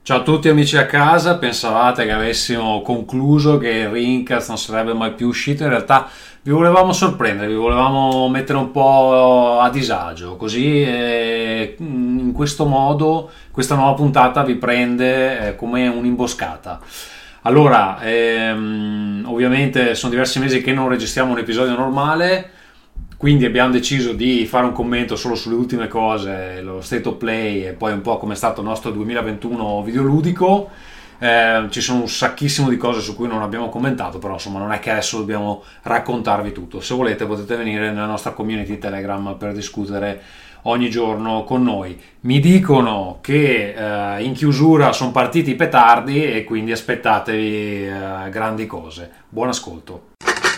Ciao a tutti amici a casa, pensavate che avessimo concluso che il Rincast non sarebbe mai più uscito? In realtà vi volevamo sorprendere, vi volevamo mettere un po' a disagio, così in questo modo questa nuova puntata vi prende come un'imboscata. Allora, ovviamente sono diversi mesi che non registriamo un episodio normale, quindi abbiamo deciso di fare un commento solo sulle ultime cose, lo state of play e poi un po' come è stato il nostro 2021 videoludico. Ci sono un sacchissimo di cose su cui non abbiamo commentato, però insomma non è che adesso dobbiamo raccontarvi tutto. Se volete potete venire nella nostra community Telegram per discutere ogni giorno con noi. Mi dicono che in chiusura sono partiti i petardi e quindi aspettatevi grandi cose. Buon ascolto.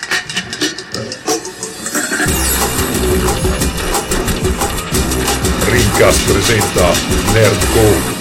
Rincast presenta Nerdcore.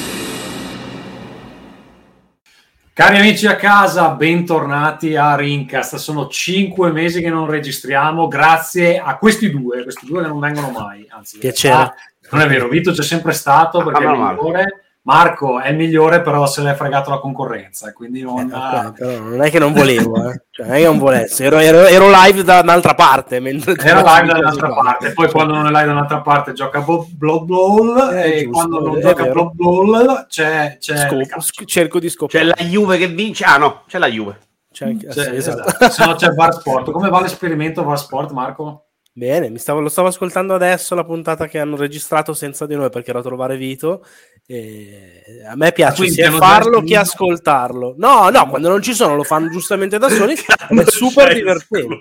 Cari amici a casa, bentornati a Rincast. Sono 5 mesi che non registriamo, grazie a questi due che non vengono mai. Anzi, piacere. Non è vero, Vito c'è sempre stato perché è il migliore. Marco è il migliore, però se l'è fregato la concorrenza, quindi non... Però non è che non volevo, Cioè, non è che non volessi, ero live da un'altra parte. Mentre era live da un'altra parte, poi quando non è live da un'altra parte gioca Blood Bowl e giusto, quando non gioca Blood Bowl c'è cerco di scoprire. C'è la Juve che vince, c'è la Juve. Esatto. Se no c'è VAR Sport. Come va l'esperimento VAR Sport, Marco? Bene, lo stavo ascoltando adesso la puntata che hanno registrato senza di noi perché ero a trovare Vito. E a me piace sia farlo che ascoltarlo. No, quando non ci sono lo fanno giustamente da soli. È super divertente.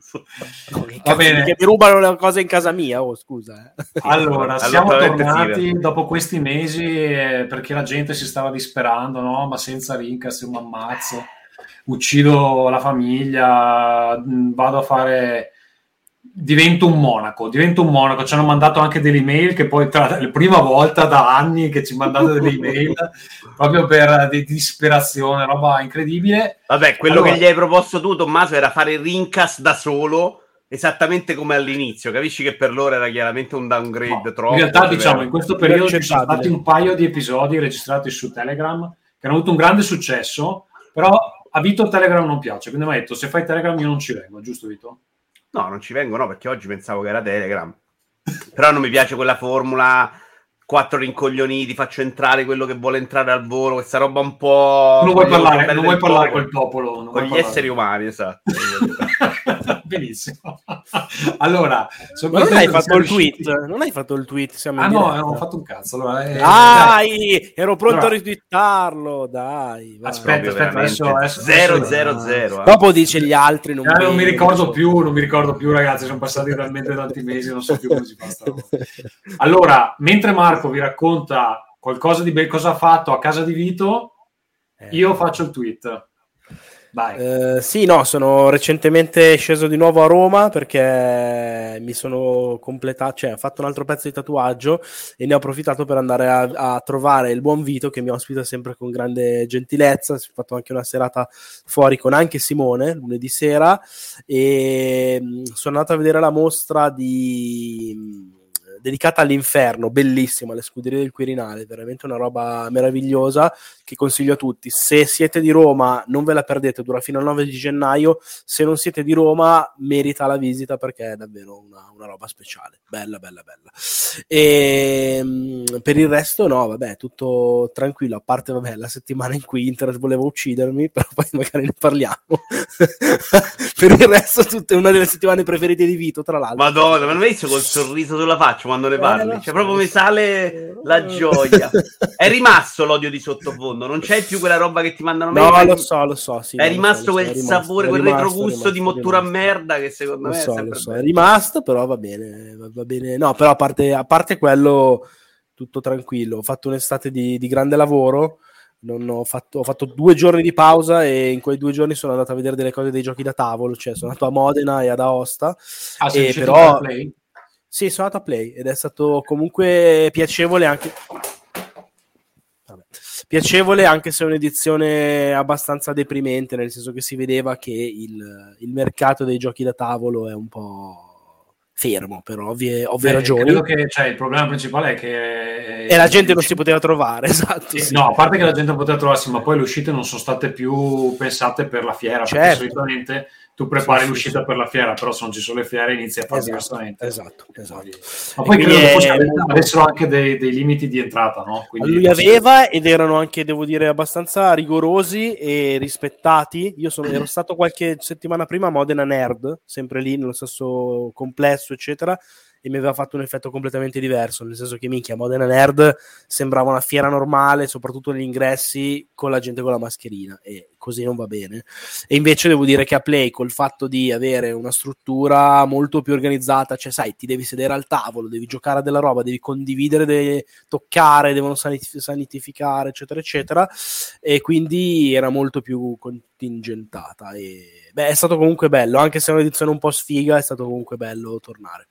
Va bene. Che mi rubano le cose in casa mia. Oh, scusa. Allora, siamo tornati dopo questi mesi perché la gente si stava disperando, no? Ma senza Rincast io mi ammazzo, uccido la famiglia, vado a fare... Divento un monaco, ci hanno mandato anche delle email che poi la prima volta da anni che ci mandate delle email proprio per di disperazione, roba incredibile. Vabbè, quello che gli hai proposto tu, Tommaso, era fare il Rincast da solo, esattamente come all'inizio, capisci che per loro era chiaramente un downgrade troppo. In realtà diciamo in questo periodo ci sono stati un paio di episodi registrati su Telegram che hanno avuto un grande successo, però a Vito Telegram non piace, quindi mi ha detto se fai Telegram io non ci vengo, giusto Vito? No, non ci vengo, no, perché oggi pensavo che era Telegram. Però non mi piace quella formula, 4 rincoglioniti, faccio entrare quello che vuole entrare al volo, questa roba un po'... Non vuoi parlare col popolo. Con gli esseri umani, esatto. Benissimo. Allora, ma non hai fatto il tweet? Non hai fatto il tweet? No, ho fatto un cazzo. Allora, dai, ero pronto a ritwittarlo. Dai, vai. Aspetta, adesso 000. Dopo dice gli altri. Non mi ricordo più, ragazzi. Sono passati talmente tanti mesi, non so più come si fa sta roba. Allora, mentre Marco vi racconta qualcosa di cosa ha fatto a casa di Vito, io faccio il tweet. Sono recentemente sceso di nuovo a Roma perché mi sono completato, cioè ho fatto un altro pezzo di tatuaggio e ne ho approfittato per andare a trovare il buon Vito che mi ospita sempre con grande gentilezza. Ho fatto anche una serata fuori con anche Simone lunedì sera e sono andato a vedere la mostra dedicata all'inferno, bellissima, le scuderie del Quirinale, veramente una roba meravigliosa che consiglio a tutti. Se siete di Roma non ve la perdete, dura fino al 9 di gennaio, se non siete di Roma merita la visita perché è davvero una roba speciale, bella. E per il resto no, vabbè, tutto tranquillo, a parte la settimana in cui Internet voleva uccidermi, però poi magari ne parliamo. Per il resto tutta una delle settimane preferite di Vito, tra l'altro. Madonna, ma non hai visto col sorriso sulla faccia quando ne parli? Cioè proprio mi sale la gioia. È rimasto l'odio di sottofondo, non c'è più quella roba che ti mandano mail. No, lo so, sì, è rimasto quel sapore, quel retrogusto di mottura a merda che secondo me è sempre è rimasto, però va bene. No, però a parte quello tutto tranquillo. Ho fatto un'estate di grande lavoro. Ho fatto 2 giorni di pausa e in quei 2 giorni sono andato a vedere delle cose dei giochi da tavolo, cioè sono andato a Modena e ad Aosta. Però Play? Sì, sono andato a Play ed è stato comunque piacevole anche se è un'edizione abbastanza deprimente, nel senso che si vedeva che il mercato dei giochi da tavolo è un po' fermo per ovvie ragioni. Credo che il problema principale è che e la gente non si poteva trovare, esatto. Sì. No, a parte che la gente non poteva trovarsi, ma poi le uscite non sono state più pensate per la fiera, perché solitamente tu prepari l'uscita per la fiera, però se non ci sono le fiere inizi a fare diversamente. Esatto. Ma poi credo che avessero anche dei limiti di entrata, no? Quindi lui aveva, ed erano anche, devo dire, abbastanza rigorosi e rispettati. Io ero stato qualche settimana prima a Modena Nerd, sempre lì nello stesso complesso, eccetera, e mi aveva fatto un effetto completamente diverso, nel senso che minchia, Modena Nerd sembrava una fiera normale, soprattutto negli ingressi, con la gente con la mascherina, e così non va bene. E invece devo dire che a Play, col fatto di avere una struttura molto più organizzata, cioè sai, ti devi sedere al tavolo, devi giocare a della roba, devi condividere, devi toccare, devono sanitificare, eccetera eccetera, e quindi era molto più contingentata. E è stato comunque bello, anche se è un'edizione un po' sfiga, è stato comunque bello tornare.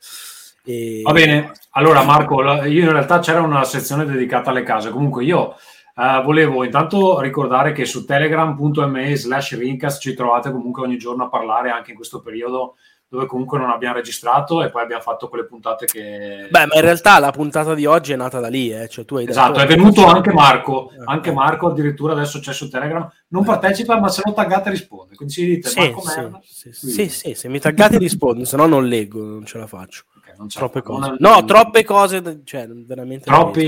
Va bene, allora Marco, io in realtà c'era una sezione dedicata alle case, comunque io volevo intanto ricordare che su telegram.me/Rincast ci trovate comunque ogni giorno a parlare, anche in questo periodo dove comunque non abbiamo registrato e poi abbiamo fatto quelle puntate che... Beh, ma in realtà la puntata di oggi è nata da lì, cioè tu hai esatto, detto... è venuto anche Marco, Marco addirittura adesso c'è su Telegram, non partecipa ma se lo taggate risponde, quindi ci dite Marco merda. Sì, se mi taggate rispondo, se no non leggo, non ce la faccio. Non troppe cose. No, troppe cose, cioè veramente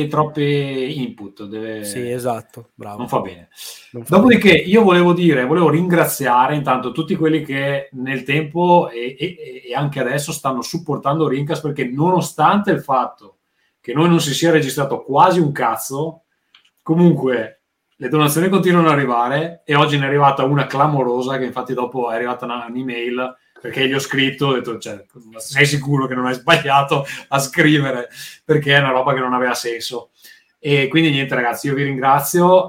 troppi input. Sì, esatto, bravo. Non fa bene. Dopodiché io volevo ringraziare intanto tutti quelli che nel tempo e anche adesso stanno supportando Rincast, perché nonostante il fatto che noi non si sia registrato quasi un cazzo, comunque le donazioni continuano ad arrivare e oggi ne è arrivata una clamorosa, che infatti dopo è arrivata un'email perché gli ho scritto, ho detto, sei sicuro che non hai sbagliato a scrivere, perché è una roba che non aveva senso. E quindi niente ragazzi, io vi ringrazio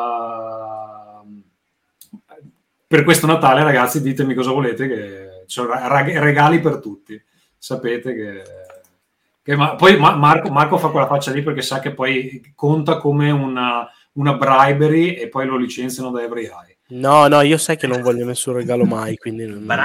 per questo Natale, ragazzi, ditemi cosa volete, che ci sono regali per tutti, sapete che poi Marco fa quella faccia lì perché sa che poi conta come una bribery e poi lo licenziano da Every Eye. No, io sai che non voglio nessun regalo mai, quindi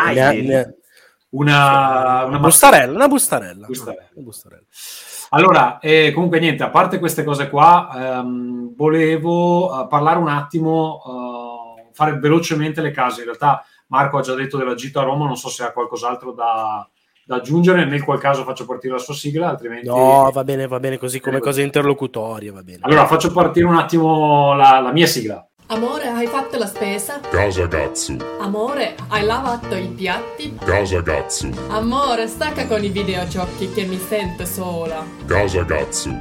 una bustarella, una bustarella. Allora, comunque niente, a parte queste cose qua, volevo parlare un attimo, fare velocemente le case. In realtà Marco ha già detto della gita a Roma, non so se ha qualcos'altro da aggiungere, nel qual caso faccio partire la sua sigla, altrimenti... No, va bene, così come cose interlocutorie, va bene. Allora, faccio partire un attimo la mia sigla. Amore, hai fatto la spesa? Casa Gatsu. Amore, hai lavato i piatti? Casa Gatsu. Amore, stacca con i videogiochi che mi sento sola. Casa Gatsu.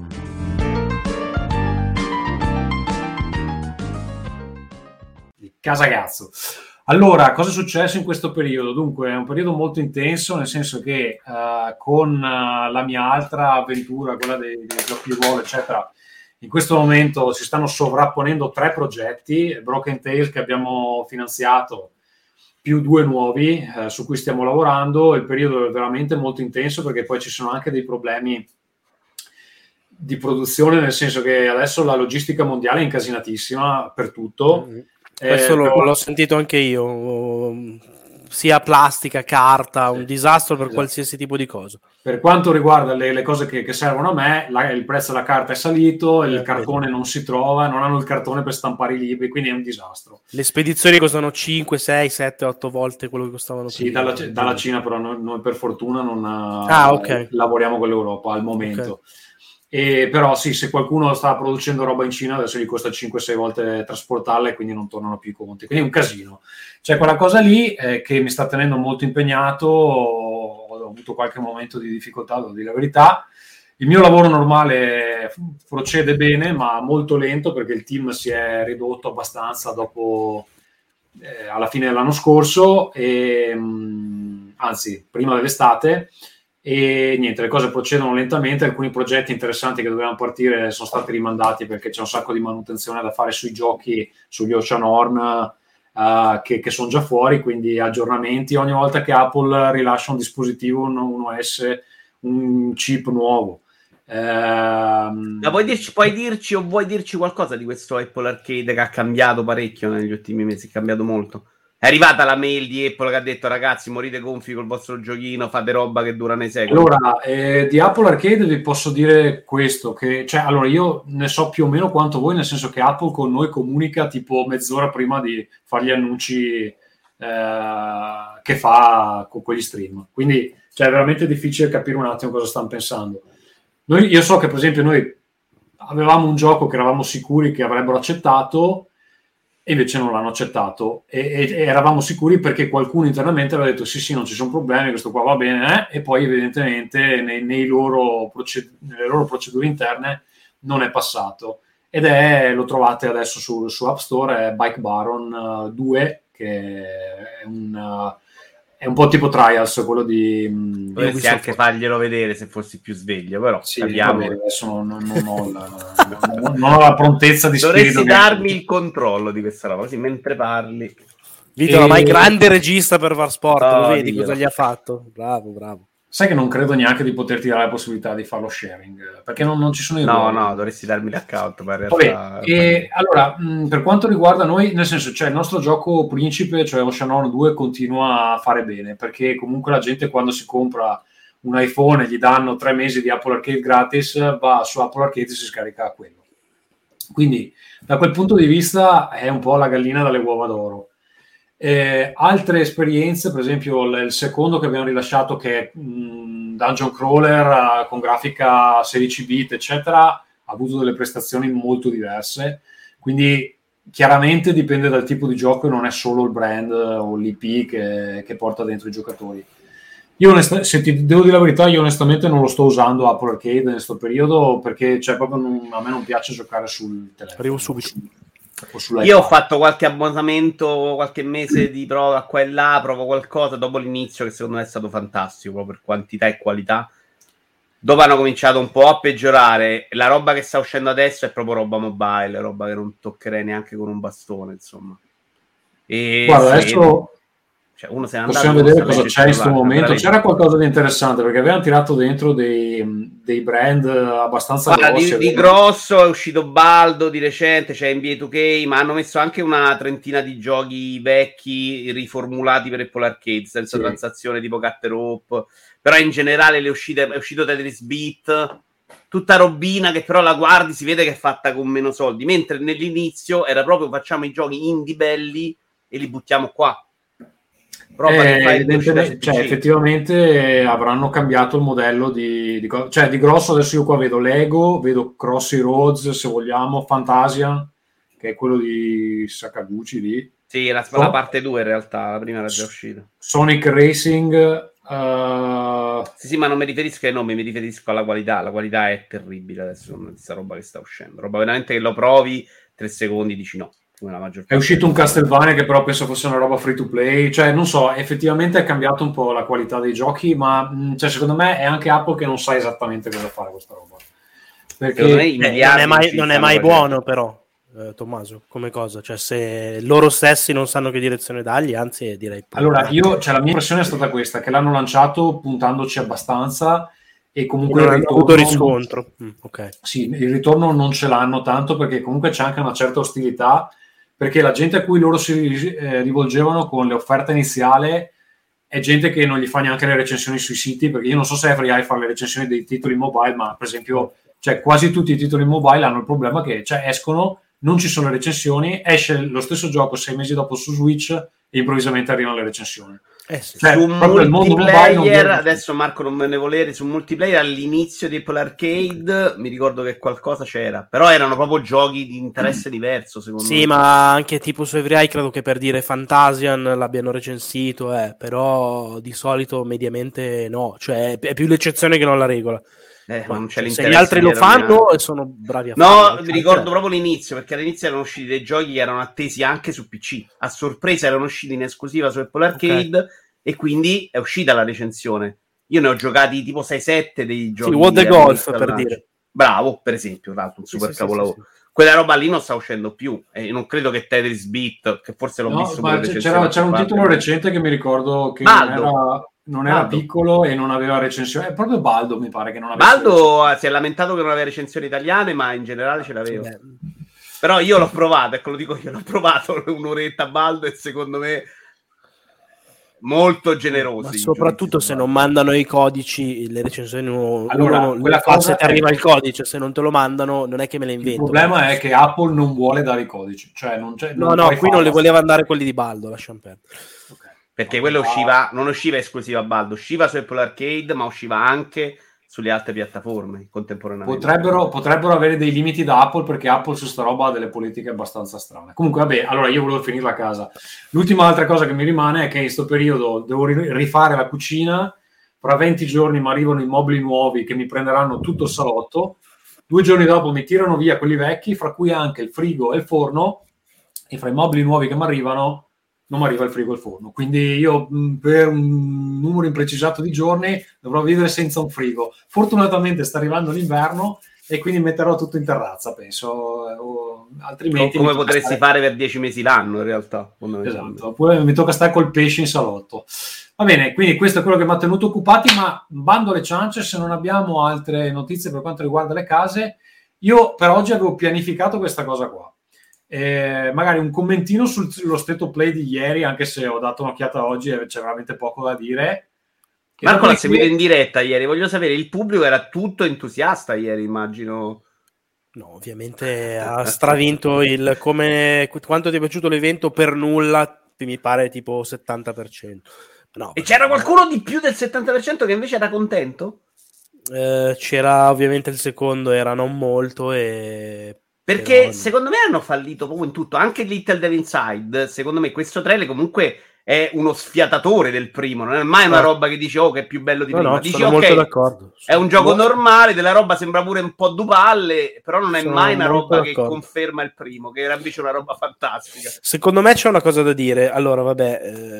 Casa Gatsu. Allora, cosa è successo in questo periodo? Dunque, è un periodo molto intenso, nel senso che con la mia altra avventura, quella dei giochi di ruolo, eccetera, in questo momento si stanno sovrapponendo 3 progetti, Broken Tales che abbiamo finanziato, più 2 nuovi su cui stiamo lavorando. Il periodo è veramente molto intenso perché poi ci sono anche dei problemi di produzione, nel senso che adesso la logistica mondiale è incasinatissima per tutto. Questo l'ho sentito anche io, sia plastica, carta, un disastro per qualsiasi tipo di cosa. Per quanto riguarda le cose che servono a me, il prezzo della carta è salito, il cartone non si trova, non hanno il cartone per stampare i libri, quindi è un disastro. Le spedizioni costano 5, 6, 7, 8 volte quello che costavano prima. Sì, dalla Cina, però noi per fortuna non lavoriamo con l'Europa al momento. Okay. E però sì, se qualcuno sta producendo roba in Cina adesso gli costa 5-6 volte trasportarla e quindi non tornano più i conti, quindi è un casino. C'è quella cosa lì che mi sta tenendo molto impegnato, ho avuto qualche momento di difficoltà, devo dire la verità. Il mio lavoro normale procede bene ma molto lento perché il team si è ridotto abbastanza dopo alla fine dell'anno scorso e anzi prima dell'estate. E niente, le cose procedono lentamente, alcuni progetti interessanti che dovevano partire sono stati rimandati perché c'è un sacco di manutenzione da fare sui giochi, sugli Ocean Horn che sono già fuori, quindi aggiornamenti ogni volta che Apple rilascia un dispositivo, un OS, un chip nuovo. Ma puoi dirci qualcosa di questo Apple Arcade che ha cambiato parecchio negli ultimi mesi, è cambiato molto? È arrivata la mail di Apple che ha detto ragazzi morite gonfi col vostro giochino, fate roba che dura nei secoli. Allora, di Apple Arcade vi posso dire questo, che cioè, allora io ne so più o meno quanto voi, nel senso che Apple con noi comunica tipo mezz'ora prima di fare gli annunci che fa con quegli stream. Quindi cioè, è veramente difficile capire un attimo cosa stanno pensando. Io so che per esempio noi avevamo un gioco che eravamo sicuri che avrebbero accettato e invece non l'hanno accettato e eravamo sicuri perché qualcuno internamente aveva detto sì non ci sono problemi, questo qua va bene, e poi evidentemente nelle loro procedure interne non è passato lo trovate adesso su App Store, è Bike Baron 2 che è un po' tipo Trials, quello di dovresti anche farglielo vedere se fossi più sveglio, però sì, vabbè, adesso non ho la prontezza di spirito. Dovresti darmi il controllo di questa roba, così mentre parli. Vito, ma è grande regista per far sport, lo vedi cosa gli ha fatto? Bravo. Sai che non credo neanche di poterti dare la possibilità di farlo sharing, perché non ci sono i ruoli. No, dovresti darmi l'account. Ma in realtà... allora, per quanto riguarda noi, nel senso, cioè il nostro gioco principe, cioè Oceanhorn 2, continua a fare bene, perché comunque la gente quando si compra un iPhone e gli danno 3 mesi di Apple Arcade gratis, va su Apple Arcade e si scarica quello. Quindi, da quel punto di vista, è un po' la gallina dalle uova d'oro. Altre esperienze, per esempio il secondo che abbiamo rilasciato, che è Dungeon Crawler con grafica 16 bit eccetera, ha avuto delle prestazioni molto diverse, quindi chiaramente dipende dal tipo di gioco e non è solo il brand o l'IP che porta dentro i giocatori. Io se ti devo dire la verità, io onestamente non lo sto usando Apple Arcade in questo periodo perché cioè, proprio a me non piace giocare sul telefono. Arrivo subito. Io ho fatto qualche abbonamento, qualche mese di prova qua e là, provo qualcosa dopo l'inizio che secondo me è stato fantastico proprio per quantità e qualità. Dopo hanno cominciato un po' a peggiorare. La roba che sta uscendo adesso è proprio roba mobile, roba che non toccherei neanche con un bastone, insomma. E guarda, adesso uno se ne possiamo vedere cosa c'è in questo momento. Veramente. C'era qualcosa di interessante perché avevano tirato dentro dei brand abbastanza grossi. Di grosso è uscito Baldo di recente, c'è NBA 2K, ma hanno messo anche una trentina di giochi vecchi riformulati per Apple Arcade senza transazione tipo Cut Rope. Però in generale è uscito Tetris Beat, tutta robina che però la guardi si vede che è fatta con meno soldi, mentre nell'inizio era proprio facciamo i giochi indie belli e li buttiamo qua. Effettivamente avranno cambiato il modello di grosso. Adesso io qua vedo Lego, vedo Crossy Roads, se vogliamo, Fantasia, che è quello di Sakaguchi lì. Sì, la parte 2 in realtà, la prima era già uscita. Sonic Racing. Sì, ma non mi riferisco ai nomi, mi riferisco alla qualità. La qualità è terribile adesso con questa roba che sta uscendo. Roba veramente che lo provi 3 secondi dici no. È uscito un Castlevania che però penso fosse una roba free to play, cioè non so, effettivamente è cambiato un po' la qualità dei giochi, ma cioè, secondo me è anche Apple che non sa esattamente cosa fare questa roba, perché non è mai buono però Tommaso come cosa, cioè se loro stessi non sanno che direzione dargli, anzi direi allora la mia impressione è stata questa, che l'hanno lanciato puntandoci abbastanza e comunque non hanno avuto riscontro. Okay. Sì, il ritorno non ce l'hanno tanto perché comunque c'è anche una certa ostilità, perché la gente a cui loro si rivolgevano con le offerte iniziali è gente che non gli fa neanche le recensioni sui siti, perché io non so se Every fa le recensioni dei titoli mobile, ma per esempio cioè, quasi tutti i titoli mobile hanno il problema che cioè, escono, non ci sono le recensioni, esce lo stesso gioco 6 mesi dopo su Switch e improvvisamente arrivano le recensioni. Sì. Cioè, su multiplayer adesso Marco non me ne volere, su multiplayer all'inizio di Apple Arcade mi ricordo che qualcosa c'era, però erano proprio giochi di interesse diverso secondo me. Sì, ma anche tipo su Every credo che per dire Fantasian l'abbiano recensito, però di solito mediamente no, cioè è più l'eccezione che non la regola. Non c'è se gli altri lo fanno e sono bravi a farlo. No, mi ricordo proprio l'inizio, perché all'inizio erano usciti dei giochi che erano attesi anche su PC, a sorpresa erano usciti in esclusiva su Apple Arcade, e quindi è uscita la recensione. Io ne ho giocati tipo 6-7 dei giochi. Sì, What the Golf per dire. Bravo, per esempio, un super capolavoro. Sì. Quella roba lì non sta uscendo più, e non credo che Tetris Beat, che forse l'ho visto ma c'era un titolo recente che mi ricordo che non era piccolo e non aveva recensione. È proprio Baldo, mi pare che non aveva. Baldo si è lamentato che non aveva recensioni italiane, ma in generale ce l'aveva. Però io l'ho provato, ecco, lo dico io, l'ho provato un'oretta Baldo e secondo me molto generosi. Ma soprattutto se non mandano i codici, le recensioni, Allora, uno quella le fa cosa se ti è- arriva il codice, se non te lo mandano non è che me le Il invento. problema è che Apple non vuole dare i codici, cioè non c'è, No, non no, puoi qui non farlo. le voleva andare quelli di Baldo, lasciamo perdere. Perché quello non usciva esclusiva a Baldo, usciva su Apple Arcade, ma usciva anche sulle altre piattaforme contemporaneamente. Potrebbero avere dei limiti da Apple, perché Apple su sta roba ha delle politiche abbastanza strane. Comunque, vabbè, allora io volevo finire a casa. L'ultima altra cosa che mi rimane è che in questo periodo devo rifare la cucina. Fra 20 giorni mi arrivano i mobili nuovi che mi prenderanno tutto il salotto. 2 giorni dopo mi tirano via quelli vecchi, fra cui anche il frigo e il forno. E fra i mobili nuovi che mi arrivano non mi arriva il frigo e il forno. Quindi io per un numero imprecisato di giorni dovrò vivere senza un frigo. Fortunatamente sta arrivando l'inverno e quindi metterò tutto in terrazza, penso. Altrimenti come potresti fare per 10 mesi l'anno, in realtà. Esatto, oppure mi tocca stare col pesce in salotto. Va bene, quindi questo è quello che mi ha tenuto occupati, ma bando alle ciance, se non abbiamo altre notizie per quanto riguarda le case, io per oggi avevo pianificato questa cosa qua. Magari un commentino sullo State of Play di ieri, anche se ho dato un'occhiata oggi e c'è veramente poco da dire. Marco l'ha seguito in diretta ieri, voglio sapere, il pubblico era tutto entusiasta ieri, immagino. No, ovviamente ha stravinto quanto ti è piaciuto l'evento per nulla, mi pare tipo 70%. No, e c'era qualcuno di più del 70% che invece era contento? C'era ovviamente il secondo, era non molto, perché però secondo me hanno fallito proprio in tutto, anche Little Devil Inside. Secondo me questo trailer comunque è uno sfiatatore del primo, non è mai una roba che dici che è più bello di prima. No, dici sono molto d'accordo. È un gioco normale, della roba sembra pure un po' dupalle, però non è mai una roba che conferma il primo, che era invece una roba fantastica. Secondo me c'è una cosa da dire. Allora, vabbè,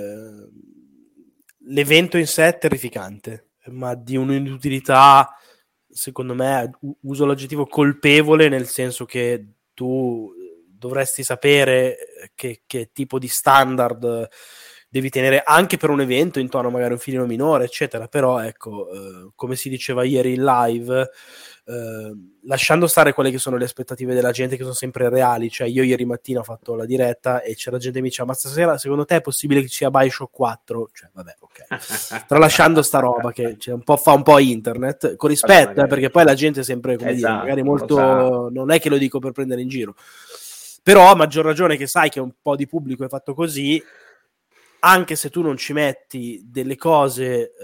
l'evento in sé è terrificante, ma di un'inutilità, secondo me, uso l'aggettivo colpevole, nel senso che tu dovresti sapere che tipo di standard devi tenere anche per un evento in tono magari un filino minore, eccetera. Però ecco, come si diceva ieri in live, lasciando stare quelle che sono le aspettative della gente, che sono sempre reali, cioè io ieri mattina ho fatto la diretta e c'era gente che mi diceva: ma stasera secondo te è possibile che ci sia Bioshock 4? Cioè vabbè, ok, tralasciando sta roba che fa un po' internet, con rispetto, perché poi la gente è sempre, come dire, magari molto, non è che lo dico per prendere in giro, però a maggior ragione che sai che un po' di pubblico è fatto così, anche se tu non ci metti delle cose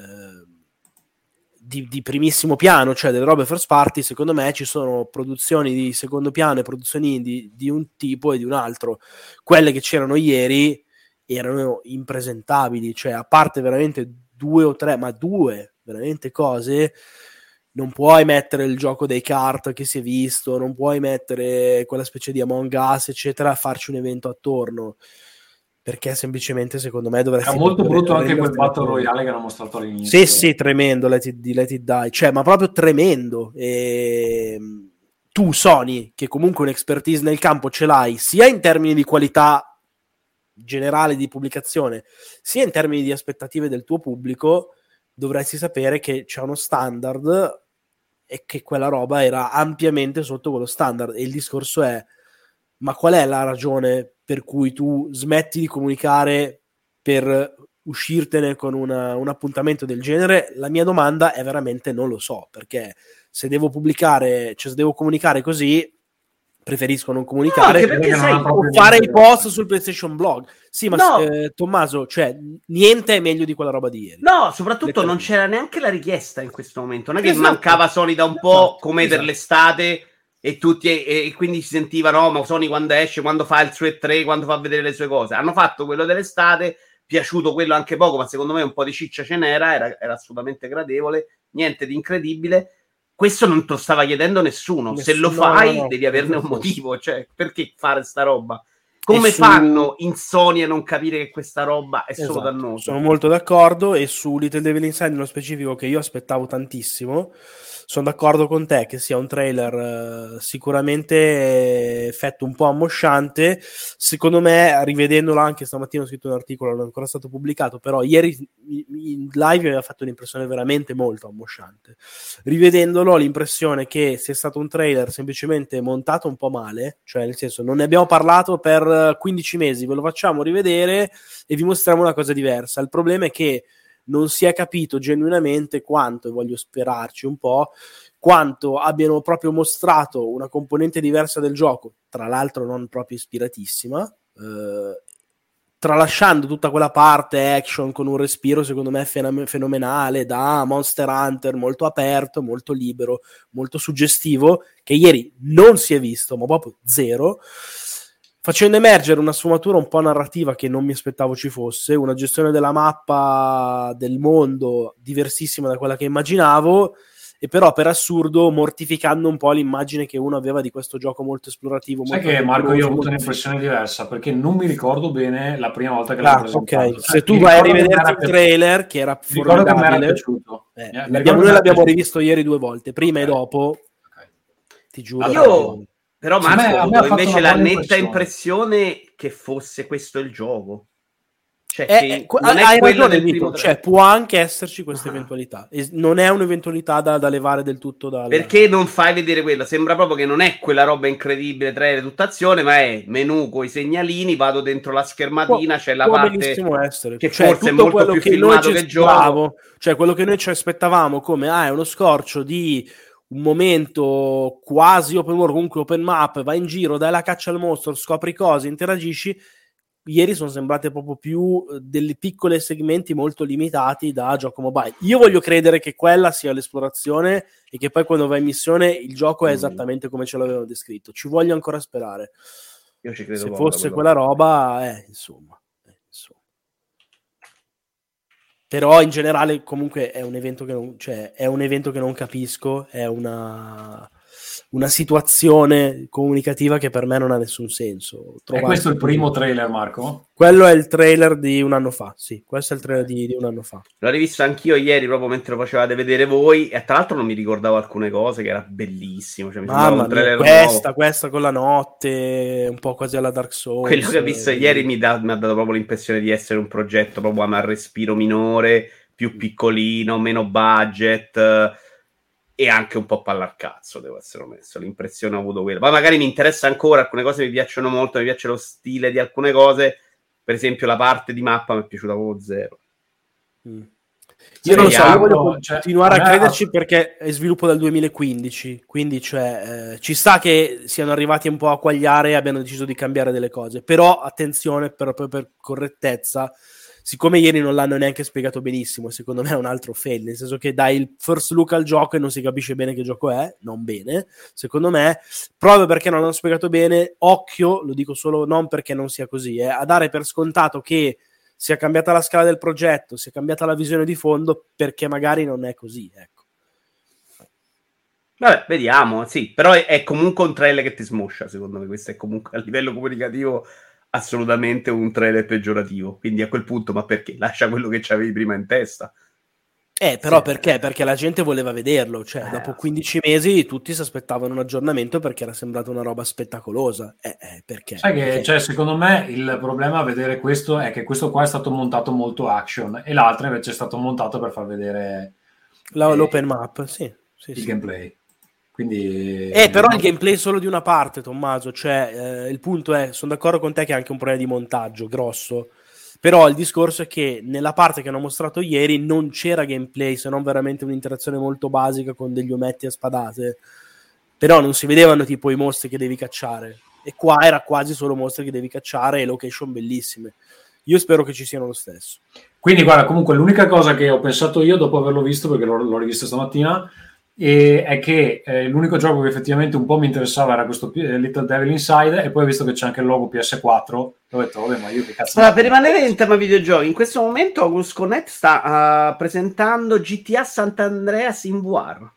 di primissimo piano, cioè delle robe first party, secondo me ci sono produzioni di secondo piano e produzioni indie di un tipo e di un altro. Quelle che c'erano ieri erano impresentabili, cioè a parte veramente due veramente cose, non puoi mettere il gioco dei kart che si è visto, non puoi mettere quella specie di Among Us, eccetera, a farci un evento attorno, perché semplicemente secondo me dovresti... È molto brutto anche quel Battle Royale che hanno mostrato all'inizio. Sì, tremendo, Let It Die, cioè, ma proprio tremendo. Tu, Sony, che comunque un'expertise nel campo ce l'hai, sia in termini di qualità generale di pubblicazione, sia in termini di aspettative del tuo pubblico, dovresti sapere che c'è uno standard e che quella roba era ampiamente sotto quello standard. E il discorso è: ma qual è la ragione per cui tu smetti di comunicare per uscirtene con un appuntamento del genere? La mia domanda è veramente non lo so, perché se devo pubblicare, cioè se devo comunicare così, preferisco non comunicare, o fare i post sul PlayStation Blog. Sì, ma Tommaso, cioè niente è meglio di quella roba di ieri. No, soprattutto non c'era neanche la richiesta in questo momento, non è che mancava Sony da un po' come per l'estate e tutti e quindi si sentivano: ma Sony quando esce, quando fa il suo E3, quando fa vedere le sue cose. Hanno fatto quello dell'estate, piaciuto quello anche poco, ma secondo me un po' di ciccia ce n'era, era assolutamente gradevole, niente di incredibile. Questo non te lo stava chiedendo nessuno. Se lo fai devi averne un motivo, cioè perché fare sta roba? Come fanno in Sony a non capire che questa roba è solo dannosa? Sono molto d'accordo. E su Little Devil Inside nello specifico, che io aspettavo tantissimo, sono d'accordo con te che sia un trailer sicuramente effetto un po' ammosciante. Secondo me, rivedendolo anche stamattina, ho scritto un articolo, non è ancora stato pubblicato, però ieri in live mi aveva fatto un'impressione veramente molto ammosciante. Rivedendolo ho l'impressione che sia stato un trailer semplicemente montato un po' male, cioè nel senso non ne abbiamo parlato per 15 mesi, ve lo facciamo rivedere e vi mostriamo una cosa diversa. Il problema è che non si è capito genuinamente quanto, e voglio sperarci un po', quanto abbiano proprio mostrato una componente diversa del gioco, tra l'altro non proprio ispiratissima, tralasciando tutta quella parte action con un respiro secondo me fenomenale da Monster Hunter, molto aperto, molto libero, molto suggestivo, che ieri non si è visto, ma proprio zero, facendo emergere una sfumatura un po' narrativa che non mi aspettavo ci fosse, una gestione della mappa, del mondo diversissima da quella che immaginavo, e però per assurdo mortificando un po' l'immagine che uno aveva di questo gioco molto esplorativo. Sai molto che Marco, io ho avuto molto un'impressione diversa perché non mi ricordo bene la prima volta che l'ho presentato. Ok, se tu vai a rivederti il trailer che era ricordo che mi era formidabile, piaciuto. noi l'abbiamo rivisto ieri 2 volte, prima e dopo. Ti giuro. Io però Marco a me ho ha avuto fatto invece una la buona netta impressione che fosse questo il gioco. Cioè, che non hai è quello ragione, del Vito, primo cioè trailer. può anche esserci questa eventualità. Non è un'eventualità da levare del tutto dal... Perché non fai vedere quello? Sembra proprio che non è quella roba incredibile, trailer, tutta azione, ma è menu con i segnalini, vado dentro la schermatina, c'è la può parte benissimo essere. che cioè, forse è tutto molto quello più che noi filmato ci che gioco. aspettavamo, cioè quello che noi ci aspettavamo come è uno scorcio di un momento quasi open world, comunque open map, vai in giro, dai la caccia al mostro, scopri cose, interagisci. Ieri sono sembrate proprio più delle piccole segmenti molto limitati da gioco mobile. Io voglio credere che quella sia l'esplorazione e che poi quando vai in missione il gioco è esattamente come ce l'avevano descritto. Ci voglio ancora sperare. Io ci credo Se poco, fosse quella roba, insomma. Però in generale comunque è un evento che non, cioè, è un evento che non capisco, è una situazione comunicativa che per me non ha nessun senso. È questo il primo trailer, Marco? Quello è il trailer di un anno fa, sì, questo è il trailer di un anno fa. L'ho rivisto anch'io ieri proprio mentre lo facevate vedere voi e tra l'altro non mi ricordavo alcune cose, che era bellissimo, cioè, mi sembrava un trailer nuovo. Questa con la notte, un po' quasi alla Dark Souls. Quello che ho visto ieri mi ha dato proprio l'impressione di essere un progetto proprio a respiro minore, più piccolino, meno budget e anche un po' pallarcazzo, devo essere onesto. L'impressione ho avuto quella. Poi magari mi interessa ancora, alcune cose mi piacciono molto, mi piace lo stile di alcune cose, per esempio la parte di mappa mi è piaciuta proprio zero. Io non lo so, io voglio continuare a crederci perché è sviluppo dal 2015, quindi ci sta che siano arrivati un po' a quagliare e abbiano deciso di cambiare delle cose, però attenzione, proprio per correttezza, siccome ieri non l'hanno neanche spiegato benissimo, secondo me è un altro fail, nel senso che dai il first look al gioco e non si capisce bene che gioco è, non bene, secondo me, proprio perché non l'hanno spiegato bene, occhio, lo dico solo non perché non sia così, a dare per scontato che sia cambiata la scala del progetto, sia cambiata la visione di fondo, perché magari non è così, ecco. Vabbè, vediamo, sì, però è comunque un trailer che ti smoscia, secondo me, questo è comunque a livello comunicativo assolutamente un trailer peggiorativo, quindi a quel punto, ma perché? Lascia quello che c'avevi prima in testa. Però sì. Perché? Perché la gente voleva vederlo, cioè dopo 15 mesi tutti si aspettavano un aggiornamento perché era sembrata una roba spettacolosa. Perché? Sai che Perché? Cioè, secondo me il problema a vedere questo è che questo qua è stato montato molto action e l'altro invece è stato montato per far vedere l'open map, sì. Il gameplay. Quindi però il gameplay è solo di una parte, Tommaso, cioè il punto è, sono d'accordo con te che è anche un problema di montaggio grosso, però il discorso è che nella parte che hanno mostrato ieri non c'era gameplay, se non veramente un'interazione molto basica con degli ometti a spadate, però non si vedevano tipo i mostri che devi cacciare, e qua era quasi solo mostri che devi cacciare e location bellissime. Io spero che ci siano lo stesso. Quindi guarda, comunque l'unica cosa che ho pensato io dopo averlo visto, perché l'ho rivisto stamattina, è che l'unico gioco che effettivamente un po' mi interessava era questo Little Devil Inside, e poi visto che c'è anche il logo PS4 ho detto vabbè, ma io che cazzo. Per rimanere in tema videogiochi, in questo momento Oculus Connect sta presentando GTA Sant'Andreas in VR,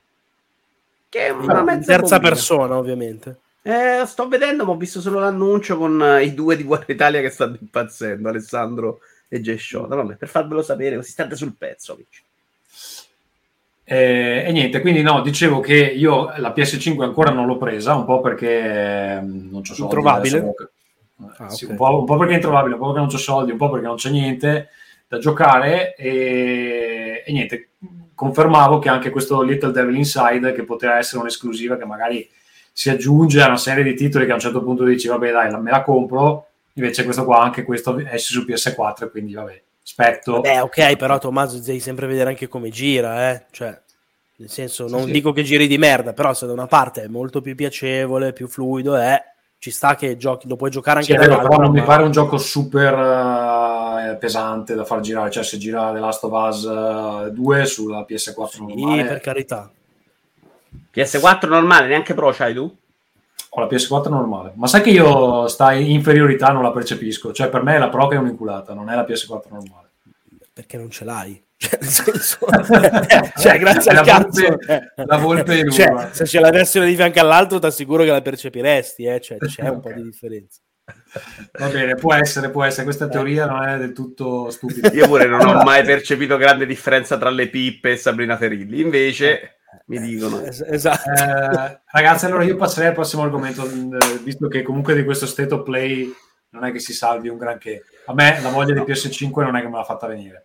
che è una mezza terza bombina. persona, ovviamente. Sto vedendo, ma ho visto solo l'annuncio con i due di Guerra Italia che stanno impazzendo, Alessandro e Jay Shota. Vabbè, per farvelo sapere, così state sul pezzo, amici. E niente, quindi no, dicevo che io la PS5 ancora non l'ho presa, un po' perché non c'ho soldi. Introvabile? Sì, ok. un po' perché è introvabile, un po' perché non c'ho soldi, un po' perché non c'è niente da giocare e niente, confermavo che anche questo Little Devil Inside, che poteva essere un'esclusiva che magari si aggiunge a una serie di titoli che a un certo punto dici vabbè dai, me la compro, invece questo qua, anche questo esce su PS4, quindi vabbè, aspetto. Beh, ok, però Tommaso devi sempre vedere anche come gira, cioè, nel senso, non Sì. dico che giri di merda, però se da una parte è molto più piacevole, più fluido, ci sta che giochi, lo puoi giocare anche Sì, è vero, dall'altra, però non mi ma- pare un gioco super pesante da far girare, cioè se gira The Last of Us 2 sulla PS4 Sì, normale, per carità. PS4 normale, neanche Pro c'hai tu? o la PS4 normale. Ma sai che io sta inferiorità non la percepisco, cioè per me è la Pro che è un'inculata, non è la PS4 normale. Perché non ce l'hai? Cioè, nel senso, cioè, grazie È al la cazzo. volpe- la volpe in Cioè, uva. se ce l'avessero di fianco all'altro, ti assicuro che la percepiresti, cioè, c'è un po' di differenza. Va bene, può essere, questa teoria non è del tutto stupida. Io pure non ho mai percepito grande differenza tra le pippe e Sabrina Ferilli, invece mi dicono... Esatto. Ragazzi, allora io passerei al prossimo argomento, visto che comunque di questo State of Play non è che si salvi un granché. A me la voglia di PS5 non è che me l'ha fatta venire.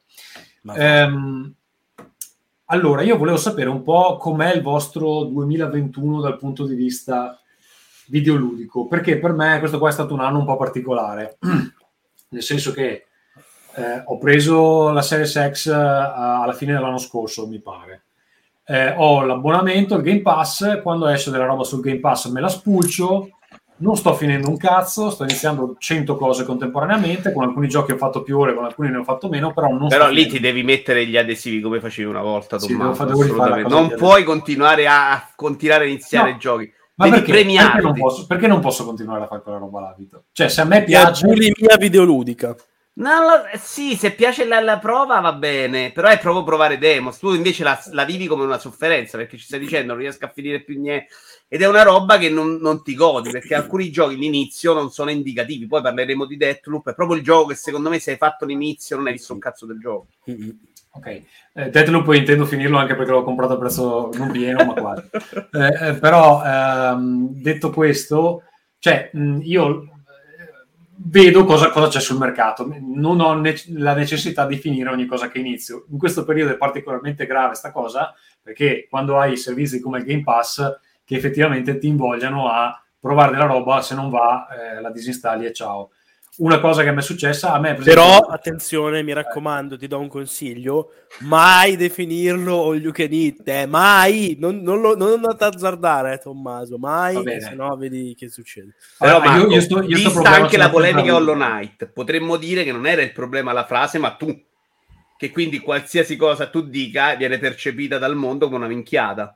Allora, io volevo sapere un po' com'è il vostro 2021 dal punto di vista videoludico, perché per me questo qua è stato un anno un po' particolare, nel senso che ho preso la Series X alla fine dell'anno scorso, mi pare. Ho l'abbonamento, il Game Pass, quando esce della roba sul Game Pass me la spulcio, non sto finendo un cazzo, sto iniziando 100 cose contemporaneamente, con alcuni giochi ho fatto più ore, con alcuni ne ho fatto meno, però non Però sto lì finendo. ti devi mettere gli adesivi come facevi una volta, Sì, Tommaso, devo rifare la assolutamente. cosa Non di puoi continuare a iniziare No. i giochi. Ma Devi perché premiarti. perché non posso continuare a fare quella roba là, Vito? Cioè, se a me piace... bulimia videoludica. Sì, se piace la prova va bene, però è proprio provare demos. Tu invece la vivi come una sofferenza, perché ci stai dicendo non riesco a finire più niente. Ed è una roba che non ti godi, perché alcuni giochi l'inizio non sono indicativi. Poi parleremo di Deathloop, è proprio il gioco che secondo me se hai fatto l'inizio non hai visto un cazzo del gioco. Ok, Deathloop intendo finirlo anche perché l'ho comprato a prezzo non pieno, ma quasi. Però, detto questo, cioè, io vedo cosa c'è sul mercato, non ho la necessità di finire ogni cosa che inizio. In questo periodo è particolarmente grave sta cosa, perché quando hai servizi come il Game Pass, che effettivamente ti invogliano a provare della roba, se non va la disinstalli e ciao. Una cosa che mi è successa a me, per Però esempio, attenzione, mi raccomando, ti do un consiglio: mai definirlo all you can eat, mai, non azzardare, Tommaso, mai, Va che bene. sennò vedi che succede. Però Allora, Marco, io sto vista problema anche la sulla polemica cosa- Hollow Knight, potremmo dire che non era il problema la frase, ma tu. Che quindi qualsiasi cosa tu dica viene percepita dal mondo come una minchiata.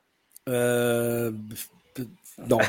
No.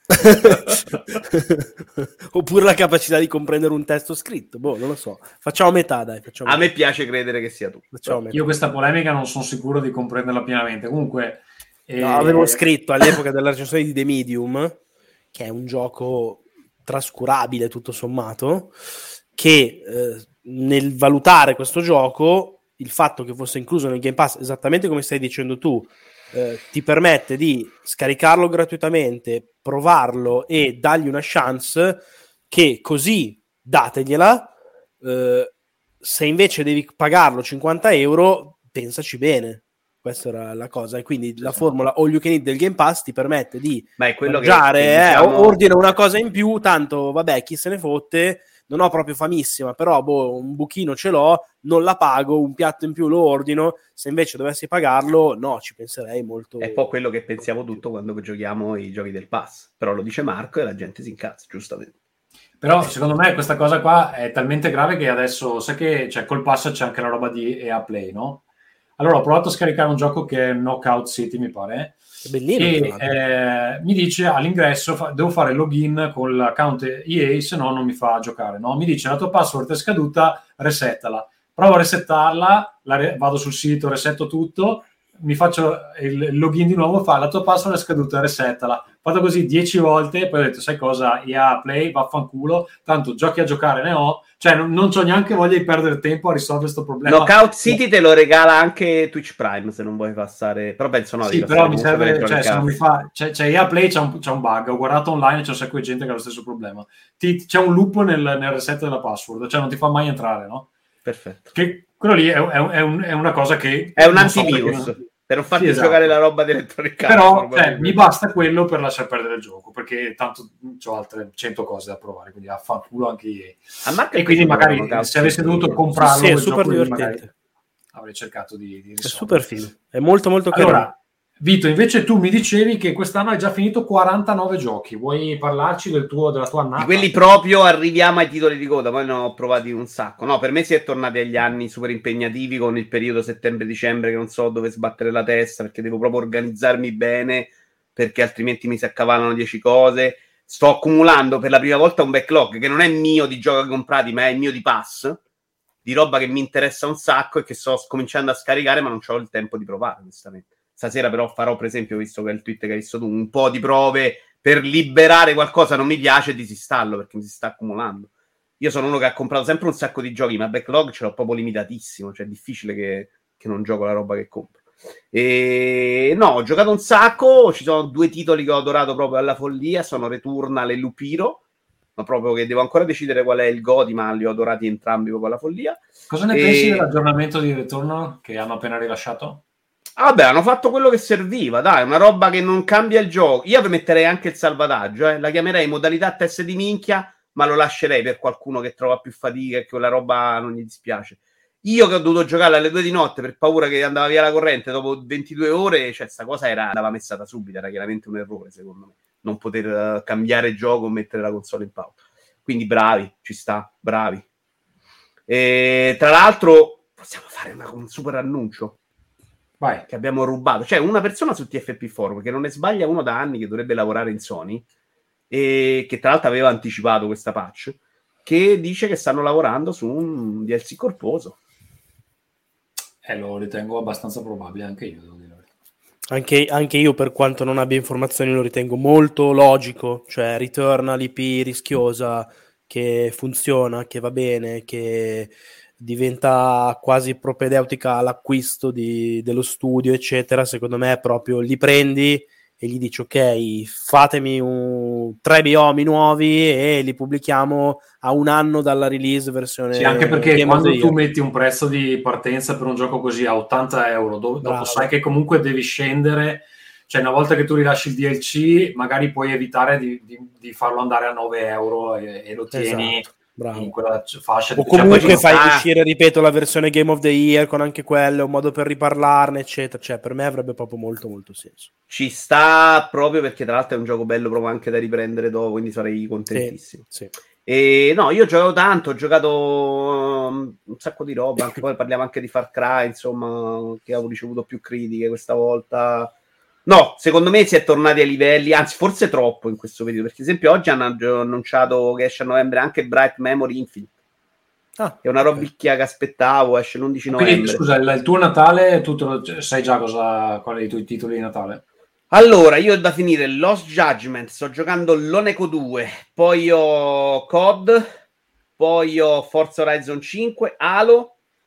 Oppure la capacità di comprendere un testo scritto, non lo so. Facciamo metà, dai. A me piace credere che sia tu. Facciamo metà. Io questa polemica non sono sicuro di comprenderla pienamente. Comunque, No, avevo scritto all'epoca della recensione di The Medium, che è un gioco trascurabile tutto sommato, che nel valutare questo gioco, il fatto che fosse incluso nel Game Pass, esattamente come stai dicendo tu, ti permette di scaricarlo gratuitamente, provarlo e dargli una chance, che così dategliela. Se invece devi pagarlo 50 euro, pensaci bene. Questa era la cosa, e quindi la formula all you can eat del Game Pass ti permette di mangiare, diciamo... ordina una cosa in più, tanto vabbè, chi se ne fotte, non ho proprio famissima, però un buchino ce l'ho, non la pago, un piatto in più lo ordino. Se invece dovessi pagarlo, no, ci penserei molto. È un po' quello che pensiamo tutto quando giochiamo i giochi del pass, però lo dice Marco e la gente si incazza, giustamente. Però secondo me questa cosa qua è talmente grave che adesso, sai che col pass c'è anche la roba di EA Play, no? Allora ho provato a scaricare un gioco che è Knockout City, mi pare, è bellino, e mi dice all'ingresso devo fare login con l'account EA, se no non mi fa giocare, no? Mi dice la tua password è scaduta, resettala. Provo a resettarla, vado sul sito, resetto tutto, mi faccio il login di nuovo, fa la tua password è scaduta, resettala. Ho fatto così 10 volte, poi ho detto, sai cosa, EA Play, vaffanculo, tanto giochi a giocare ne ho, cioè non c'ho neanche voglia di perdere tempo a risolvere questo problema. Knockout City te lo regala anche Twitch Prime se non vuoi passare, però penso no. Sì, però mi serve, cioè se non mi fa, cioè EA Play c'è un bug, ho guardato online e c'è un sacco di gente che ha lo stesso problema, c'è un loop nel reset della password, cioè non ti fa mai entrare, no? Perfetto. Che quello lì è una cosa che è un antivirus per non farti giocare la roba di Electronic Arts. Però mi basta quello per lasciare perdere il gioco, perché tanto ho altre 100 cose da provare, quindi affanculo anche EA. E quindi magari se avessi dovuto comprarlo, è super divertente. Avrei cercato di risolvere. È super figo, è molto molto carino. Allora, Vito, invece tu mi dicevi che quest'anno hai già finito 49 giochi, vuoi parlarci della tua annata? Di quelli proprio arriviamo ai titoli di coda, poi ne ho provati un sacco. No, per me si è tornati agli anni super impegnativi con il periodo settembre-dicembre che non so dove sbattere la testa perché devo proprio organizzarmi bene perché altrimenti mi si accavallano 10 cose. Sto accumulando per la prima volta un backlog che non è mio di giochi comprati ma è mio di pass, di roba che mi interessa un sacco e che sto cominciando a scaricare ma non ho il tempo di provare onestamente. Stasera però farò, per esempio, visto che è il tweet che hai visto tu, un po' di prove per liberare qualcosa non mi piace e disinstallo perché mi si sta accumulando. Io sono uno che ha comprato sempre un sacco di giochi, ma backlog ce l'ho proprio limitatissimo, cioè è difficile che non gioco la roba che compro. E no, ho giocato un sacco, ci sono 2 titoli che ho adorato proprio alla follia, sono Returnal e Lupiro, ma proprio che devo ancora decidere qual è il Godi, ma li ho adorati entrambi proprio alla follia. Cosa ne pensi dell'aggiornamento di Returnal che hanno appena rilasciato? Vabbè, hanno fatto quello che serviva, dai, una roba che non cambia il gioco. Io metterei anche il salvataggio, la chiamerei modalità test di minchia, ma lo lascerei per qualcuno che trova più fatica e che quella roba non gli dispiace. Io che ho dovuto giocare alle 2 di notte per paura che andava via la corrente dopo 22 ore, cioè sta cosa andava messa da subito, era chiaramente un errore secondo me, non poter cambiare gioco o mettere la console in pausa. Quindi bravi, ci sta, bravi. E, tra l'altro possiamo fare un super annuncio. Vai. Che abbiamo rubato, cioè una persona su TFP Forum che non ne sbaglia uno da anni che dovrebbe lavorare in Sony e che tra l'altro aveva anticipato questa patch che dice che stanno lavorando su un DLC corposo. Lo ritengo abbastanza probabile, anche io devo dire. Anche io, per quanto non abbia informazioni, lo ritengo molto logico, cioè Returnal IP rischiosa che funziona, che va bene, che diventa quasi propedeutica all'acquisto dello studio, eccetera. Secondo me proprio li prendi e gli dici ok, fatemi 3 biomi nuovi e li pubblichiamo a un anno dalla release versione. Sì, anche perché quando tu metti un prezzo di partenza per un gioco così a 80 euro, dopo sai che comunque devi scendere, cioè una volta che tu rilasci il DLC magari puoi evitare di farlo andare a 9 euro e lo tieni. Esatto. Bravo. In quella fascia o comunque fai uscire, ripeto, la versione Game of the Year con anche quello, un modo per riparlarne, eccetera. Cioè, per me avrebbe proprio molto molto senso. Ci sta proprio perché tra l'altro è un gioco bello proprio anche da riprendere dopo, quindi sarei contentissimo. Sì. E no, io ho giocato tanto, ho giocato un sacco di roba, anche poi parliamo anche di Far Cry, insomma, che ho ricevuto più critiche questa volta. No, secondo me si è tornati ai livelli, anzi forse troppo in questo periodo, perché ad esempio oggi hanno annunciato che esce a novembre anche Bright Memory Infinite, è una robicchia che aspettavo, esce l'11 novembre. Quindi scusa, il tuo Natale, tu sai già qual è i tuoi titoli di Natale? Allora, io ho da finire Lost Judgment, sto giocando l'Oneco 2, poi ho COD, poi ho Forza Horizon 5, Halo,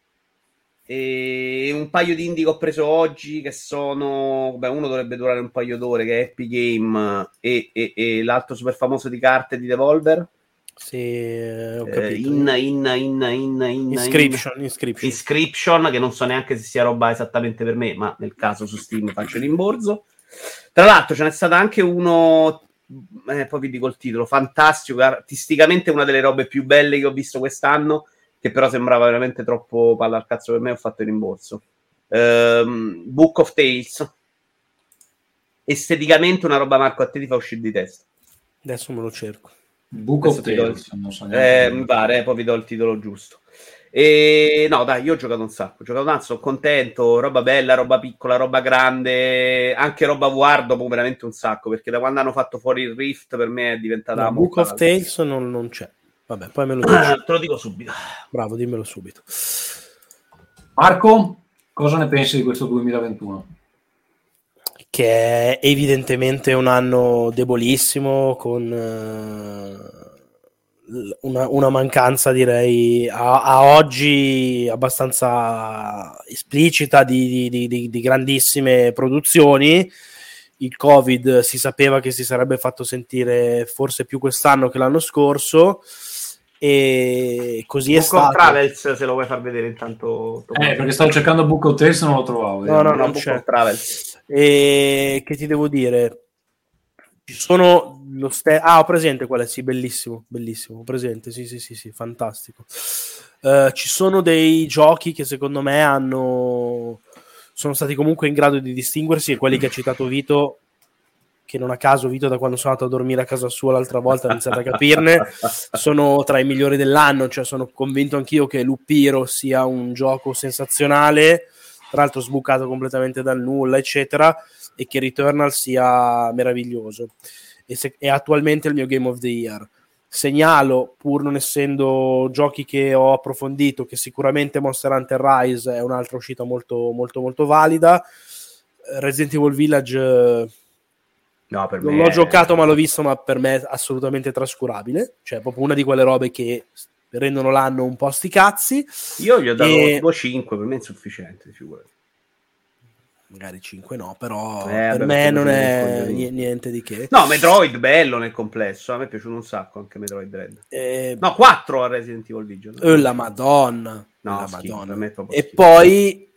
e un paio di indie che ho preso oggi che sono, uno dovrebbe durare un paio d'ore, che è Epic Game, e l'altro super famoso di carte di Devolver. Sì, ho capito. Inscription, che non so neanche se sia roba esattamente per me, ma nel caso su Steam faccio il rimborso. Tra l'altro ce n'è stato anche uno, poi vi dico il titolo, fantastico, artisticamente una delle robe più belle che ho visto quest'anno, che però sembrava veramente troppo palla al cazzo per me, ho fatto il rimborso. Book of Tales, esteticamente una roba, Marco, a te ti fa uscire di testa. Adesso me lo cerco. Book of Tales, non so mi pare, poi vi do il titolo giusto. E no, dai, io ho giocato un sacco, sono contento, roba bella, roba piccola, roba grande, anche roba VR dopo veramente un sacco, perché da quando hanno fatto fuori il Rift per me è diventata Book of Tales non c'è. Vabbè, poi me lo dici. Te lo dico subito. Bravo, dimmelo subito. Marco, cosa ne pensi di questo 2021? che è evidentemente un anno debolissimo, con una mancanza, direi, a oggi abbastanza esplicita di grandissime produzioni. Il Covid si sapeva che si sarebbe fatto sentire forse più quest'anno che l'anno scorso, e così è Book of stato. Travels, se lo vuoi far vedere intanto. Perché stavo cercando Book of Tales e non lo trovavo. No, non Book c'è. Of Travels. E che ti devo dire? Ci sono ho presente qual è, sì, bellissimo, presente, sì, fantastico. Ci sono dei giochi che secondo me sono stati comunque in grado di distinguersi, e quelli che ha citato Vito, che non a caso Vito, da quando sono andato a dormire a casa sua l'altra volta, ha iniziato a capirne, sono tra i migliori dell'anno. Cioè, sono convinto anch'io che Lupiro sia un gioco sensazionale, tra l'altro sbucato completamente dal nulla, eccetera, e che Returnal sia meraviglioso. È attualmente il mio Game of the Year. Segnalo, pur non essendo giochi che ho approfondito, che sicuramente Monster Hunter Rise è un'altra uscita molto molto molto valida. Resident Evil Village no, per non me l'ho giocato ma l'ho visto, ma per me è assolutamente trascurabile, cioè proprio una di quelle robe che rendono l'anno un po' sti cazzi. Io gli ho dato tipo 5, per me è insufficiente, figurati. Magari 5 no, però per me non è niente di che. No, Metroid bello nel complesso, a me è piaciuto un sacco anche Metroid Dread. No, 4 a Resident Evil Vision. La Madonna. No, la schifo, Madonna. Per me è proprio e schifo. Poi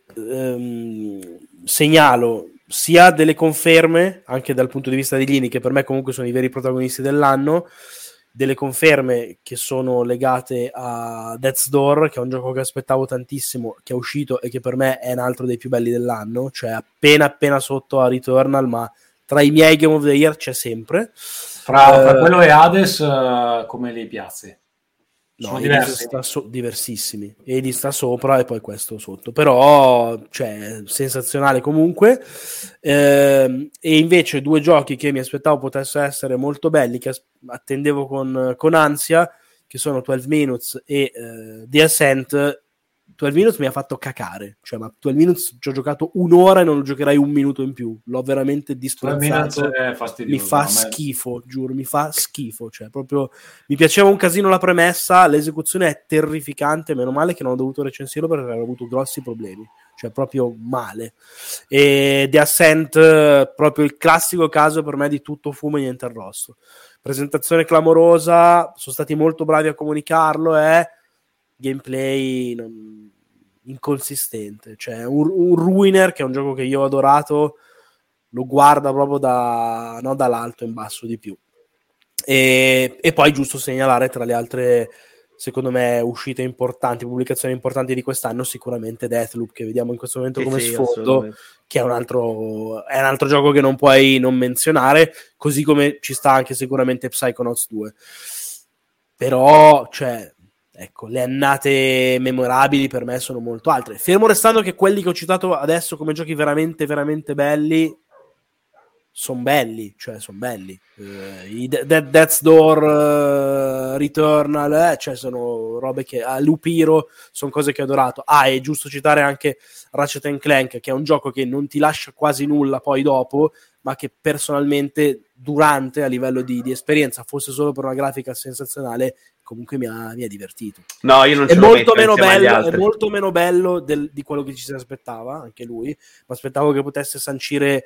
segnalo sia delle conferme, anche dal punto di vista degli indie, che per me comunque sono i veri protagonisti dell'anno, delle conferme che sono legate a Death's Door, che è un gioco che aspettavo tantissimo, che è uscito e che per me è un altro dei più belli dell'anno, cioè appena sotto a Returnal, ma tra i miei Game of the Year c'è sempre. Fra quello e Hades, come li piazzi? No, diversissimi. Edi sta sopra e poi questo sotto, però cioè sensazionale comunque. E invece due giochi che mi aspettavo potessero essere molto belli, che attendevo con ansia, che sono 12 Minutes e The Ascent. 12 Minutes mi ha fatto cacare, cioè, ma 12 Minutes ci ho giocato un'ora e non lo giocherai un minuto in più, l'ho veramente disprezzato, mi fa schifo, giuro, mi fa schifo, cioè proprio mi piaceva un casino la premessa, l'esecuzione è terrificante, meno male che non ho dovuto recensirlo perché avevo avuto grossi problemi, cioè proprio male. E The Ascent, proprio il classico caso per me di tutto fumo e niente arrosto, presentazione clamorosa, sono stati molto bravi a comunicarlo, gameplay inconsistente, cioè un Ruiner, che è un gioco che io ho adorato, lo guarda proprio dall'alto in basso di più. E poi giusto segnalare, tra le altre secondo me uscite importanti, pubblicazioni importanti di quest'anno, sicuramente Deathloop, che vediamo in questo momento come sfondo, che è un altro gioco che non puoi non menzionare, così come ci sta anche sicuramente Psychonauts 2. Però cioè ecco, le annate memorabili per me sono molto altre. Fermo restando che quelli che ho citato adesso come giochi veramente, veramente belli, sono belli. I Death's Door, Returnal, cioè sono robe che... Lupiro, sono cose che ho adorato. È giusto citare anche Ratchet & Clank, che è un gioco che non ti lascia quasi nulla poi dopo, ma che personalmente durante, a livello di esperienza, fosse solo per una grafica sensazionale, comunque mi ha divertito. No, io non è molto meno bello di quello che ci si aspettava, anche lui. Mi aspettavo che potesse sancire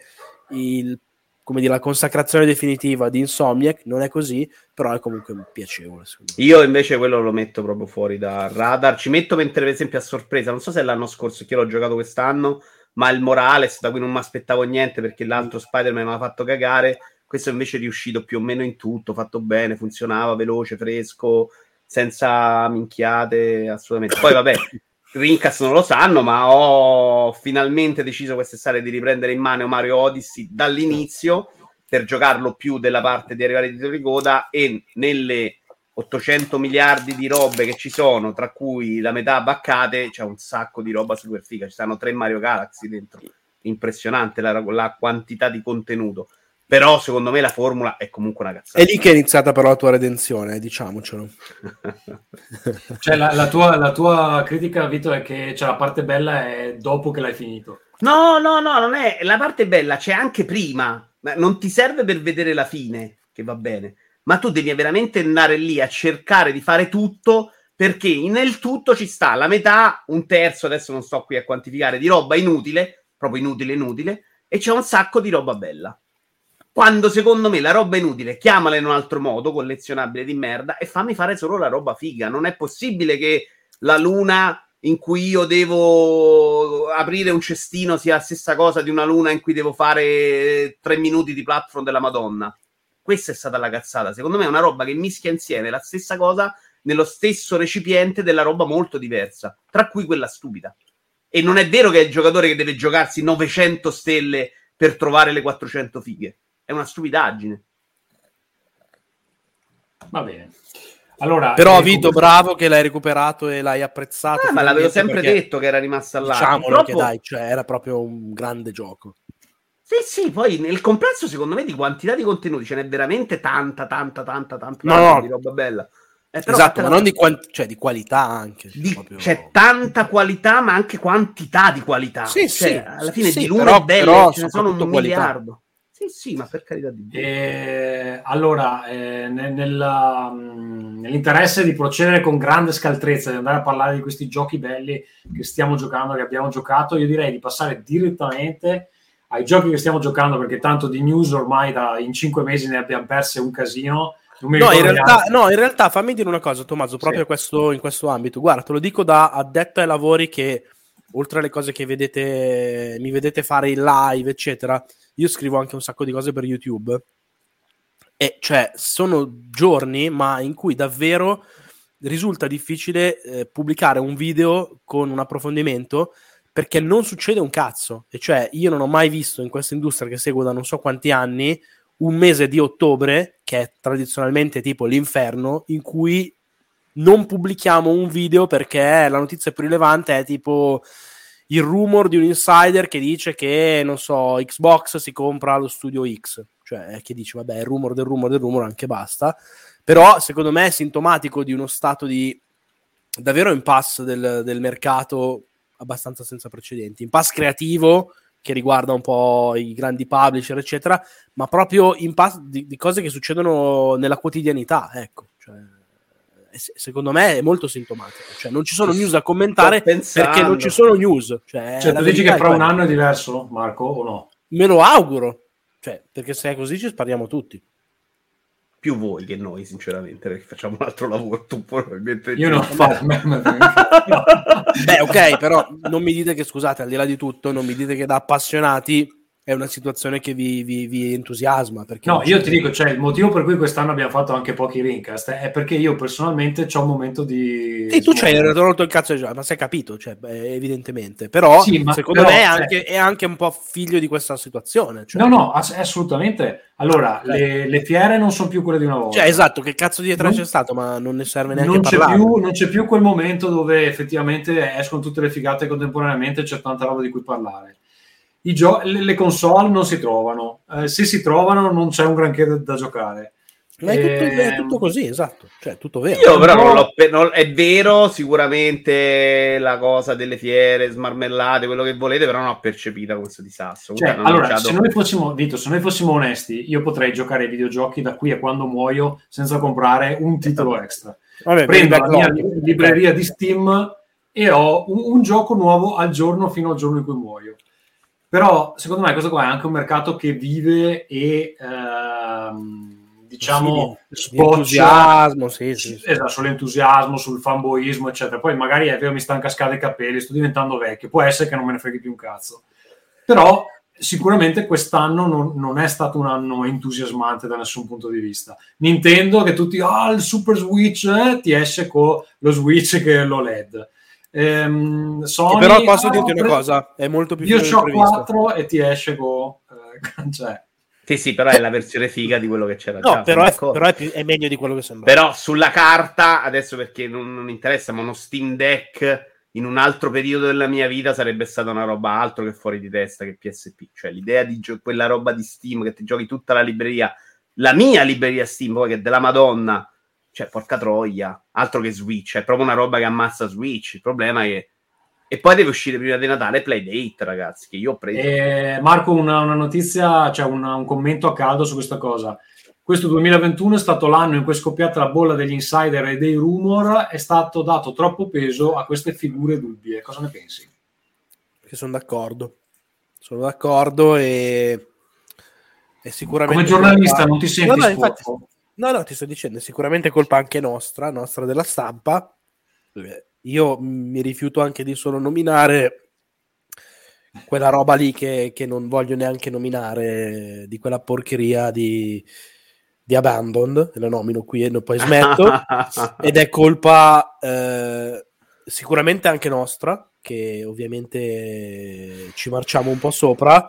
la consacrazione definitiva di Insomniac, non è così, però è comunque piacevole. Io invece quello lo metto proprio fuori dal radar. Ci metto mentre, per esempio, a sorpresa, non so se è l'anno scorso, che io l'ho giocato quest'anno, ma il Morales, da cui non mi aspettavo niente perché l'altro Spider-Man mi aveva fatto cagare. Questo invece è riuscito più o meno in tutto, fatto bene, funzionava, veloce, fresco, senza minchiate, assolutamente. Poi vabbè, Rincast non lo sanno, ma ho finalmente deciso quest'estate di riprendere in mano Mario Odyssey dall'inizio per giocarlo più della parte di arrivare di Rigoda, e nelle 800 miliardi di robe che ci sono, tra cui la metà baccate, c'è un sacco di roba super figa, ci stanno 3 Mario Galaxy dentro, impressionante la quantità di contenuto. Però secondo me la formula è comunque una cazzata. È lì che è iniziata però la tua redenzione, diciamocelo. Cioè la tua critica, Vito, è che la parte bella è dopo che l'hai finito. No, non è la parte bella, c'è anche prima, ma non ti serve per vedere la fine, che va bene, ma tu devi veramente andare lì a cercare di fare tutto, perché nel tutto ci sta la metà, un terzo, adesso non sto qui a quantificare, di roba inutile, proprio inutile, e c'è un sacco di roba bella. Quando secondo me la roba inutile, chiamala in un altro modo, collezionabile di merda, e fammi fare solo la roba figa. Non è possibile che la luna in cui io devo aprire un cestino sia la stessa cosa di una luna in cui devo fare 3 minuti di platform della Madonna. Questa è stata la cazzata. Secondo me è una roba che mischia insieme la stessa cosa nello stesso recipiente della roba molto diversa, tra cui quella stupida. E non è vero che è il giocatore che deve giocarsi 900 stelle per trovare le 400 fighe. È una stupidaggine. Va bene. Allora, però Vito, bravo che l'hai recuperato e l'hai apprezzato. Ma l'avevo sempre detto che era rimasta là. Diciamolo che dai, cioè, era proprio un grande gioco. Sì, poi nel complesso secondo me di quantità di contenuti ce n'è veramente tanta no. di roba bella. Esatto, ma non di qualità anche. Proprio... C'è tanta qualità, ma anche quantità di qualità. Sì, alla fine sì, di lune belle però ce ne sono un qualità. miliardo. Sì, ma per carità di Dio. Allora, nell'interesse di procedere con grande scaltrezza, di andare a parlare di questi giochi belli che stiamo giocando, che abbiamo giocato, io direi di passare direttamente ai giochi che stiamo giocando, perché tanto di news ormai in 5 mesi ne abbiamo perse un casino. In realtà fammi dire una cosa, Tommaso, proprio in questo ambito. Guarda, te lo dico da addetto ai lavori, che oltre alle cose che mi vedete fare in live, eccetera, io scrivo anche un sacco di cose per YouTube. E cioè, sono giorni, ma in cui davvero risulta difficile pubblicare un video con un approfondimento, perché non succede un cazzo. E cioè, io non ho mai visto in questa industria che seguo da non so quanti anni un mese di ottobre, che è tradizionalmente tipo l'inferno, in cui non pubblichiamo un video perché la notizia più rilevante è tipo il rumor di un insider che dice che, non so, Xbox si compra lo studio X. Cioè, che dice, vabbè, il rumor del rumor, anche basta. Però, secondo me, è sintomatico di uno stato di davvero impasse del mercato abbastanza senza precedenti. Impasse creativo, che riguarda un po' i grandi publisher, eccetera, ma proprio impasse di cose che succedono nella quotidianità, ecco. Cioè, secondo me è molto sintomatico. Cioè, non ci sono news da commentare perché non ci sono news. Cioè tu dici che fra un anno è diverso, Marco, o no? Me lo auguro. Cioè, perché se è così ci spariamo tutti. Più voi che noi, sinceramente, perché facciamo un altro lavoro. Tu probabilmente io non faccio. Beh, ok, però non mi dite che, scusate, al di là di tutto, non mi dite che da appassionati è una situazione che vi entusiasma. Perché no, io ti dico, cioè, il motivo per cui quest'anno abbiamo fatto anche pochi Rincast è perché io personalmente c'ho un momento di... Sì, tu c'hai rotto il cazzo, ma sei capito, cioè, evidentemente. Però, sì, secondo me è anche un po' figlio di questa situazione. Cioè. No, assolutamente. Allora, le fiere non sono più quelle di una volta. Cioè, esatto, che cazzo di E3 c'è stato, ma non ne serve neanche parlare. Non c'è più quel momento dove effettivamente escono tutte le figate contemporaneamente e c'è tanta roba di cui parlare. Le console non si trovano, se si trovano non c'è un granché da giocare. Ma è tutto così, esatto, cioè tutto vero. Io però è vero sicuramente la cosa delle fiere, smarmellate, quello che volete, però non ho percepita questo disastro. Cioè, allora, se noi fossimo onesti, io potrei giocare ai videogiochi da qui a quando muoio senza comprare un titolo extra. Vabbè, prendo la mia libreria di Steam e ho un gioco nuovo al giorno fino al giorno in cui muoio. Però secondo me questo qua è anche un mercato che vive e diciamo sboccia esatto, sull'entusiasmo, sul fanboismo, eccetera. Poi magari è vero, mi stanno cascando i capelli, sto diventando vecchio, può essere che non me ne freghi più un cazzo. Però sicuramente quest'anno non è stato un anno entusiasmante da nessun punto di vista. Nintendo, che tutti il Super Switch, ti esce con lo Switch che è l'OLED. Sony, però posso dirti una cosa, è molto più io c'ho 4 e ti esce con cioè. Sì, però è la versione figa di quello che c'era già. Però è meglio di quello che sembra. Però sulla carta, adesso perché non interessa, ma uno Steam Deck in un altro periodo della mia vita sarebbe stata una roba altro che fuori di testa che PSP. Cioè l'idea di quella roba di Steam che ti giochi tutta la libreria, la mia libreria Steam, poi che è della Madonna. Cioè, porca troia, altro che Switch, è proprio una roba che ammazza Switch. Il problema è che E poi deve uscire prima di Natale Playdate, ragazzi, che io ho preso. Marco, una notizia, cioè un commento a caldo su questa cosa. Questo 2021 è stato l'anno in cui è scoppiata la bolla degli insider e dei rumor, è stato dato troppo peso a queste figure dubbie. Cosa ne pensi? Che sono d'accordo e sicuramente... Come giornalista non ti senti sporco? No, ti sto dicendo, è sicuramente colpa anche nostra della stampa. Io mi rifiuto anche di solo nominare quella roba lì che non voglio neanche nominare, di quella porcheria di Abandoned, la nomino qui e poi smetto, ed è colpa sicuramente anche nostra, che ovviamente ci marciamo un po' sopra,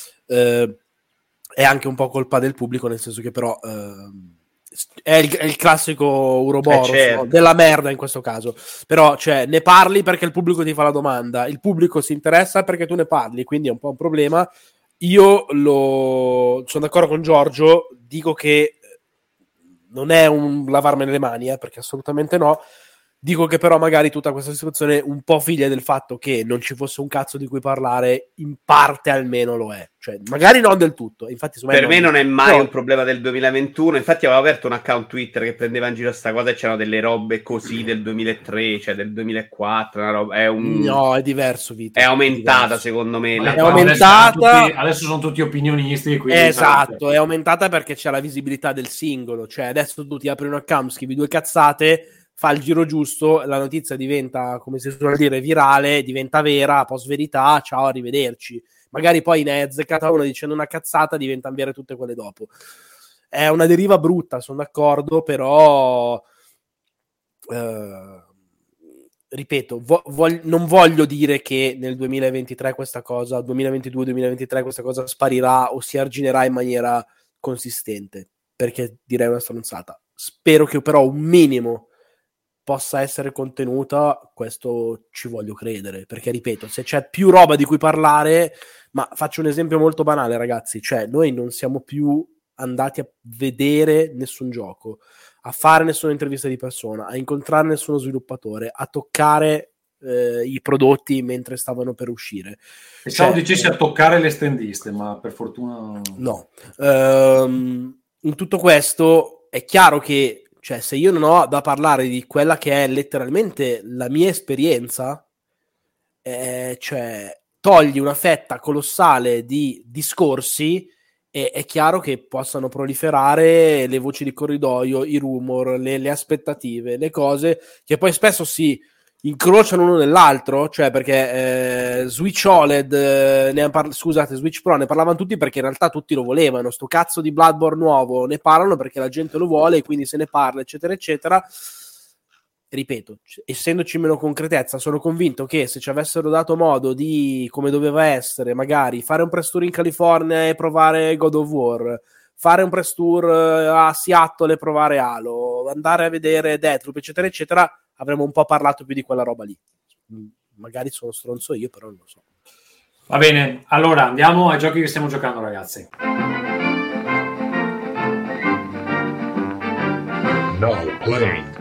è anche un po' colpa del pubblico, nel senso che però è il classico Uroboros, certo. No? Della merda in questo caso, però cioè, ne parli perché il pubblico ti fa la domanda, il pubblico si interessa perché tu ne parli, quindi è un po' un problema. Io sono d'accordo con Giorgio, dico che non è un lavarmene le mani, perché assolutamente no. Dico che però magari tutta questa situazione un po' figlia del fatto che non ci fosse un cazzo di cui parlare, in parte almeno lo è. Cioè, magari non del tutto. Infatti, per me non è mai un problema del 2021. Infatti avevo aperto un account Twitter che prendeva in giro sta cosa e c'erano delle robe così del 2003, cioè del 2004. Una roba, no, è diverso, Vito. È aumentata, secondo me. È aumentata. Adesso sono tutti opinionisti. Quindi esatto, è aumentata perché c'è la visibilità del singolo. Cioè, adesso tu ti apri un account, scrivi 2 cazzate, fa il giro giusto, la notizia diventa, come si suol dire, virale, diventa vera, post verità, ciao, arrivederci. Magari poi ne è azzeccata una dicendo una cazzata, diventano vere tutte quelle dopo. È una deriva brutta, sono d'accordo, però ripeto, non voglio dire che nel 2023 questa cosa, 2022-2023 questa cosa sparirà o si arginerà in maniera consistente, perché direi una stronzata. Spero che però un minimo possa essere contenuta, questo ci voglio credere, perché ripeto, se c'è più roba di cui parlare, ma faccio un esempio molto banale, ragazzi, cioè noi non siamo più andati a vedere nessun gioco, a fare nessuna intervista di persona, a incontrare nessuno sviluppatore, a toccare i prodotti mentre stavano per uscire. Pensavo dicessi a toccare le stendiste, ma per fortuna no. In tutto questo è chiaro che, cioè, se io non ho da parlare di quella che è letteralmente la mia esperienza, cioè togli una fetta colossale di discorsi e è chiaro che possano proliferare le voci di corridoio, i rumor, le aspettative, le cose che poi spesso si incrociano uno nell'altro, cioè perché Switch OLED Switch Pro ne parlavano tutti perché in realtà tutti lo volevano, sto cazzo di Bloodborne nuovo ne parlano perché la gente lo vuole e quindi se ne parla eccetera eccetera. Ripeto, essendoci meno concretezza, sono convinto che se ci avessero dato modo di, come doveva essere, magari fare un press tour in California e provare God of War, fare un press tour a Seattle e provare Halo, andare a vedere Deathloop eccetera eccetera, avremmo un po' parlato più di quella roba lì. Magari sono stronzo io, però non lo so. Va bene, allora andiamo ai giochi che stiamo giocando, ragazzi. Now playing.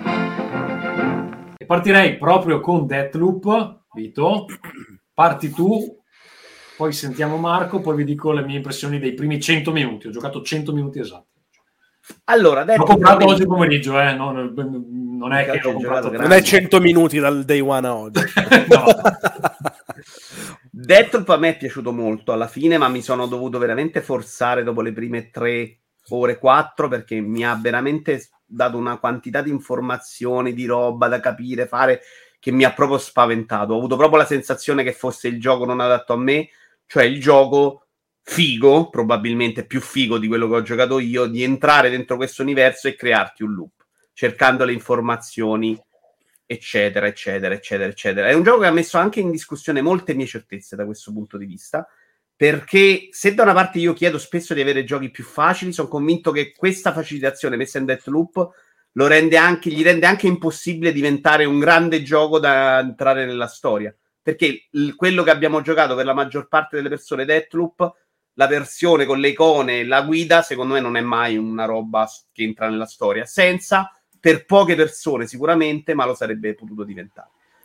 E partirei proprio con Deathloop. Vito, parti tu, poi sentiamo Marco, poi vi dico le mie impressioni dei primi 100 minuti. Ho giocato 100 minuti esatti. Allora, l'ho comprato oggi pomeriggio, non è che l'ho comprato non è 100 minuti dal day one a oggi. No. Deathloop a me è piaciuto molto alla fine, ma mi sono dovuto veramente forzare dopo le prime 3 ore 4 perché mi ha veramente dato una quantità di informazioni, di roba da capire, fare, che mi ha proprio spaventato. Ho avuto proprio la sensazione che fosse il gioco non adatto a me, cioè il gioco figo, probabilmente più figo di quello che ho giocato io, di entrare dentro questo universo e crearti un loop, cercando le informazioni, eccetera, eccetera, eccetera, eccetera. È un gioco che ha messo anche in discussione molte mie certezze da questo punto di vista, perché se da una parte io chiedo spesso di avere giochi più facili, sono convinto che questa facilitazione messa in Deathloop gli rende anche impossibile diventare un grande gioco da entrare nella storia, perché quello che abbiamo giocato per la maggior parte delle persone, Deathloop, la versione con le icone e la guida, secondo me non è mai una roba che entra nella storia, senza, per poche persone sicuramente, ma lo sarebbe potuto diventare.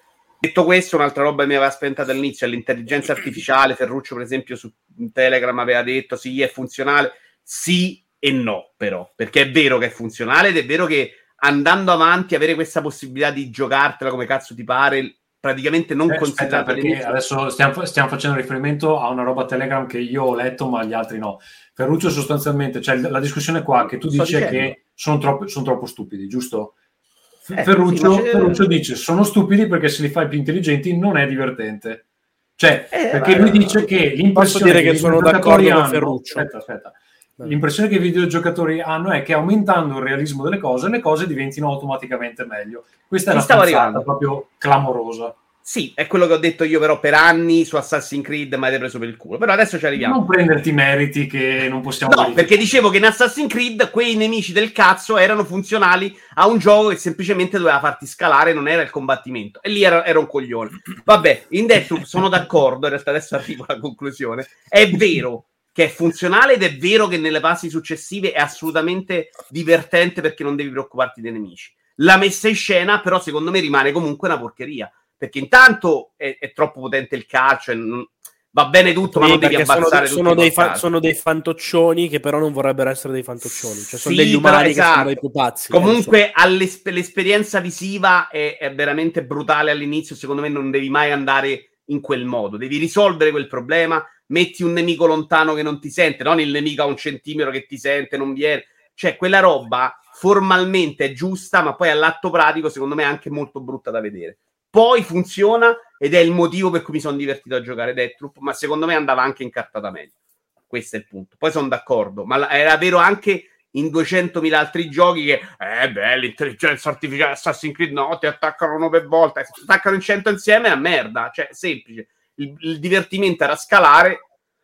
Detto questo, un'altra roba che mi aveva spaventato all'inizio è l'intelligenza artificiale. Ferruccio, per esempio, su Telegram aveva detto sì, è funzionale. Sì e no, però, perché è vero che è funzionale ed è vero che andando avanti avere questa possibilità di giocartela come cazzo ti pare, praticamente non Aspetta, considerata perché all'inizio. adesso stiamo facendo riferimento a una roba Telegram che io ho letto, ma gli altri no. Ferruccio sostanzialmente, cioè la discussione qua che tu Sto dici è dicendo. che sono troppo stupidi, giusto? Sì, ma Ferruccio dice sono stupidi perché se li fai più intelligenti non è divertente. Cioè, perché lui dice che Posso l'impressione dire che che i sono videogiocatori d'accordo con hanno... Ferruccio. Aspetta. L'impressione che i videogiocatori hanno è che aumentando il realismo delle cose, le cose diventino automaticamente meglio. Questa è Ci la stavo stronzata arrivando. proprio clamorosa. Sì, è quello che ho detto io però per anni su Assassin's Creed, ma avete preso per il culo. Però adesso ci arriviamo. Non prenderti meriti che non possiamo No, verificare. perché dicevo che in Assassin's Creed quei nemici del cazzo erano funzionali a un gioco che semplicemente doveva farti scalare, non era il combattimento. E lì era un coglione. Vabbè, in Deathloop sono d'accordo, in realtà adesso arrivo alla conclusione. È vero che è funzionale ed è vero che nelle fasi successive è assolutamente divertente perché non devi preoccuparti dei nemici. La messa in scena però secondo me rimane comunque una porcheria. Perché intanto è troppo potente il calcio e va bene tutto, ma non devi abbassare sono dei fantoccioni che però non vorrebbero essere dei fantoccioni, cioè sono sì, degli umani però, che sono dei pupazzi. Comunque l'esperienza visiva è veramente brutale all'inizio, secondo me non devi mai andare in quel modo, devi risolvere quel problema, metti un nemico lontano che non ti sente, non il nemico a 1 centimetro che ti sente, non viene, cioè quella roba formalmente è giusta, ma poi all'atto pratico secondo me è anche molto brutta da vedere. Poi funziona ed è il motivo per cui mi sono divertito a giocare Deathloop, ma secondo me andava anche incartata meglio. Questo è il punto. Poi sono d'accordo, ma era vero anche in 200.000 altri giochi che l'intelligenza artificiale Assassin's Creed no, ti attaccano 9 volte, ti attaccano in 100 insieme è una merda, cioè semplice. Il divertimento era scalare,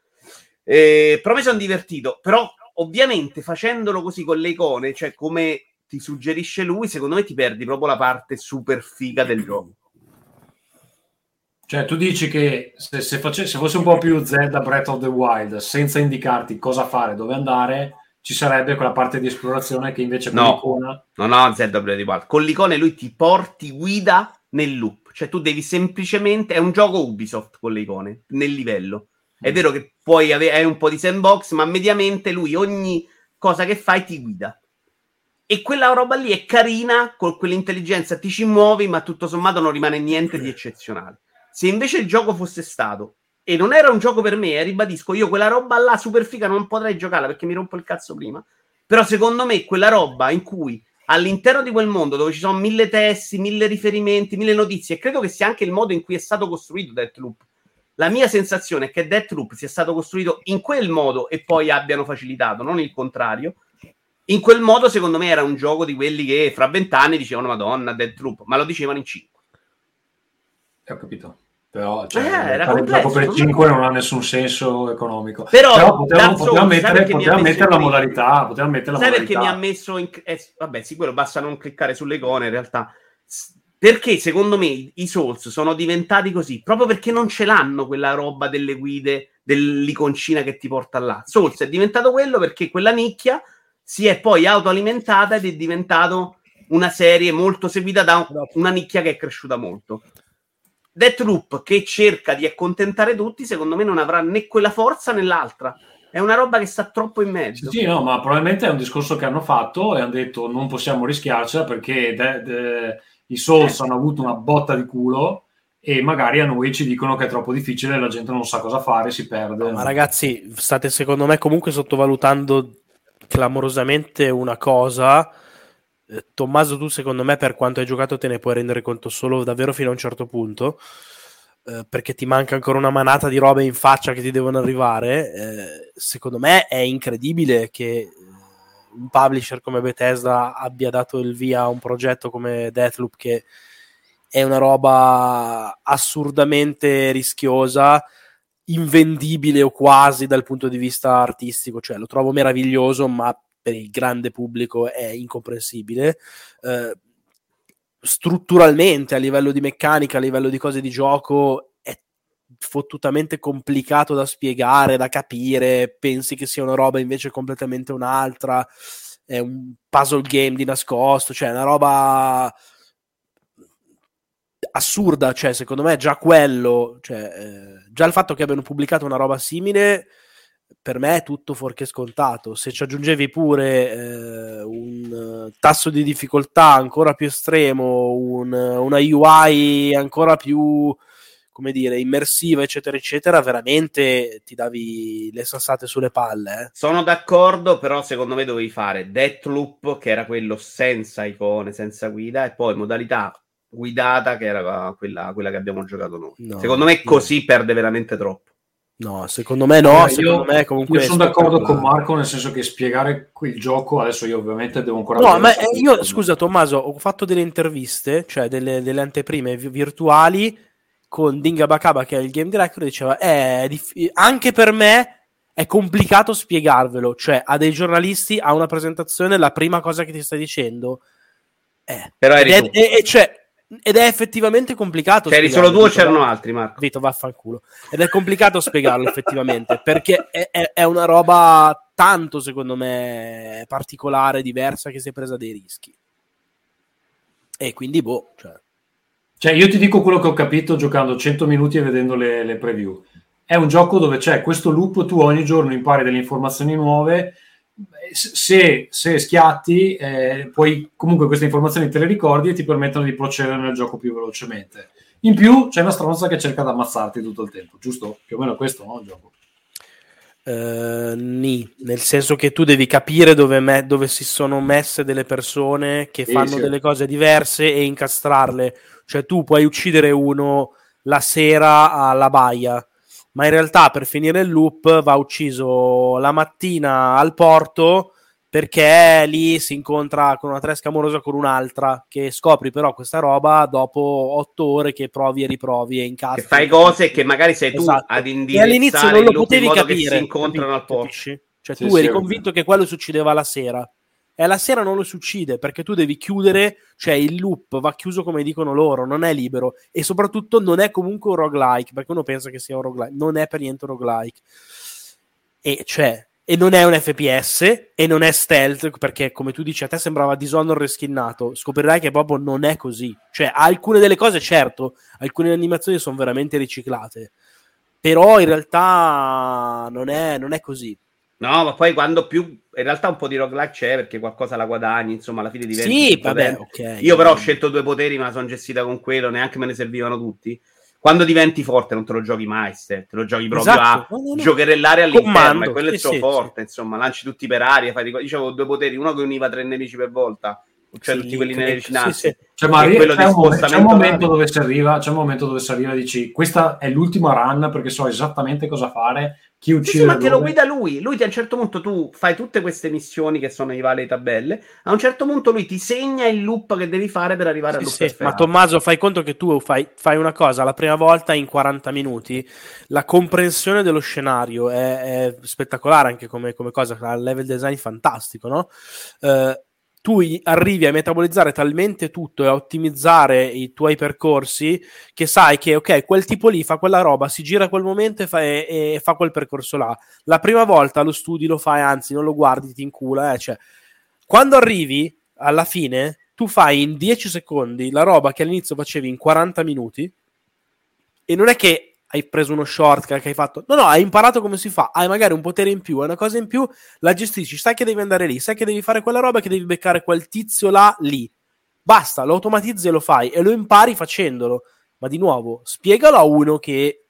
però mi sono divertito, però ovviamente facendolo così con le icone, cioè come ti suggerisce lui, secondo me ti perdi proprio la parte super figa del gioco. Cioè, tu dici che se fosse un po' più Zelda Breath of the Wild, senza indicarti cosa fare, dove andare, ci sarebbe quella parte di esplorazione che invece con l'icona... No, Zelda Breath of the Wild. Con l'icona lui ti guida nel loop. Cioè, tu devi semplicemente... È un gioco Ubisoft con le icone, nel livello. È vero che poi hai un po' di sandbox, ma mediamente lui ogni cosa che fai ti guida. E quella roba lì è carina, con quell'intelligenza ti ci muovi, ma tutto sommato non rimane niente di eccezionale. Se invece il gioco fosse stato, e non era un gioco per me, ribadisco, io quella roba là super figa non potrei giocarla perché mi rompo il cazzo prima, però secondo me quella roba in cui all'interno di quel mondo dove ci sono 1000 testi, 1000 riferimenti, 1000 notizie, e credo che sia anche il modo in cui è stato costruito Deathloop. La mia sensazione è che Deathloop sia stato costruito in quel modo e poi abbiano facilitato, non il contrario. In quel modo, secondo me, era un gioco di quelli che fra 20 anni dicevano Madonna, Deathloop, ma lo dicevano in 5. Ho capito. Però era dopo per complesso, 5 non ha nessun senso economico. Però poteva mettere la modalità. Sai perché mi ha messo in... vabbè, sì, quello basta non cliccare sulle icone in realtà. Perché secondo me i Souls sono diventati così proprio perché non ce l'hanno quella roba delle guide, dell'iconcina che ti porta là. Souls è diventato quello perché quella nicchia si è poi autoalimentata ed è diventato una serie molto seguita da una nicchia che è cresciuta molto. Deathloop, che cerca di accontentare tutti, secondo me non avrà né quella forza né l'altra. È una roba che sta troppo in mezzo. Sì, no, ma probabilmente è un discorso che hanno fatto e hanno detto non possiamo rischiarcela perché i Souls hanno avuto una botta di culo e magari a noi ci dicono che è troppo difficile, la gente non sa cosa fare, si perde. No, ma ragazzi, state secondo me comunque sottovalutando clamorosamente una cosa. Tommaso, tu secondo me per quanto hai giocato te ne puoi rendere conto solo davvero fino a un certo punto, perché ti manca ancora una manata di robe in faccia che ti devono arrivare. Secondo me è incredibile che un publisher come Bethesda abbia dato il via a un progetto come Deathloop, che è una roba assurdamente rischiosa, invendibile o quasi dal punto di vista artistico. Cioè lo trovo meraviglioso, ma per il grande pubblico è incomprensibile. Strutturalmente, a livello di meccanica, a livello di cose di gioco, è fottutamente complicato da spiegare, da capire. Pensi che sia una roba invece completamente un'altra, è un puzzle game di nascosto, cioè una roba assurda, cioè secondo me già quello, già il fatto che abbiano pubblicato una roba simile per me è tutto fuorché scontato. Se ci aggiungevi pure un tasso di difficoltà ancora più estremo, una UI ancora più, come dire, immersiva, eccetera, eccetera, veramente ti davi le sassate sulle palle. Sono d'accordo, però secondo me dovevi fare Deathloop, che era quello senza icone, senza guida, e poi modalità guidata, che era quella che abbiamo giocato noi. No, secondo me così perde veramente troppo. No, secondo me no, secondo me comunque io sono d'accordo con Marco, nel senso che spiegare il gioco, adesso io ovviamente devo ancora... io, scusa Tommaso, ho fatto delle interviste, cioè delle anteprime virtuali con Dinga Bakaba, che è il game director, diceva anche per me è complicato spiegarvelo, cioè a dei giornalisti, a una presentazione, la prima cosa che ti sta dicendo però ed è effettivamente complicato. C'eri solo tu o c'erano altri, Marco? Vito, vaffanculo. Ed è complicato spiegarlo effettivamente, perché è una roba tanto, secondo me, particolare, diversa, che si è presa dei rischi. E quindi, Cioè, io ti dico quello che ho capito giocando 100 minuti e vedendo le preview. È un gioco dove c'è questo loop, tu ogni giorno impari delle informazioni nuove, se schiatti poi comunque queste informazioni te le ricordi e ti permettono di procedere nel gioco più velocemente. In più c'è una stronza che cerca di ammazzarti tutto il tempo, giusto? Più o meno questo, no? Il gioco. Nel senso che tu devi capire dove si sono messe delle persone che fanno delle cose diverse e incastrarle. Cioè tu puoi uccidere uno la sera alla baia, ma in realtà per finire il loop va ucciso la mattina al porto, perché lì si incontra con una tresca amorosa con un'altra, che scopri però questa roba dopo 8 ore che provi e riprovi e incastri. Che fai cose che magari sei tu ad indirizzare, e all'inizio non lo potevi capire, che si incontrano al porto. Cioè tu eri convinto che quello succedeva la sera, e la sera non lo succede, perché tu devi chiudere, cioè il loop va chiuso come dicono loro, non è libero, e soprattutto non è comunque un roguelike, perché uno pensa che sia un roguelike, non è per niente un roguelike, e non è un FPS, e non è stealth, perché come tu dici a te sembrava Dishonored reskinnato, scoprirai che proprio non è così. Cioè alcune delle cose, certo, alcune animazioni sono veramente riciclate, però in realtà non è così. No, ma poi quando più in realtà un po' di roguelike c'è, perché qualcosa la guadagni, insomma alla fine diventi okay. Io però ho scelto 2 poteri, ma sono gestita con quello, neanche me ne servivano tutti. Quando diventi forte non te lo giochi mai, te lo giochi proprio a giocherellare all'interno, e quello è il suo forte, insomma, lanci tutti per aria, dicevo 2 poteri, uno che univa 3 nemici per volta, cioè tutti quelli nelle vicinanze. Cioè, ma c'è un momento dove si arriva, e dici questa è l'ultima run perché so esattamente cosa fare, chi uccide ma te lo guida lui a un certo punto tu fai tutte queste missioni che sono i varie tabelle, a un certo punto lui ti segna il loop che devi fare per arrivare al loop perfetto. Ma Tommaso, fai conto che tu fai una cosa la prima volta in 40 minuti, la comprensione dello scenario è spettacolare, anche come cosa, il level design fantastico, no? Tu arrivi a metabolizzare talmente tutto e a ottimizzare i tuoi percorsi che sai che ok, quel tipo lì fa quella roba, si gira a quel momento e fa quel percorso là. La prima volta lo studi, lo fai, anzi non lo guardi, ti incula, cioè, quando arrivi alla fine tu fai in 10 secondi la roba che all'inizio facevi in 40 minuti, e non è che hai preso uno shortcut che hai fatto, no, hai imparato come si fa, hai magari un potere in più, hai una cosa in più, la gestisci, sai che devi andare lì, sai che devi fare quella roba, che devi beccare quel tizio là, lì, basta, lo automatizzi e lo fai, e lo impari facendolo. Ma di nuovo, spiegalo a uno che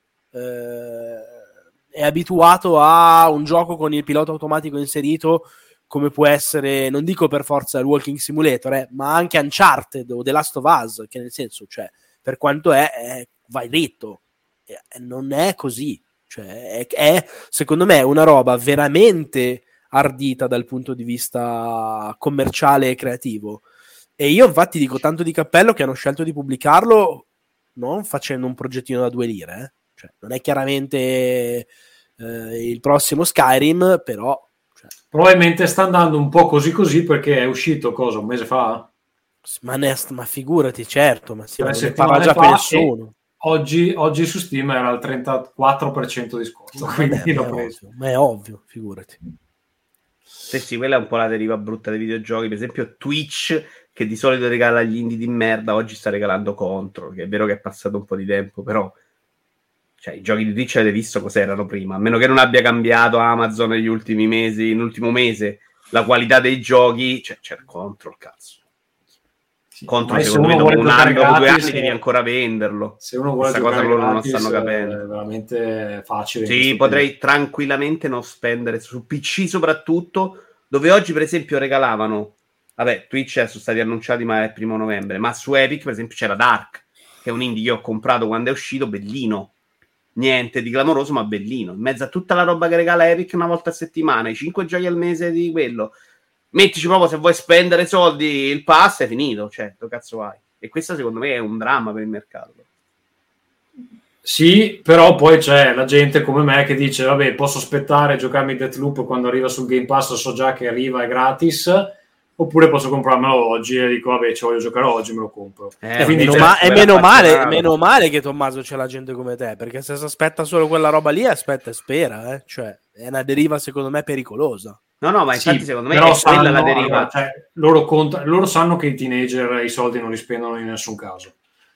è abituato a un gioco con il pilota automatico inserito, come può essere, non dico per forza il Walking Simulator, ma anche Uncharted o The Last of Us, che nel senso, cioè, per quanto vai dritto. Non è così, cioè è secondo me una roba veramente ardita dal punto di vista commerciale e creativo, e io infatti dico tanto di cappello che hanno scelto di pubblicarlo non facendo un progettino da 2 lire, cioè non è chiaramente il prossimo Skyrim, però probabilmente sta andando un po' così perché è uscito un mese fa, ma figurati, certo, ma sì, non ne parla già per nessuno. Oggi su Steam era al 34% di sconto, quindi l'ho preso. Ma è ovvio, figurati. Sì, quella è un po' la deriva brutta dei videogiochi. Per esempio Twitch, che di solito regala gli indie di merda, oggi sta regalando Control, che è vero che è passato un po' di tempo, però cioè, i giochi di Twitch avete visto cos'erano prima, a meno che non abbia cambiato Amazon negli ultimi mesi, nell'ultimo mese, la qualità dei giochi, cioè c'è Control, cazzo. Sì, Control, secondo me, dopo un anno, dopo 2 anni devi ancora venderlo. Se uno vuole questa cosa loro non gratis, stanno capendo. È veramente facile. Sì, potrei tranquillamente non spendere su PC soprattutto, dove oggi per esempio regalavano, vabbè, Twitch sono stati annunciati ma è il 1 novembre, ma su Epic per esempio c'era Dark, che è un indie che ho comprato quando è uscito, bellino, niente di clamoroso ma bellino, in mezzo a tutta la roba che regala Epic una volta a settimana, i 5 giochi al mese di quello, mettici proprio, se vuoi spendere soldi il pass è finito, cioè, che cazzo vai? E questo secondo me è un dramma per il mercato. Sì, però poi c'è la gente come me che dice vabbè, posso aspettare a giocarmi Deathloop quando arriva sul Game Pass, so già che arriva, è gratis, oppure posso comprarmelo oggi e dico vabbè, ci voglio giocare oggi, me lo compro. Quindi meno male che Tommaso c'è la gente come te, perché se si aspetta solo quella roba lì, aspetta e spera, cioè è una deriva secondo me pericolosa. No, ma infatti sì, secondo me è quella la deriva. Cioè, loro sanno che i teenager i soldi non li spendono in nessun caso.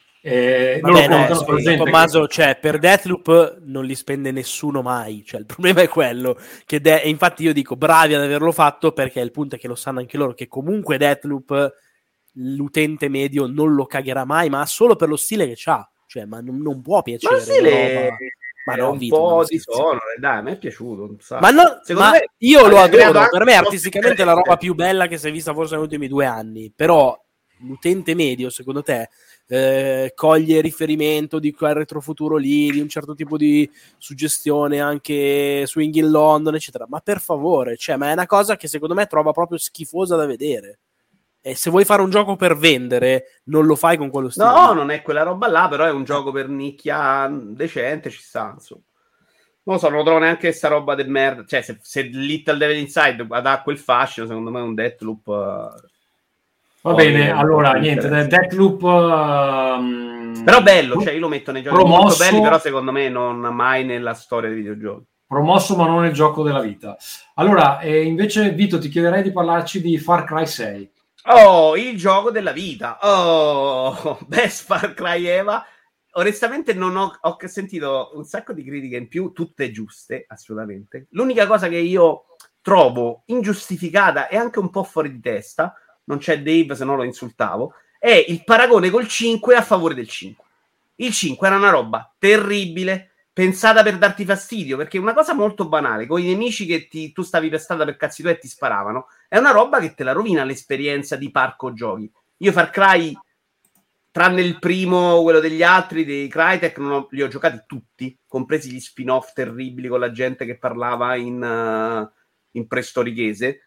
Tommaso, cioè, per Deathloop non li spende nessuno mai, cioè il problema è quello che e infatti io dico bravi ad averlo fatto, perché il punto è che lo sanno anche loro che comunque Deathloop l'utente medio non lo cagherà mai, ma solo per lo stile che c'ha, cioè ma non può piacere, ma stile... Ma no, un Vito, po' di sonore, dai, a me è piaciuto. Ma io lo adoro, per me artisticamente è la roba più bella che si è vista forse negli ultimi 2 anni, però l'utente medio, secondo te, coglie riferimento di quel retrofuturo lì, di un certo tipo di suggestione, anche Swing in London, eccetera, ma per favore, cioè, ma è una cosa che secondo me trova proprio schifosa da vedere. E se vuoi fare un gioco per vendere, non lo fai con quello stile. No, non è quella roba là, però è un gioco per nicchia decente, ci sta, insomma. Non lo so, non lo trovo neanche sta roba del merda. Cioè, se Little Devil Inside ha quel fascino, secondo me è un Deathloop. Va bene, allora, niente, Deathloop... però bello, cioè io lo metto nei giochi molto belli, però secondo me non mai nella storia dei videogiochi. Promosso, ma non nel gioco della vita. Allora, invece, Vito, ti chiederei di parlarci di Far Cry 6. Oh, il gioco della vita. Oh, best Far Cry Eva. Onestamente non ho sentito un sacco di critiche in più, tutte giuste, assolutamente. L'unica cosa che io trovo ingiustificata e anche un po' fuori di testa, non c'è Dave se no lo insultavo, è il paragone col 5 a favore del 5. Il 5 era una roba terribile, pensata per darti fastidio, perché una cosa molto banale, con i nemici che tu stavi per strada per cazzi tuoi e ti sparavano, è una roba che te la rovina l'esperienza di parco giochi. Io Far Cry, tranne il primo, quello degli altri, dei Crytek, li ho giocati tutti, compresi gli spin-off terribili con la gente che parlava in preistorichese.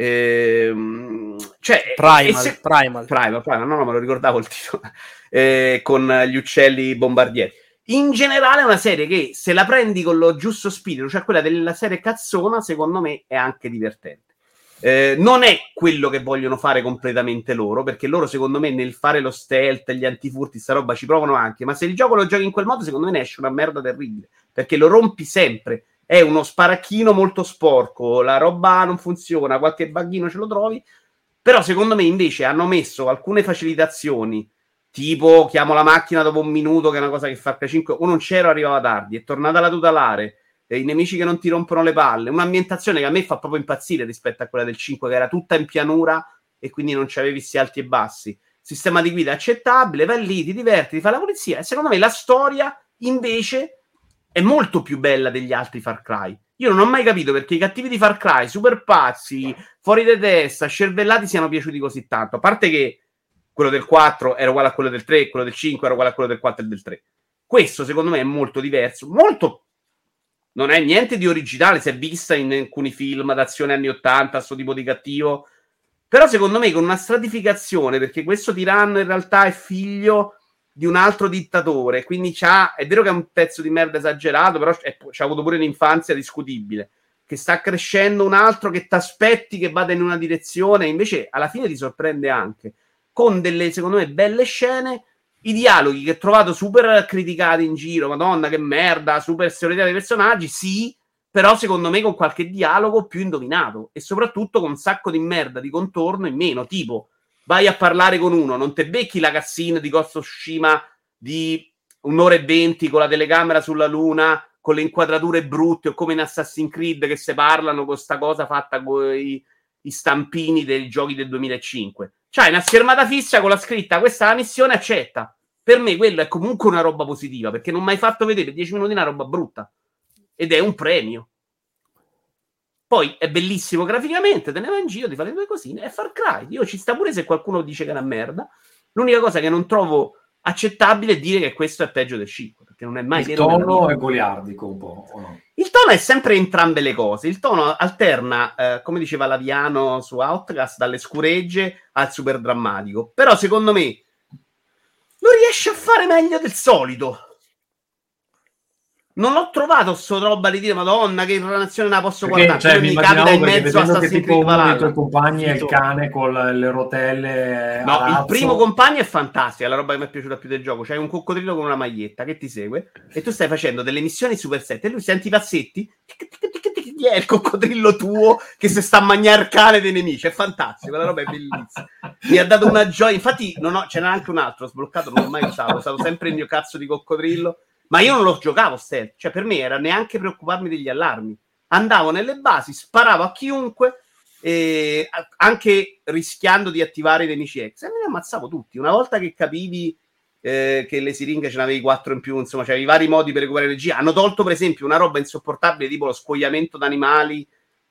Cioè, Primal, no, me lo ricordavo il titolo, con gli uccelli bombardieri. In generale è una serie che, se la prendi con lo giusto spirito, cioè quella della serie cazzona, secondo me è anche divertente. Non è quello che vogliono fare completamente loro, perché loro secondo me nel fare lo stealth, gli antifurti, sta roba ci provano anche, ma se il gioco lo giochi in quel modo secondo me ne esce una merda terribile, perché lo rompi sempre, è uno sparacchino molto sporco, la roba non funziona, qualche buggino ce lo trovi, però secondo me invece hanno messo alcune facilitazioni, tipo chiamo la macchina dopo 1 minuto, che è una cosa che Far Cry 5 o non c'ero, arrivava tardi, è tornata la tutelare, i nemici che non ti rompono le palle, un'ambientazione che a me fa proprio impazzire rispetto a quella del 5, che era tutta in pianura e quindi non c'avevi sti alti e bassi, sistema di guida accettabile, vai lì, ti diverti, ti fai la polizia, e secondo me la storia invece è molto più bella degli altri Far Cry. Io non ho mai capito perché i cattivi di Far Cry, super pazzi, fuori di testa, scervellati, siano piaciuti così tanto, a parte che quello del 4 era uguale a quello del 3, quello del 5 era uguale a quello del 4 e del 3. Questo secondo me è molto diverso, molto... non è niente di originale, si è vista in alcuni film d'azione anni 80, sto tipo di cattivo, però secondo me con una stratificazione, perché questo tiranno in realtà è figlio di un altro dittatore, quindi è vero che è un pezzo di merda esagerato, però c'ha avuto pure un'infanzia discutibile, che sta crescendo un altro che ti aspetti che vada in una direzione, invece alla fine ti sorprende anche, con delle, secondo me, belle scene, i dialoghi che ho trovato super criticati in giro, madonna che merda, super stereotipati dei personaggi, sì, però secondo me con qualche dialogo più indovinato, e soprattutto con un sacco di merda di contorno in meno, tipo vai a parlare con uno, non te becchi la cutscene di Ghost of Tsushima di 1 ora e 20 con la telecamera sulla luna, con le inquadrature brutte, o come in Assassin's Creed che se parlano con sta cosa fatta con i stampini dei giochi del 2005. C'hai una schermata fissa con la scritta questa è la missione, accetta. Per me quello è comunque una roba positiva, perché non mi hai fatto vedere per 10 minuti una roba brutta. Ed è un premio. Poi è bellissimo graficamente, te ne vai in giro, ti fai le due cosine, è Far Cry. Io ci sta pure se qualcuno dice che è una merda. L'unica cosa che non trovo accettabile è dire che questo è peggio del 5, perché non è mai il tono è goliardico un po', o no? Il tono è sempre entrambe le cose. Il tono alterna, come diceva Laviano su Outcast, dalle scuregge al super drammatico. Però secondo me lo riesce a fare meglio del solito. Non ho trovato sto roba di dire Madonna che nazione la posso guardare, cioè, mi capita in mezzo a Assassin's Creed Valhalla. Uno dei tuoi compagni è il cane con le rotelle no, il primo compagno è fantastico, è la roba che mi è piaciuta più del gioco. C'hai un coccodrillo con una maglietta che ti segue e tu stai facendo delle missioni super set e lui senti i passetti è il coccodrillo tuo che si sta a mangiare il cane dei nemici. È fantastico, la roba è bellissima, mi ha dato una gioia. Infatti ce n'era anche un altro sbloccato, non l'ho mai usato, ho usato sempre il mio cazzo di coccodrillo. Ma io non lo giocavo stealth, cioè per me era neanche preoccuparmi degli allarmi. Andavo nelle basi, sparavo a chiunque, anche rischiando di attivare i nemici ex, e me ne ammazzavo tutti. Una volta che capivi che le siringhe ce n'avevi 4 in più, insomma, c'avevi vari modi per recuperare energia. Hanno tolto, per esempio, una roba insopportabile tipo lo scuoiamento d'animali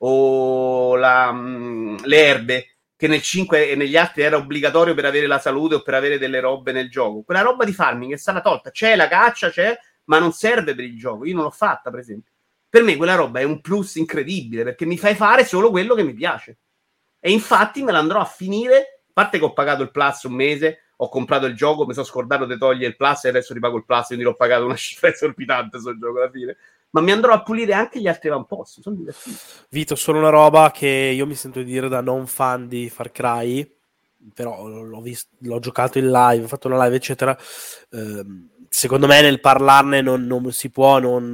o le erbe, che nel 5 e negli altri era obbligatorio per avere la salute o per avere delle robe nel gioco. Quella roba di farming è stata tolta. C'è la caccia, ma non serve per il gioco. Io non l'ho fatta, per esempio. Per me quella roba è un plus incredibile, perché mi fai fare solo quello che mi piace. E infatti me l'andrò a finire, a parte che ho pagato il Plus un mese, ho comprato il gioco, mi sono scordato di togliere il Plus e adesso ripago il Plus, quindi l'ho pagato una cifra esorbitante sul gioco alla fine. Ma mi andrò a pulire anche gli altri avamposti. Sono divertiti. Vito, solo una roba che io mi sento di dire da non fan di Far Cry, però l'ho giocato in live, ho fatto una live, eccetera. Secondo me nel parlarne non si può non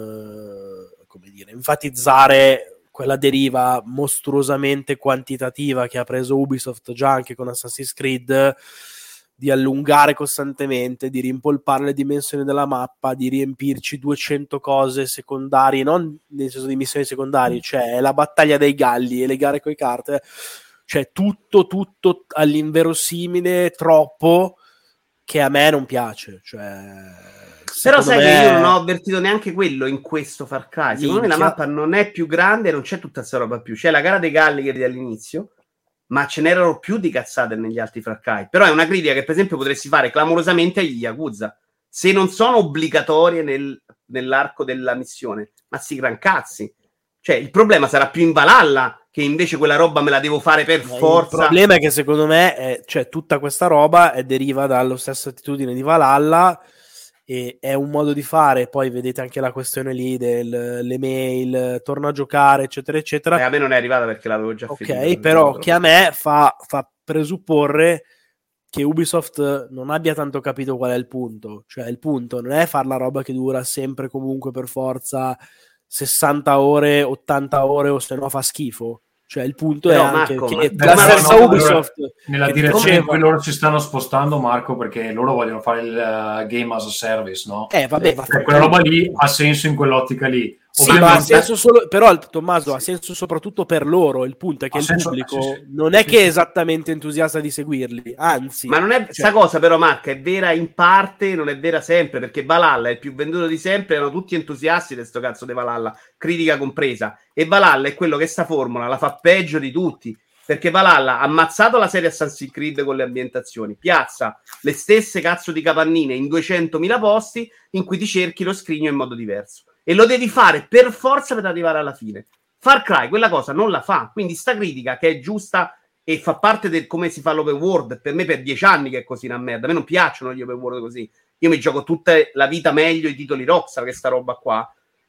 come dire, enfatizzare quella deriva mostruosamente quantitativa che ha preso Ubisoft già anche con Assassin's Creed, di allungare costantemente, di rimpolpare le dimensioni della mappa, di riempirci 200 cose secondarie, non nel senso di missioni secondarie, cioè la battaglia dei galli e le gare coi kart, cioè tutto all'inverosimile, troppo, che a me non piace. Però sai che io non ho avvertito neanche quello in questo Far Cry. Secondo me la mappa non è più grande e non c'è tutta questa roba più. C'è la gara dei galli che vedi all'inizio, ma ce n'erano più di cazzate negli altri Far Cry. Però è una critica che per esempio potresti fare clamorosamente agli Yakuza, se non sono obbligatorie nell'arco della missione. Ma sti gran cazzi, cioè il problema sarà più in Valhalla, che invece quella roba me la devo fare per forza. Il problema è che secondo me tutta questa roba deriva dalla stessa attitudine di Valhalla, e è un modo di fare. Poi vedete anche la questione lì delle mail, torna a giocare, eccetera eccetera. A me non è arrivata perché l'avevo già finito. Ok, però che a me fa presupporre che Ubisoft non abbia tanto capito qual è il punto. Cioè il punto non è fare la roba che dura sempre comunque per forza 60 ore, 80 ore, o se no fa schifo. Cioè il punto però, è Marco, anche che la stessa Ubisoft nella direzione in cui loro si stanno spostando, Marco, perché loro vogliono fare il game as a service, no? Vabbè, quella roba lì ha senso in quell'ottica lì. Sì, ma ha senso solo, però Tommaso ha senso soprattutto per loro. Il punto è che il pubblico non è che è esattamente entusiasta di seguirli, anzi. Ma non è sta cosa, però, Marco, è vera in parte, non è vera sempre, perché Valhalla è il più venduto di sempre, erano tutti entusiasti di sto cazzo di Valhalla, critica compresa, e Valhalla è quello che sta formula la fa peggio di tutti, perché Valhalla ha ammazzato la serie Assassin's Creed con le ambientazioni, piazza le stesse cazzo di capannine in 200.000 posti in cui ti cerchi lo scrigno in modo diverso. E lo devi fare per forza per arrivare alla fine. Far Cry quella cosa non la fa, quindi sta critica che è giusta e fa parte del come si fa l'open world, per me per 10 anni che è così una merda. A me non piacciono gli open world così, io mi gioco tutta la vita meglio i titoli Rockstar che sta roba qua.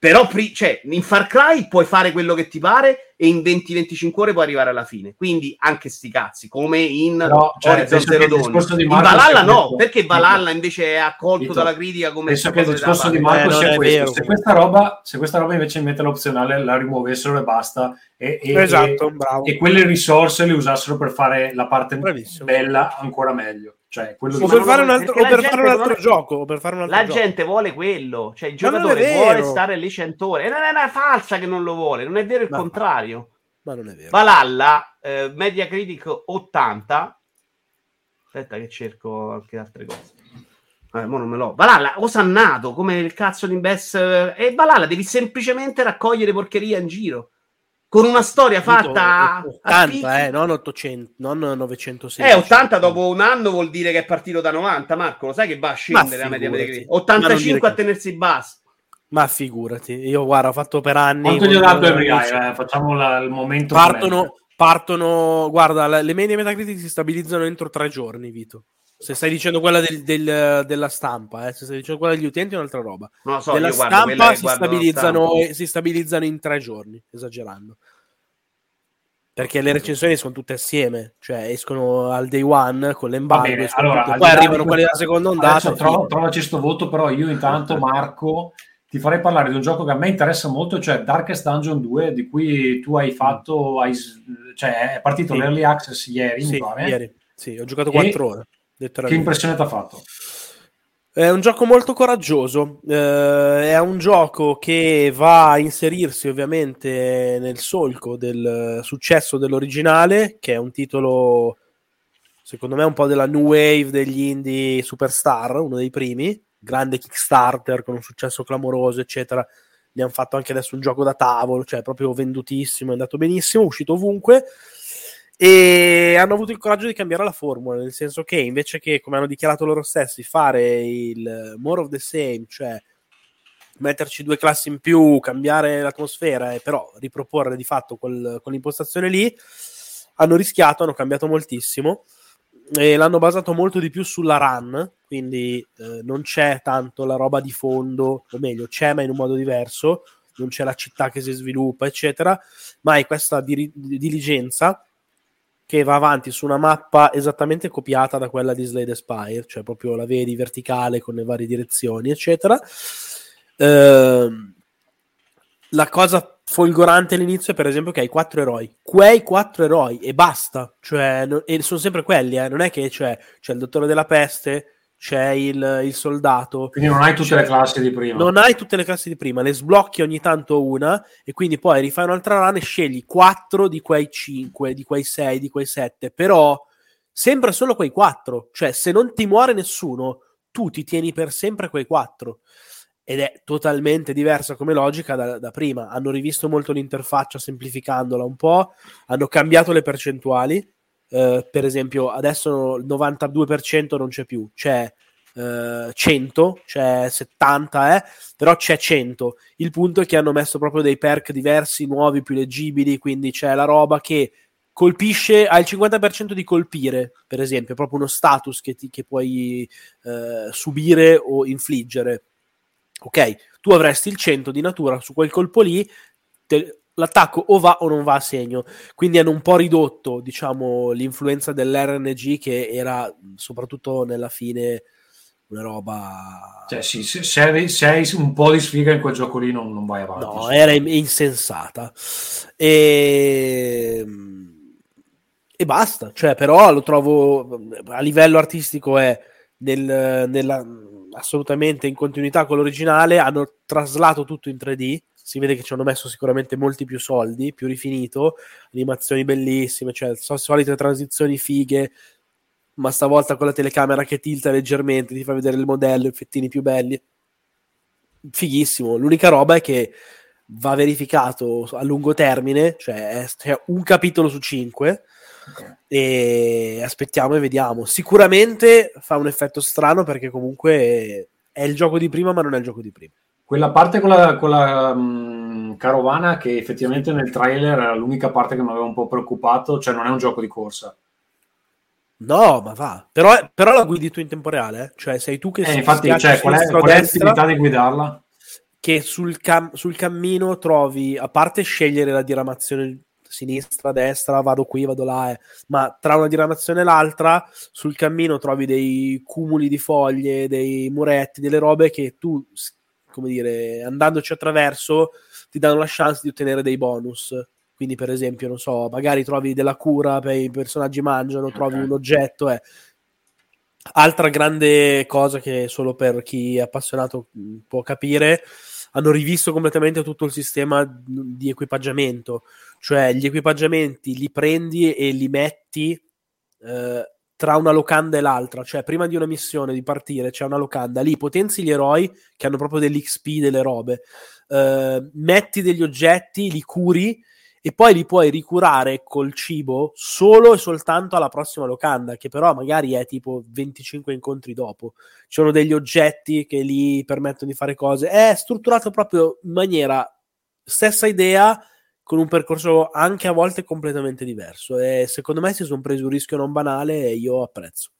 Però cioè, in Far Cry puoi fare quello che ti pare e in 20-25 ore puoi arrivare alla fine. Quindi anche sti cazzi, come in Horizon Zero Dawn. In Valhalla no, detto, perché Valhalla invece è accolto dalla critica come... Penso che il discorso di Marco sia questo. Se questa roba invece in meta opzionale la rimuovessero e basta, esatto, bravo. E quelle risorse le usassero per fare la parte bella ancora meglio. Cioè, quello per fare un altro gioco. La gente vuole quello. Cioè, il giocatore vuole stare lì 100 ore. E non è una falsa che non lo vuole. Non è vero il contrario. Ma non è vero. Valhalla, Metacritic 80. Aspetta che cerco anche altre cose. Mo non me l'ho. Valhalla, osannato, come il cazzo di Best. E Valhalla devi semplicemente raccogliere porcheria in giro. Con una storia fatta 80, non 800, non 916. 80 dopo un anno vuol dire che è partito da 90, Marco, lo sai che va a scendere la media 85 a tenersi basso. Ma figurati, io guarda, ho fatto per anni. Quanto gli ho dato Every Guy? Facciamo il momento. Partono, guarda, le medie Metacritic si stabilizzano entro 3 giorni, Vito. Se stai dicendo quella della stampa, se stai dicendo quella degli utenti è un'altra roba. Non lo so, della stampa si stabilizzano in 3 giorni, esagerando. Perché le recensioni sono tutte assieme, cioè escono al day one con l'embargo, allora, poi arrivano quelli della seconda ondata. Trovaci sto voto, però io intanto, Marco, ti farei parlare di un gioco che a me interessa molto, cioè Darkest Dungeon 2, di cui tu hai fatto, cioè è partito l'Early Access ieri, mi pare. Ieri, sì, ho giocato 4 ore. Che impressione ti ha fatto? È un gioco molto coraggioso, è un gioco che va a inserirsi ovviamente nel solco del successo dell'originale, che è un titolo secondo me un po' della new wave degli indie superstar, uno dei primi, grande Kickstarter con un successo clamoroso eccetera. Ne hanno fatto anche adesso un gioco da tavolo, cioè proprio vendutissimo, è andato benissimo, è uscito ovunque. E hanno avuto il coraggio di cambiare la formula, nel senso che invece che, come hanno dichiarato loro stessi, fare il more of the same, cioè metterci 2 classi in più, cambiare l'atmosfera e però riproporre di fatto quell'impostazione lì, hanno rischiato, hanno cambiato moltissimo e l'hanno basato molto di più sulla run, quindi non c'è tanto la roba di fondo, o meglio c'è ma in un modo diverso, non c'è la città che si sviluppa eccetera, ma è questa diligenza che va avanti su una mappa esattamente copiata da quella di Slay the Spire, cioè proprio la vedi verticale con le varie direzioni, eccetera. La cosa folgorante all'inizio è per esempio che hai 4 eroi, quei 4 eroi e basta, cioè, e sono sempre quelli, non è che c'è il dottore della peste, c'è il soldato. Quindi non hai tutte le classi di prima. Non hai tutte le classi di prima, le sblocchi ogni tanto una e quindi poi rifai un'altra run e scegli 4 di quei 5, di quei 6, di quei 7, però sempre solo quei 4, cioè se non ti muore nessuno, tu ti tieni per sempre quei 4 ed è totalmente diversa come logica da prima. Hanno rivisto molto l'interfaccia semplificandola un po', hanno cambiato le percentuali. Per esempio adesso il 92% non c'è più, c'è 100, c'è 70 però c'è 100. Il punto è che hanno messo proprio dei perk diversi, nuovi, più leggibili, quindi c'è la roba che colpisce, ha il 50% di colpire, per esempio, proprio uno status che puoi subire o infliggere. Ok, tu avresti il 100 di natura su quel colpo lì, l'attacco o va o non va a segno, quindi hanno un po' ridotto, diciamo, l'influenza dell'RNG che era soprattutto nella fine una roba, cioè sì, se hai un po' di sfiga in quel gioco lì non vai avanti, no, era insensata e basta, cioè però lo trovo a livello artistico è nella assolutamente in continuità con l'originale, hanno traslato tutto in 3D. Si vede che ci hanno messo sicuramente molti più soldi, più rifinito, animazioni bellissime, cioè solite transizioni fighe, ma stavolta con la telecamera che tilta leggermente, ti fa vedere il modello, effettini più belli. Fighissimo. L'unica roba è che va verificato a lungo termine, cioè c'è un capitolo su 5, e aspettiamo e vediamo. Sicuramente fa un effetto strano perché comunque è il gioco di prima, ma non è il gioco di prima. Quella parte con la carovana che effettivamente nel trailer era l'unica parte che mi aveva un po' preoccupato, cioè non è un gioco di corsa. No, ma va. Però la guidi tu in tempo reale, cioè sei tu che infatti, cioè, qual è l'utilità di guidarla? che sul cammino trovi, a parte scegliere la diramazione sinistra, destra, vado qui, vado là, ma tra una diramazione e l'altra sul cammino trovi dei cumuli di foglie, dei muretti, delle robe che tu, come dire, andandoci attraverso ti danno la chance di ottenere dei bonus. Quindi per esempio, non so, magari trovi della cura per i personaggi mangiano, trovi un oggetto. Altra grande cosa che solo per chi è appassionato può capire, hanno rivisto completamente tutto il sistema di equipaggiamento, cioè gli equipaggiamenti li prendi e li metti tra una locanda e l'altra, cioè prima di una missione di partire c'è una locanda, lì potenzi gli eroi che hanno proprio dell'XP, delle robe, metti degli oggetti, li curi e poi li puoi ricurare col cibo solo e soltanto alla prossima locanda, che però magari è tipo 25 incontri dopo. Ci sono degli oggetti che li permettono di fare cose. È strutturato proprio in maniera stessa idea, con un percorso anche a volte completamente diverso. E secondo me si sono presi un rischio non banale e io apprezzo.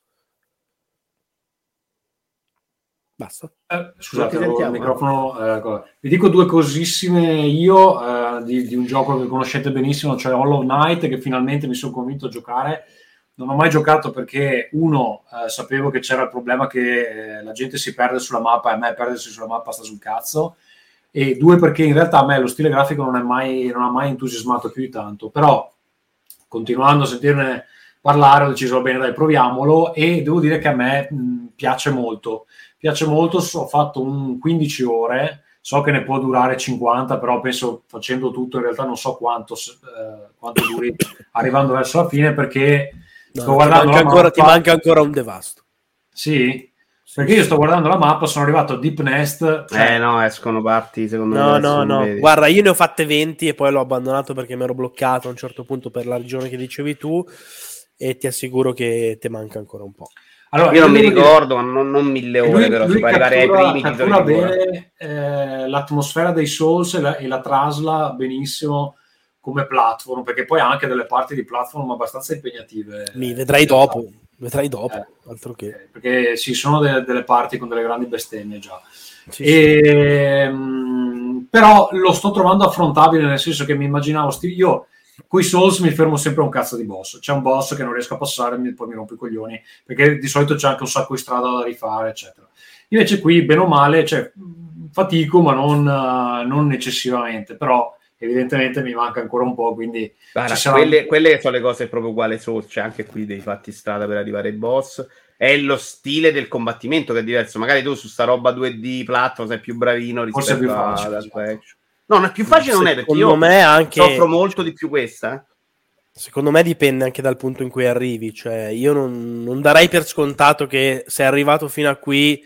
Basta. Scusate, il microfono. Vi dico due cosissime io di un gioco che conoscete benissimo, cioè Hollow Knight, che finalmente mi sono convinto a giocare. Non ho mai giocato perché, uno, sapevo che c'era il problema che la gente si perde sulla mappa e a me perdersi sulla mappa sta sul cazzo, e due, perché in realtà a me lo stile grafico non ha mai entusiasmato più di tanto. Però, continuando a sentirne parlare, ho deciso, bene, dai, proviamolo, e devo dire che a me piace molto. Ho fatto un 15 ore, so che ne può durare 50, però penso, facendo tutto, in realtà non so quanto duri arrivando verso la fine, perché sto guardando ti manca ancora un devasto. Sì? Perché io sto guardando la mappa, sono arrivato a Deep Nest. No, escono parti, secondo me. No. Guarda, io ne ho fatte 20 e poi l'ho abbandonato perché mi ero bloccato a un certo punto per la ragione che dicevi tu, e ti assicuro che ti manca ancora un po'. Allora, io non mi ricordo, ma non 1000 ore, però si può arrivare ai primi cattura bene l'atmosfera dei Souls e la trasla benissimo come platform, perché poi ha anche delle parti di platform abbastanza impegnative. Mi vedrai dopo, altro che. Perché ci sono delle parti con delle grandi bestemmie già. Sì. Però lo sto trovando affrontabile, nel senso che mi immaginavo io coi Souls mi fermo sempre a un cazzo di boss. C'è un boss che non riesco a passare, poi mi rompo i coglioni, perché di solito c'è anche un sacco di strada da rifare, eccetera. Invece qui, bene o male, fatico, ma non eccessivamente, però evidentemente mi manca ancora un po', quindi guarda, quelle sono le cose proprio uguali ai Souls, c'è anche qui dei fatti strada per arrivare ai boss. È lo stile del combattimento che è diverso, magari tu su sta roba 2D platform sei più bravino rispetto più facile, action. No, più facile non è, perché secondo me anche soffro molto di più questa. Secondo me dipende anche dal punto in cui arrivi, cioè io non darei per scontato che sei arrivato fino a qui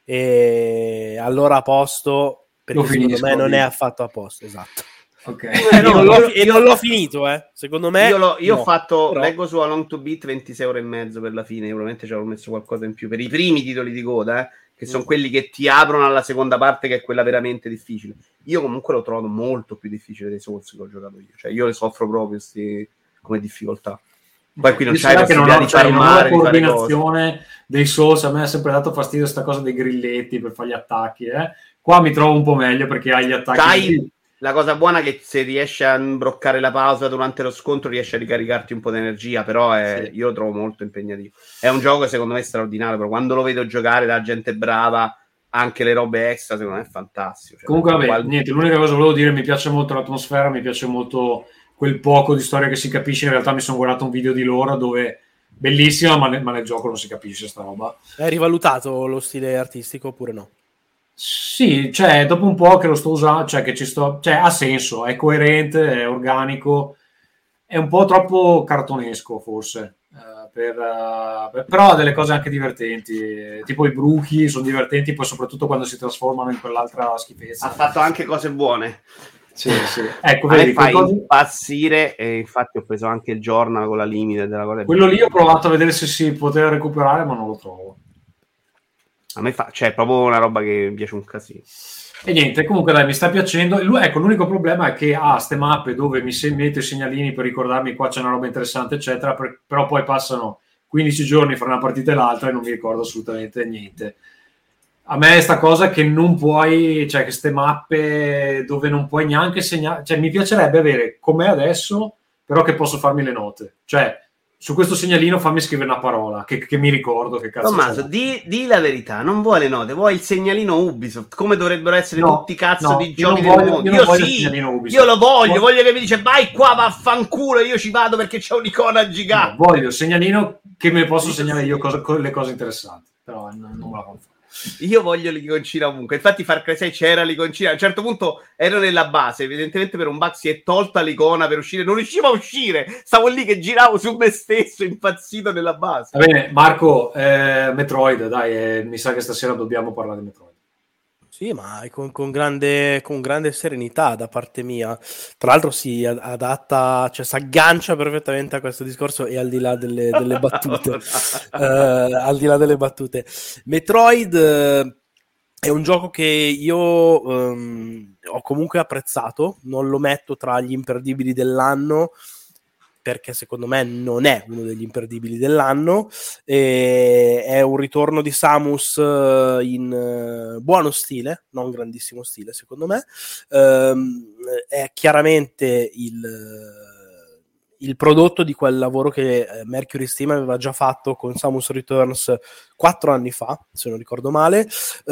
e allora a posto, perché secondo me non è affatto a posto, esatto. Okay. Non l'ho finito, secondo me. Io ho fatto, però... leggo su A Long to Beat 26 ore e mezzo per la fine, probabilmente ci avevo messo qualcosa in più per i primi titoli di coda, che sono quelli che ti aprono alla seconda parte, che è quella veramente difficile. Io comunque l'ho trovato molto più difficile dei Souls che ho giocato io, cioè io le soffro proprio come difficoltà. Poi qui non c'hai la possibilità di farmare, la coordinazione dei Souls. A me ha sempre dato fastidio questa cosa dei grilletti per fare gli attacchi, Qua mi trovo un po' meglio perché hai gli attacchi. La cosa buona è che se riesci a imbroccare la pausa durante lo scontro riesci a ricaricarti un po' di energia, però io lo trovo molto impegnativo. È un gioco che secondo me è straordinario, però quando lo vedo giocare da gente brava, anche le robe extra, secondo me è fantastico. Comunque vabbè, niente, l'unica cosa che volevo dire, mi piace molto l'atmosfera, mi piace molto quel poco di storia che si capisce. In realtà mi sono guardato un video di loro dove bellissima, ma nel gioco non si capisce sta roba. Hai rivalutato lo stile artistico oppure no? Sì, cioè dopo un po' che lo sto usando, ha senso, è coerente, è organico, è un po' troppo cartonesco forse, però ha delle cose anche divertenti, tipo i bruchi sono divertenti, poi soprattutto quando si trasformano in quell'altra schifezza. Ha fatto anche cose buone. Sì. Ecco, vedi, fai impazzire, e infatti ho preso anche il journal con la limite della cosa. Quello lì ho provato a vedere se si poteva recuperare, ma non lo trovo. A me è proprio una roba che mi piace un casino. E niente, comunque dai, mi sta piacendo. Ecco, l'unico problema è che ha ste mappe dove mi metto i segnalini per ricordarmi qua c'è una roba interessante, eccetera, però poi passano 15 giorni fra una partita e l'altra e non mi ricordo assolutamente niente. A me è sta cosa che non puoi, cioè queste mappe dove non puoi neanche segnare, cioè mi piacerebbe avere com'è adesso, però che posso farmi le note. Cioè, su questo segnalino fammi scrivere una parola, che mi ricordo che cazzo Tommaso, c'è. di la verità, non vuoi le note, vuoi il segnalino Ubisoft, come dovrebbero essere tutti i cazzo di io non giochi del voglio, mondo. io non voglio il Sì, segnalino Ubisoft. io lo voglio che mi dice vai qua, vaffanculo, io ci vado perché c'è un'icona No, gigante. voglio il segnalino che mi posso Io segnare sì. io le cose interessanti, però non me la fanno fare. Io voglio l'iconcina ovunque. Infatti Far Cry 6 c'era l'iconcina. A un certo punto ero nella base. Evidentemente per un bug si è tolta l'icona per uscire. Non riuscivo a uscire. Stavo lì che giravo su me stesso, impazzito nella base. Va bene, Marco, Metroid, dai, mi sa che stasera dobbiamo parlare di Metroid. Sì, ma con grande serenità da parte mia. Tra l'altro si adatta, cioè si aggancia perfettamente a questo discorso e al di là delle battute. Al di là delle battute. Metroid è un gioco che io ho comunque apprezzato, non lo metto tra gli imperdibili dell'anno, perché secondo me non è uno degli imperdibili dell'anno. È un ritorno di Samus in buono stile, non grandissimo stile secondo me. È chiaramente il prodotto di quel lavoro che Mercury Steam aveva già fatto con Samus Returns 4 anni fa, se non ricordo male,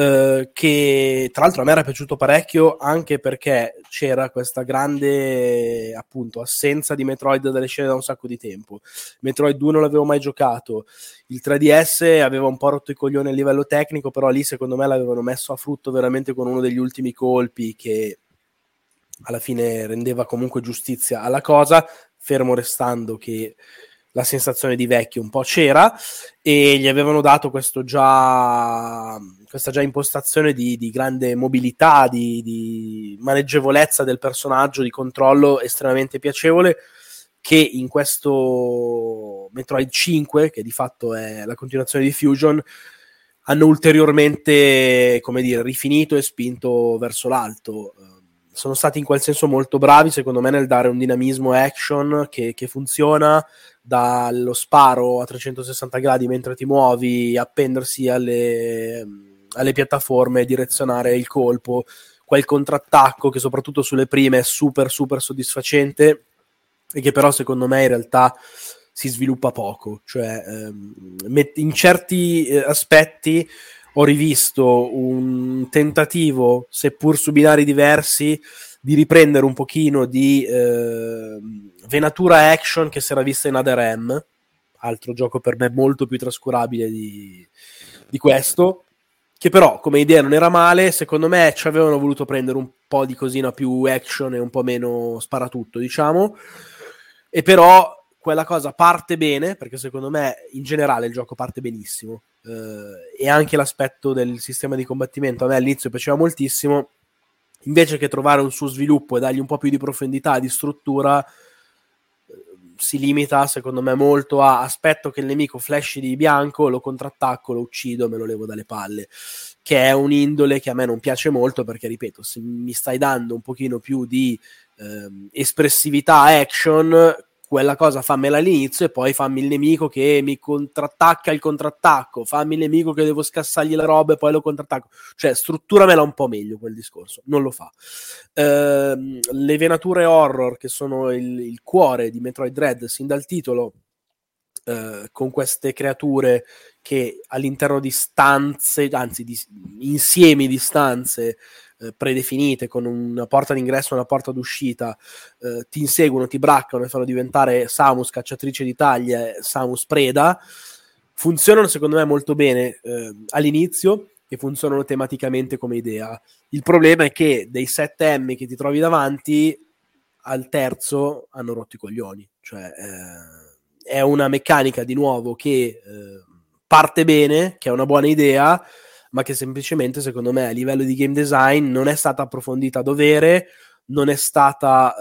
che tra l'altro a me era piaciuto parecchio anche perché c'era questa grande appunto assenza di Metroid dalle scene da un sacco di tempo. Metroid 2 non l'avevo mai giocato, il 3DS aveva un po' rotto i coglioni a livello tecnico, però lì secondo me l'avevano messo a frutto veramente con uno degli ultimi colpi che alla fine rendeva comunque giustizia alla cosa, fermo restando che la sensazione di vecchio un po' c'era, e gli avevano dato questa già impostazione di grande mobilità, di maneggevolezza del personaggio, di controllo estremamente piacevole, che in questo Metroid 5, che di fatto è la continuazione di Fusion, hanno ulteriormente, come dire, rifinito e spinto verso l'alto. Sono stati in quel senso molto bravi, secondo me, nel dare un dinamismo action che funziona, dallo sparo a 360 gradi mentre ti muovi, appendersi alle piattaforme e direzionare il colpo, quel contrattacco che soprattutto sulle prime è super super soddisfacente e che però secondo me in realtà si sviluppa poco, cioè in certi aspetti ho rivisto un tentativo, seppur su binari diversi, di riprendere un pochino di venatura action che si era vista in Other M, altro gioco per me molto più trascurabile di questo, che però come idea non era male. Secondo me ci avevano voluto prendere un po' di cosina più action e un po' meno sparatutto, diciamo, e però quella cosa parte bene, perché secondo me in generale il gioco parte benissimo, e anche l'aspetto del sistema di combattimento a me all'inizio piaceva moltissimo. Invece che trovare un suo sviluppo e dargli un po' più di profondità, di struttura, si limita secondo me molto a aspetto che il nemico flashi di bianco, lo contrattacco, lo uccido, me lo levo dalle palle, che è un'indole che a me non piace molto, perché ripeto, se mi stai dando un pochino più di espressività action, quella cosa fammela all'inizio e poi fammi il nemico che mi contrattacca il contrattacco, fammi il nemico che devo scassargli la roba e poi lo contrattacco, cioè strutturamela un po' meglio quel discorso, non lo fa. Le venature horror, che sono il cuore di Metroid Dread sin dal titolo, con queste creature che all'interno di stanze, anzi di insiemi di stanze predefinite, con una porta d'ingresso e una porta d'uscita, ti inseguono, ti braccano e fanno diventare Samus cacciatrice di taglie, Samus preda. Funzionano secondo me molto bene all'inizio e funzionano tematicamente come idea. Il problema è che dei 7M che ti trovi davanti, al terzo hanno rotto i coglioni, cioè è una meccanica di nuovo che parte bene, che è una buona idea, ma che semplicemente secondo me a livello di game design non è stata approfondita a dovere, non è stata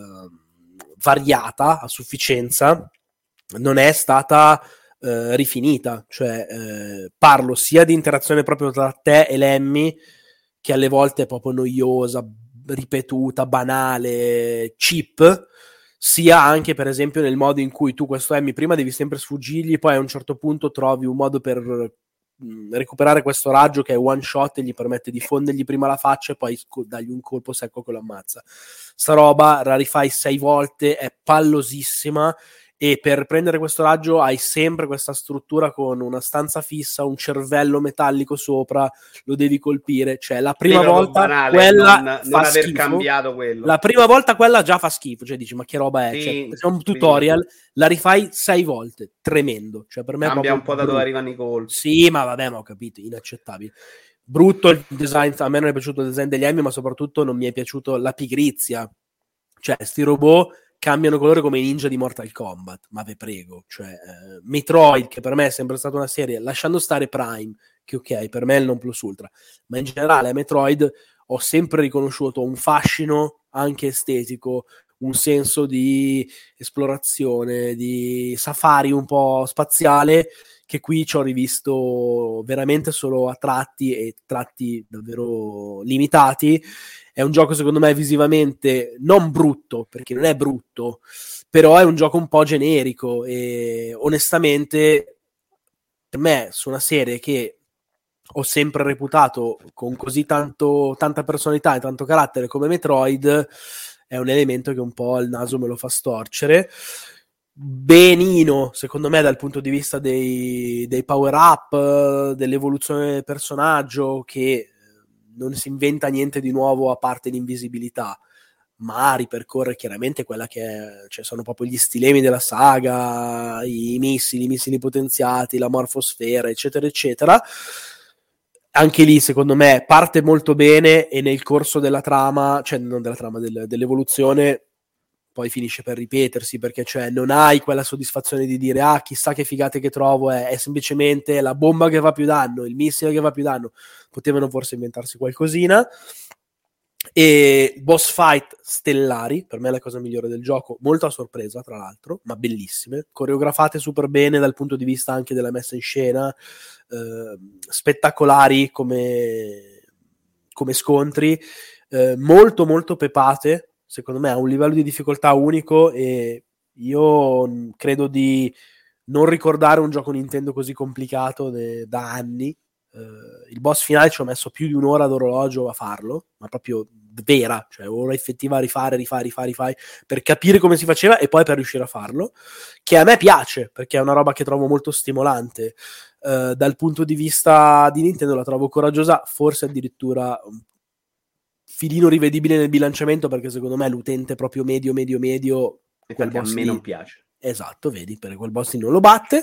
variata a sufficienza, non è stata rifinita, cioè parlo sia di interazione proprio tra te e Lemmy, che alle volte è proprio noiosa, ripetuta, banale, cheap, sia anche per esempio nel modo in cui tu questo Lemmy prima devi sempre sfuggirgli, poi a un certo punto trovi un modo per recuperare questo raggio che è one shot e gli permette di fondergli prima la faccia e poi dargli un colpo secco che lo ammazza. Sta roba la rifai 6 volte, è pallosissima, e per prendere questo raggio hai sempre questa struttura con una stanza fissa, un cervello metallico sopra, lo devi colpire, cioè la prima volta banale, quella non aver schifo. cambiato quello. La prima volta quella già fa schifo, cioè dici ma che roba è? Sì, Cioè, è un tutorial, la rifai 6 volte, tremendo, cioè per me cambia è un po' da dove arrivano i colpi. Sì, ma vabbè, ma ho capito, inaccettabile. Brutto il design, a me non è piaciuto il design degli Emmy, ma soprattutto non mi è piaciuto la pigrizia. Cioè, sti robot cambiano colore come i ninja di Mortal Kombat, ma ve prego. Cioè, Metroid, che per me è sempre stata una serie, lasciando stare Prime, che ok, per me è il non plus ultra, ma in generale a Metroid ho sempre riconosciuto un fascino anche estetico, un senso di esplorazione, di safari un po' spaziale, che qui ci ho rivisto veramente solo a tratti, e tratti davvero limitati. È un gioco secondo me visivamente non brutto, perché non è brutto, però è un gioco un po' generico, e onestamente per me, su una serie che ho sempre reputato con così tanta personalità e tanto carattere come Metroid, è un elemento che un po' il naso me lo fa storcere. Benino, secondo me, dal punto di vista dei power up, dell'evoluzione del personaggio, che non si inventa niente di nuovo a parte l'invisibilità, ma ripercorre chiaramente quella che è, cioè sono proprio gli stilemi della saga, i missili potenziati, la morfosfera, eccetera eccetera. Anche lì secondo me parte molto bene, e nel corso della trama, cioè non della trama, dell'evoluzione, poi finisce per ripetersi, perché cioè non hai quella soddisfazione di dire ah chissà che figate che trovo, è semplicemente la bomba che fa più danno, il missile che fa più danno. Potevano forse inventarsi qualcosina. E boss fight stellari, per me è la cosa migliore del gioco, molto a sorpresa tra l'altro, ma bellissime, coreografate super bene dal punto di vista anche della messa in scena, spettacolari come scontri, molto molto pepate, secondo me ha un livello di difficoltà unico, e io credo di non ricordare un gioco Nintendo così complicato da anni. Il boss finale ci ho messo più di un'ora d'orologio a farlo, ma proprio vera, cioè ora effettiva, rifare per capire come si faceva e poi per riuscire a farlo, che a me piace perché è una roba che trovo molto stimolante. Dal punto di vista di Nintendo la trovo coraggiosa, forse addirittura un filino rivedibile nel bilanciamento, perché secondo me l'utente proprio medio infatti a me non piace. Esatto, vedi, perché quel boss non lo batte,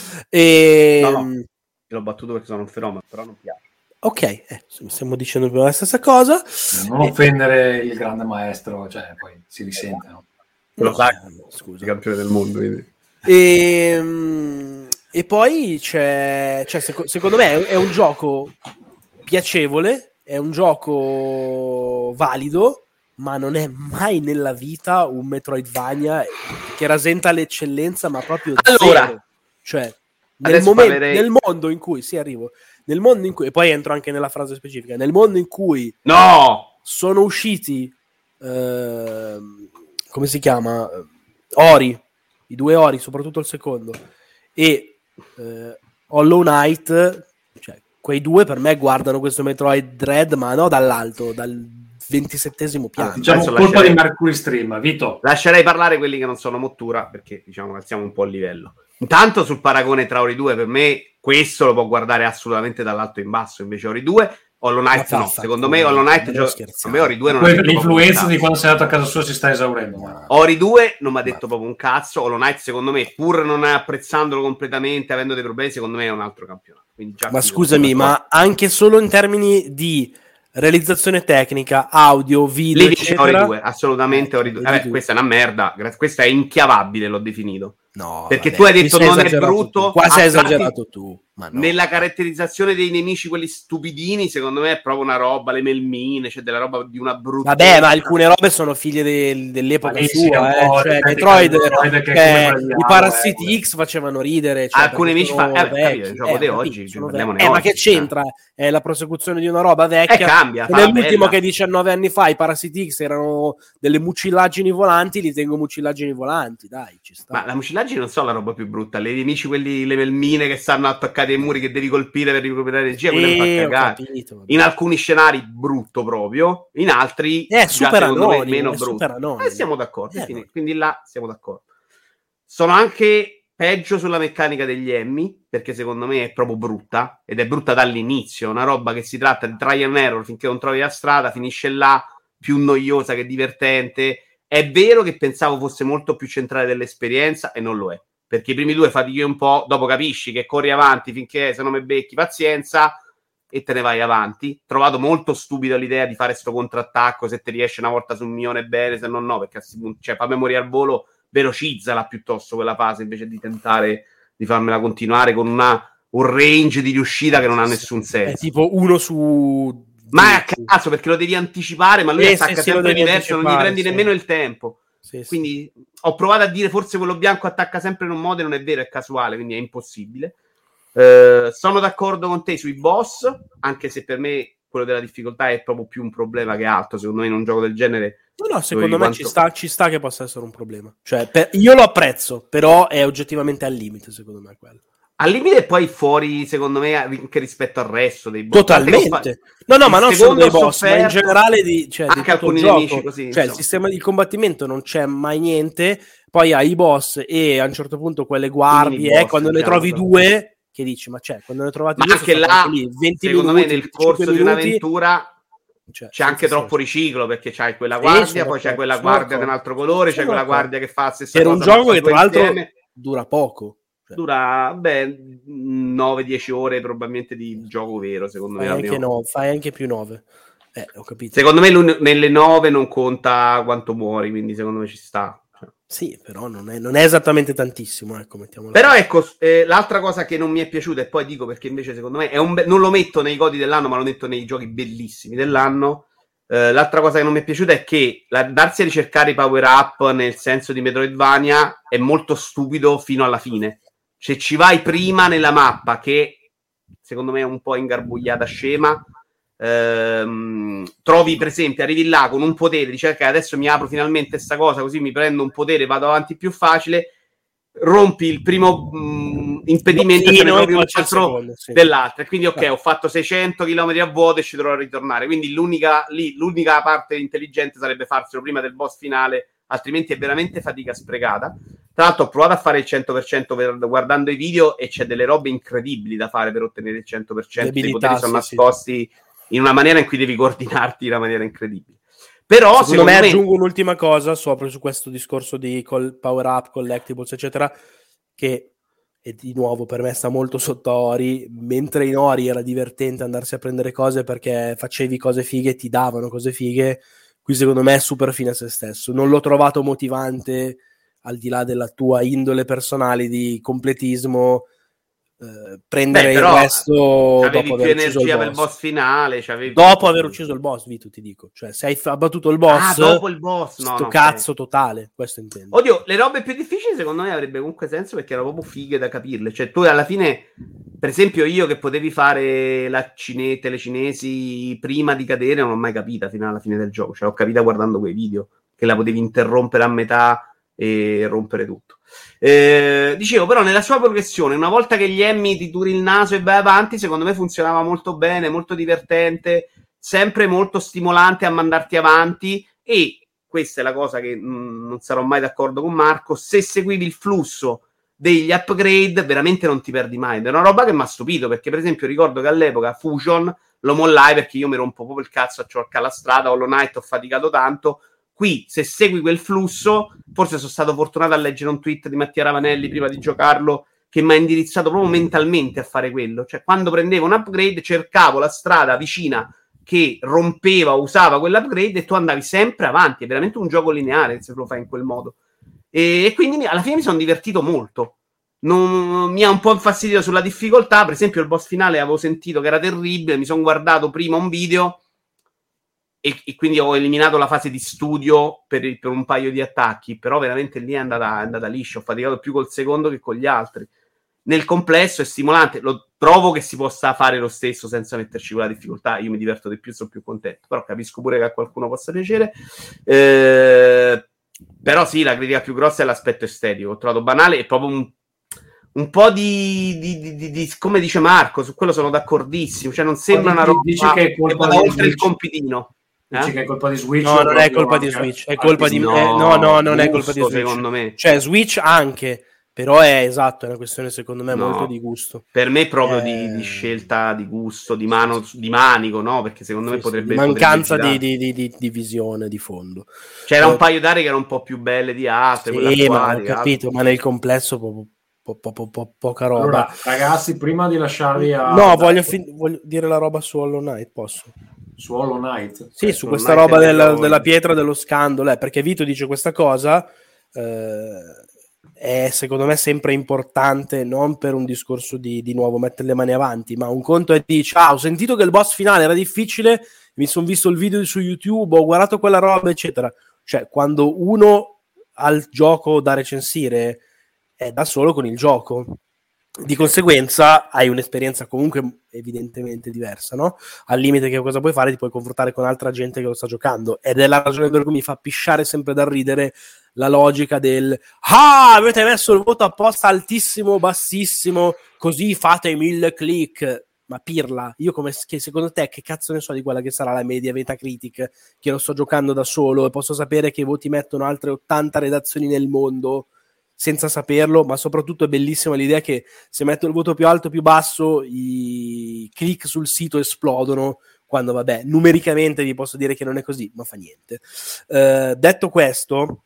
e no. L'ho battuto perché sono un fenomeno, però non piace. Ok, stiamo dicendo la stessa cosa. Non offendere il grande maestro, cioè poi si risente, no? Lo sai, scusa, campione del mondo. Quindi. E poi c'è secondo me è un gioco piacevole, è un gioco valido, ma non è mai nella vita un Metroidvania che rasenta l'eccellenza, ma proprio zero. Cioè nel mondo in cui nel mondo in cui, e poi entro anche nella frase specifica, nel mondo in cui sono usciti come si chiama, Ori, i 2 Ori, soprattutto il secondo, e Hollow Knight, cioè quei 2 per me guardano questo Metroid Dread, ma no dall'alto, dal 27° piano. Diciamo colpa di Mercury Stream. Vito, lascerei parlare quelli che non sono Mottura, perché diciamo che siamo un po' a livello. Intanto sul paragone tra Ori 2, per me questo lo può guardare assolutamente dall'alto in basso, invece Ori 2, Hollow Knight no, secondo me Hollow Knight a me Ori 2 non l'influenza di quando sei andato a casa sua si sta esaurendo, ma... Ori 2 non mi ha detto proprio un cazzo. Hollow Knight secondo me, pur non apprezzandolo completamente, avendo dei problemi, secondo me è un altro campionato. Quindi già ma scusami, ma anche solo in termini di realizzazione tecnica, audio, video, Ori 2, assolutamente Ori 2. Vabbè, questa è una merda, questa è inchiavabile, l'ho definito. No, perché tu hai detto non è brutto, quasi hai esagerato tu. Ma no, nella caratterizzazione dei nemici, quelli stupidini, secondo me è proprio una roba, le melmine, cioè della roba di una brutta. Vabbè, ma alcune robe sono figlie dell'epoca sua, cioè Metroid, i Parassiti X facevano ridere, cioè, alcuni nemici il gioco di oggi, ma che c'entra? È la prosecuzione di una roba vecchia. Cambia, nell'ultimo che 19 anni fa i Parassiti X erano delle mucillaggini volanti, li tengo mucillaggini volanti, dai, ci sta. Ma la mucillaggine non so la roba più brutta, le nemici quelli, le melmine che stanno a attaccare attaccati ai muri che devi colpire per recuperare energia, quello mi fa ho cagare. capito, vabbè. In alcuni scenari brutto proprio, in altri È già super secondo me anonimo, meno è brutto. super anonimo. Siamo d'accordo, no. quindi là siamo d'accordo. Sono anche peggio sulla meccanica degli Emmy, perché secondo me è proprio brutta, ed è brutta dall'inizio, una roba che si tratta di try and error finché non trovi la strada, finisce là, più noiosa che divertente. È vero che pensavo fosse molto più centrale dell'esperienza, e non lo è, perché i primi due fatichi un po', dopo capisci che corri avanti finché se non mi becchi, pazienza, e te ne vai avanti. Trovato molto stupido l'idea di fare sto contrattacco, se ti riesce una volta su un milione bene, se no perché cioè, fammi morire al volo, velocizzala piuttosto quella fase, invece di tentare di farmela continuare con un range di riuscita che non ha nessun senso. È tipo 1 su... Ma è a caso, perché lo devi anticipare, ma lui attacca sempre diverso, non gli prendi nemmeno il tempo. Quindi ho provato a dire forse quello bianco attacca sempre in un modo, e non è vero, è casuale, quindi è impossibile. Sono d'accordo con te sui boss, anche se per me quello della difficoltà è proprio più un problema che altro. Secondo me in un gioco del genere no, secondo me ci sta che possa essere un problema, cioè io lo apprezzo, però è oggettivamente al limite, secondo me, quello al limite, e poi fuori secondo me anche rispetto al resto dei boss. Totalmente. No, ma non solo dei boss, ma in generale anche di alcuni gioco. nemici così, cioè il sistema di combattimento non c'è mai niente, poi hai i boss e a un certo punto quelle guardie, quando ne trovi due che dici ma quando ne trovate ma due anche là lì, 20 secondo minuti, me nel corso di un'avventura c'è anche troppo senso. riciclo, perché c'hai quella guardia, poi c'è quella guardia di un altro colore, c'è quella guardia che fa la stessa per cosa, un gioco che tra l'altro insieme. Dura poco, dura 9-10 ore probabilmente di gioco vero, secondo me. Fai anche più 9. Ho capito. Secondo me nelle 9 non conta quanto muori, quindi secondo me ci sta. Sì, però non è esattamente tantissimo, ecco, mettiamolo. Però ecco, l'altra cosa che non mi è piaciuta, e poi dico perché invece secondo me non lo metto nei godi dell'anno, ma lo metto nei giochi bellissimi dell'anno. L'altra cosa che non mi è piaciuta è che darsi a ricercare i power up nel senso di Metroidvania è molto stupido fino alla fine. Se ci vai prima nella mappa, che secondo me è un po' ingarbugliata scema, trovi per esempio, arrivi là con un potere, dici ok, adesso mi apro finalmente sta cosa, così mi prendo un potere, vado avanti più facile, rompi il primo impedimento e te ne trovi un altro dell'altro, e quindi ok, ho fatto 600 km a vuoto e ci dovrò ritornare, quindi l'unica parte intelligente sarebbe farselo prima del boss finale, altrimenti è veramente fatica sprecata. Tra l'altro ho provato a fare il 100% guardando i video, e c'è delle robe incredibili da fare per ottenere il 100%, i poteri sono nascosti in una maniera in cui devi coordinarti in una maniera incredibile. Però secondo me aggiungo un'ultima cosa proprio su questo discorso di power up, collectibles eccetera, che e di nuovo per me sta molto sotto Ori, mentre in Ori era divertente andarsi a prendere cose perché facevi cose fighe e ti davano cose fighe, qui secondo me è super fine a se stesso, non l'ho trovato motivante al di là della tua indole personale di completismo, prendere il resto dopo aver ucciso il boss. Per il boss finale dopo aver ucciso il boss, Vito, ti dico, cioè se hai abbattuto il boss, dopo il boss, sto cazzo totale, questo intendo. Oddio, le robe più difficili secondo me avrebbe comunque senso, perché erano proprio fighe da capirle, cioè tu alla fine, per esempio io che potevi fare le cinesi prima di cadere non l'ho mai capita fino alla fine del gioco, cioè l'ho capita guardando quei video che la potevi interrompere a metà e rompere tutto. Dicevo, però nella sua progressione, una volta che gli Emmy ti turi il naso e vai avanti, secondo me funzionava molto bene, molto divertente, sempre molto stimolante a mandarti avanti, e questa è la cosa che non sarò mai d'accordo con Marco, se seguivi il flusso degli upgrade veramente non ti perdi mai, ed è una roba che mi ha stupito, perché per esempio ricordo che all'epoca Fusion lo mollai perché io mi rompo proprio il cazzo a ciorcare la strada, Hollow Knight ho faticato tanto. Qui, se segui quel flusso, forse sono stato fortunato a leggere un tweet di Mattia Ravanelli prima di giocarlo, che mi ha indirizzato proprio mentalmente a fare quello. Cioè, quando prendevo un upgrade, cercavo la strada vicina che rompeva o usava quell'upgrade e tu andavi sempre avanti. È veramente un gioco lineare se lo fai in quel modo. E quindi alla fine mi sono divertito molto. Mi ha un po' infastidito sulla difficoltà. Per esempio, il boss finale avevo sentito che era terribile. Mi sono guardato prima un video e quindi ho eliminato la fase di studio per un paio di attacchi, però veramente lì è andata liscia, ho faticato più col secondo che con gli altri. Nel complesso è stimolante, lo trovo che si possa fare lo stesso senza metterci quella difficoltà, io mi diverto di più, sono più contento, però capisco pure che a qualcuno possa piacere. Però sì, la critica più grossa è l'aspetto estetico, ho trovato banale, è proprio un po' di come dice Marco, su quello sono d'accordissimo, cioè non sembra una roba dici che è colpa vada di oltre il Switch? compitino. Dici che è colpa di Switch? No, non è colpa di Switch, è colpa di... no, non è colpa di Switch. Secondo me. Cioè, Switch anche, però è esatto, è una questione secondo me molto di gusto. Per me proprio di scelta di gusto, di manico, no? Perché secondo me potrebbe... mancanza di visione di fondo. C'era un paio d'aree che erano un po' più belle di altre. Sì, ma ho capito, ma nel complesso poca roba. Allora, ragazzi, prima di lasciarvi a... No, voglio dire la roba su Hollow Knight, posso? Su Hollow Knight? Sì, su questa roba della pietra dello scandalo, perché Vito dice questa cosa, è secondo me sempre importante, non per un discorso di nuovo mettere le mani avanti, ma un conto è dice, ho sentito che il boss finale era difficile, mi sono visto il video su YouTube, ho guardato quella roba, eccetera. Cioè, quando uno ha il gioco da recensire, è da solo con il gioco. Di conseguenza hai un'esperienza comunque evidentemente diversa, no? Al limite che cosa puoi fare? Ti puoi confrontare con altra gente che lo sta giocando, ed è la ragione per cui mi fa pisciare sempre da ridere la logica del avete messo il voto apposta altissimo, bassissimo, così fate 1000 click. Ma pirla, io che secondo te che cazzo ne so di quella che sarà la media Metacritic, che lo sto giocando da solo e posso sapere che i voti mettono altre 80 redazioni nel mondo senza saperlo, ma soprattutto è bellissima l'idea che se metto il voto più alto o più basso i click sul sito esplodono, quando vabbè, numericamente vi posso dire che non è così, ma fa niente. Detto questo,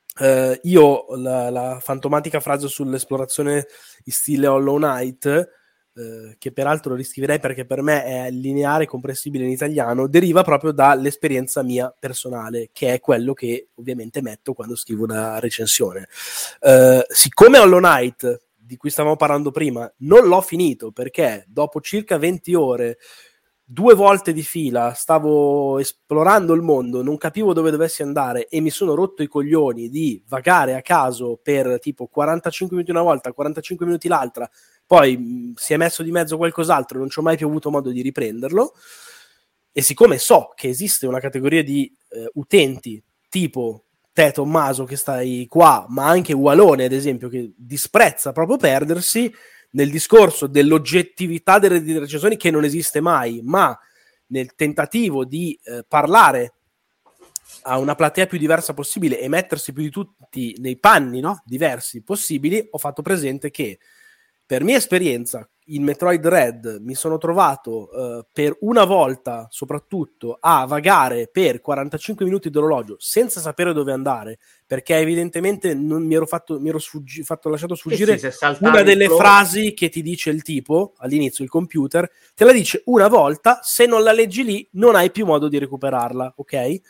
io la fantomatica frase sull'esplorazione in stile Hollow Knight, che peraltro riscriverei perché per me è lineare e comprensibile in italiano, deriva proprio dall'esperienza mia personale, che è quello che ovviamente metto quando scrivo una recensione. Siccome Hollow Knight, di cui stavamo parlando prima, non l'ho finito perché dopo circa 20 ore 2 volte di fila stavo esplorando il mondo, non capivo dove dovessi andare e mi sono rotto i coglioni di vagare a caso per tipo 45 minuti una volta, 45 minuti l'altra, poi si è messo di mezzo qualcos'altro, non ci ho mai più avuto modo di riprenderlo, e siccome so che esiste una categoria di utenti tipo te Tommaso che stai qua, ma anche Walone ad esempio, che disprezza proprio perdersi nel discorso dell'oggettività delle recensioni, che non esiste mai, ma nel tentativo di parlare a una platea più diversa possibile e mettersi più di tutti nei panni, no, diversi possibili, ho fatto presente che per mia esperienza in Metroid Red mi sono trovato per una volta soprattutto a vagare per 45 minuti d'orologio senza sapere dove andare, perché evidentemente non mi ero lasciato sfuggire una delle frasi che ti dice il tipo all'inizio, il computer te la dice una volta, se non la leggi lì non hai più modo di recuperarla, ok?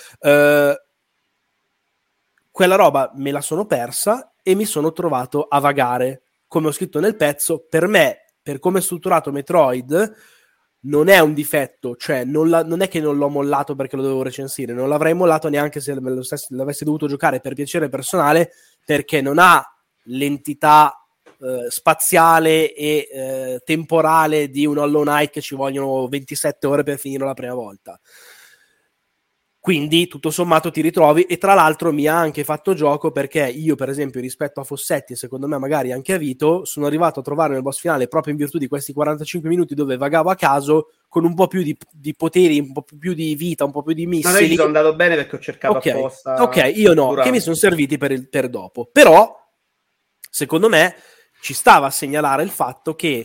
Quella roba me la sono persa e mi sono trovato a vagare. Come ho scritto nel pezzo, per me, per come è strutturato Metroid, non è un difetto, cioè non è che non l'ho mollato perché lo dovevo recensire, non l'avrei mollato neanche se l'avessi dovuto giocare per piacere personale, perché non ha l'entità spaziale e temporale di un Hollow Knight che ci vogliono 27 ore per finirlo la prima volta. Quindi tutto sommato ti ritrovi, e tra l'altro mi ha anche fatto gioco perché io per esempio rispetto a Fossetti e secondo me magari anche a Vito sono arrivato a trovare nel boss finale, proprio in virtù di questi 45 minuti dove vagavo a caso, con un po' più di poteri, un po' più di vita, un po' più di missili. Ma io ci sono andato bene perché ho cercato apposta. Ok, io no, che mi sono serviti per dopo. Però secondo me ci stava a segnalare il fatto che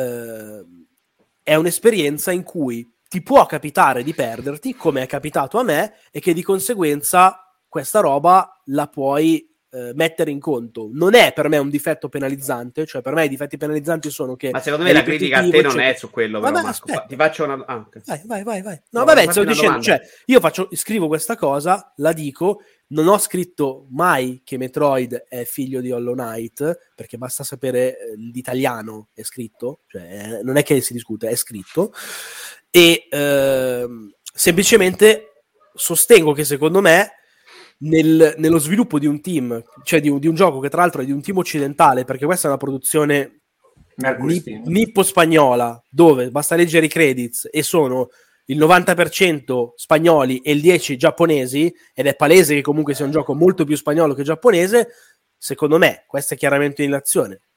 è un'esperienza in cui ti può capitare di perderti, come è capitato a me, e che di conseguenza questa roba la puoi mettere in conto. Non è per me un difetto penalizzante, cioè per me i difetti penalizzanti sono che... Ma secondo me la critica a te non è su quello, però, vabbè, Marco. Ti faccio una... okay. Vai. No, vabbè, stavo dicendo, cioè, io scrivo questa cosa, la dico, non ho scritto mai che Metroid è figlio di Hollow Knight, perché basta sapere l'italiano è scritto, cioè non è che si discute, è scritto, e semplicemente sostengo che secondo me nello sviluppo di un team, cioè di un gioco che tra l'altro è di un team occidentale, perché questa è una produzione nippo-spagnola, dove basta leggere i credits e sono il 90% spagnoli e il 10% giapponesi, ed è palese che comunque sia un gioco molto più spagnolo che giapponese. Secondo me questa è chiaramente un'azione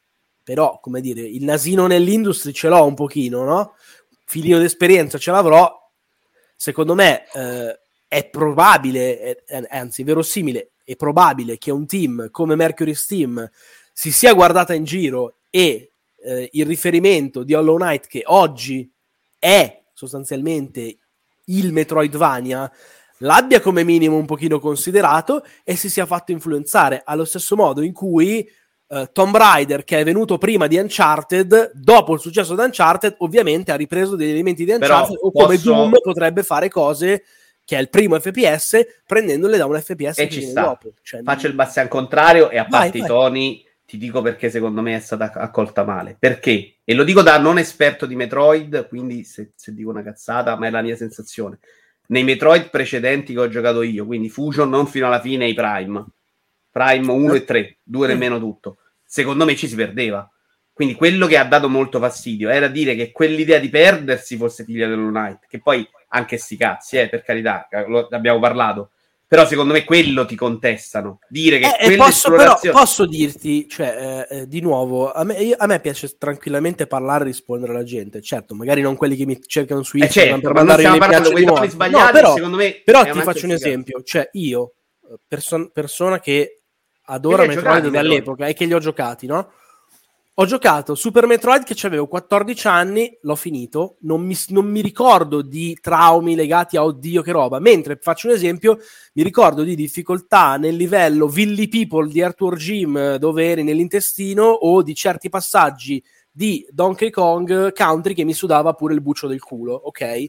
però, come dire, il nasino nell'industry ce l'ho un pochino, no? Filino d'esperienza ce l'avrò. Secondo me è probabile, anzi verosimile, è probabile che un team come Mercury Steam si sia guardata in giro e il riferimento di Hollow Knight, che oggi è sostanzialmente il Metroidvania, l'abbia come minimo un pochino considerato e si sia fatto influenzare, allo stesso modo in cui Tomb Raider, che è venuto prima di Uncharted, dopo il successo di Uncharted ovviamente ha ripreso degli elementi di Uncharted, o come Doom potrebbe fare cose che è il primo FPS prendendole da un FPS e che ci viene sta. dopo. Faccio il bastian contrario e a parte vai. i toni ti dico perché secondo me è stata accolta male. Perché? E lo dico da non esperto di Metroid, quindi se dico una cazzata, ma è la mia sensazione. Nei Metroid precedenti che ho giocato io, quindi Fusion non fino alla fine, i Prime 1 e 3, 2 nemmeno tutto, secondo me ci si perdeva. Quindi quello che ha dato molto fastidio era dire che quell'idea di perdersi fosse figlia dell'Hollow Knight, che poi anche sti cazzi, per carità, lo abbiamo parlato. Però secondo me quello ti contestano. Dire che posso dirti, cioè, di nuovo, a me piace tranquillamente parlare e rispondere alla gente. Certo, magari non quelli che mi cercano su Instagram per mandare le piace di nuovo. Sbagliati, no, però, secondo me però ti faccio un esempio. Cioè, io, persona che adora Metroid dall'epoca e che li ho giocati, no? Ho giocato Super Metroid che avevo 14 anni, l'ho finito, non mi ricordo di traumi legati a oddio che roba, mentre faccio un esempio, mi ricordo di difficoltà nel livello Villy People di Arthur Jim dove eri nell'intestino, o di certi passaggi di Donkey Kong Country che mi sudava pure il buccio del culo, ok?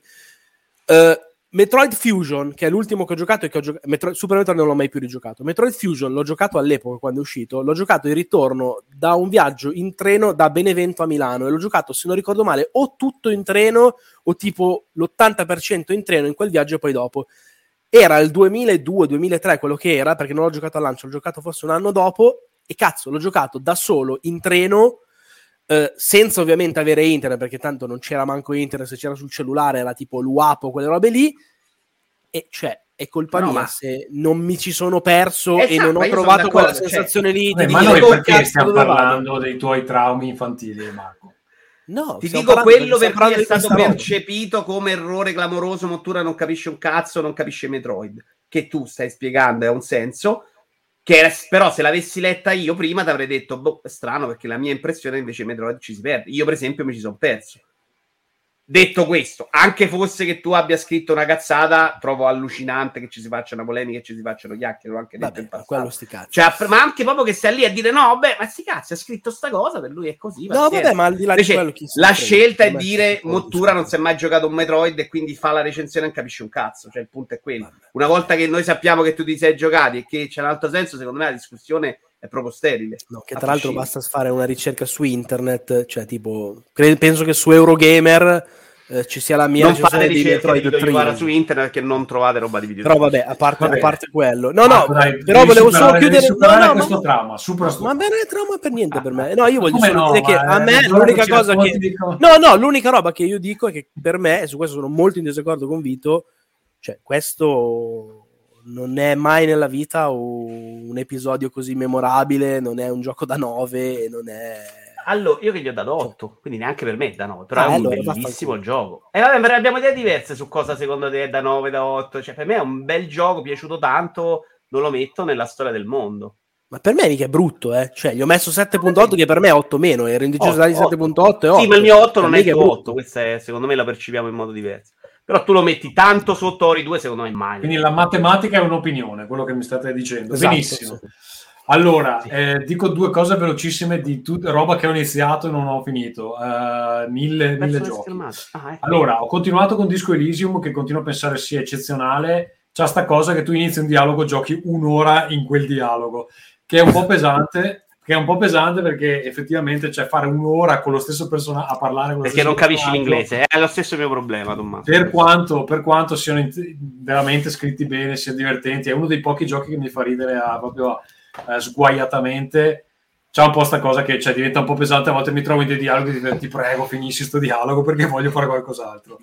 Metroid Fusion, che è l'ultimo che ho giocato e Super Metroid non l'ho mai più rigiocato. Metroid Fusion l'ho giocato all'epoca quando è uscito, l'ho giocato in ritorno da un viaggio in treno da Benevento a Milano e l'ho giocato, se non ricordo male, o tutto in treno o tipo l'80% in treno in quel viaggio e poi dopo. Era il 2002-2003 quello che era, perché non l'ho giocato al lancio, l'ho giocato forse un anno dopo e cazzo, l'ho giocato da solo in treno, senza ovviamente avere internet, perché tanto non c'era manco internet, se c'era sul cellulare era tipo l'UAP o quelle robe lì, e cioè è colpa mia se non mi ci sono perso e non ho trovato quella sensazione lì di ma noi perché stiamo parlando dei tuoi traumi infantili, Marco? No, ti dico quello perché è stato percepito come errore clamoroso. Mottura non capisce un cazzo, non capisce Metroid, che tu stai spiegando, ha un senso. Però se l'avessi letta io prima ti avrei detto boh, è strano, perché la mia impressione invece Metroid ci si perde. Io per esempio mi ci sono perso. Detto questo, anche fosse che tu abbia scritto una cazzata, trovo allucinante che ci si faccia una polemica e ci si facciano chiacchiere, anche detto in passato. Cioè, ma anche proprio che stai lì a dire no, vabbè, ma sti cazzi, ha scritto sta cosa, per lui è così. No, vabbè, ma al di là di quello, la scelta è dire Mottura non si è mai giocato un Metroid e quindi fa la recensione e non capisce un cazzo. Cioè, il punto è quello. Una volta che noi sappiamo che tu ti sei giocati e che c'è un altro senso, secondo me la discussione è proprio sterile. No, che tra l'altro basta fare una ricerca su internet, cioè tipo, penso che su Eurogamer ci sia la mia recensione di Metroid Prime su internet, perché non trovate roba di video. Però vabbè, a parte quello. No, dai, però volevo solo chiudere questo trauma, ma non è trauma per niente per me. No, io voglio solo dire che a me l'unica cosa che l'unica roba che io dico è che per me, e su questo sono molto in disaccordo con Vito, cioè questo non è mai nella vita un episodio così memorabile, non è un gioco da 9, non è... Allora, io che gli ho dato 8, quindi neanche per me è da 9, però è un bellissimo gioco. E vabbè, abbiamo idee diverse su cosa secondo te è da 9, da 8. Cioè, per me è un bel gioco, piaciuto tanto, non lo metto nella storia del mondo. Ma per me mica è brutto, Cioè, gli ho messo 7.8 che per me è 8 meno, ero indeciso da 7.8 e 8. Sì, ma il mio 8 non è il tuo 8, questo è, secondo me la percepiamo in modo diverso. Però tu lo metti tanto sotto Ori 2, secondo me mai. Quindi la matematica è un'opinione, quello che mi state dicendo. Esatto, benissimo. Sì. Allora, dico due cose velocissime di roba che ho iniziato e non ho finito. 1000 giochi. Ecco. Allora, ho continuato con Disco Elysium, che continuo a pensare sia eccezionale. C'ha sta cosa che tu inizi un dialogo, giochi un'ora in quel dialogo, che è un po' pesante. Perché effettivamente fare un'ora con lo stesso personaggio a parlare con lo perché non capisci l'inglese, è lo stesso mio problema, Tommaso. Per quanto siano veramente scritti bene, siano divertenti, è uno dei pochi giochi che mi fa ridere proprio sguaiatamente. C'è un po' sta cosa che diventa un po' pesante, a volte mi trovo in dei dialoghi e ti prego finisci sto dialogo perché voglio fare qualcos'altro.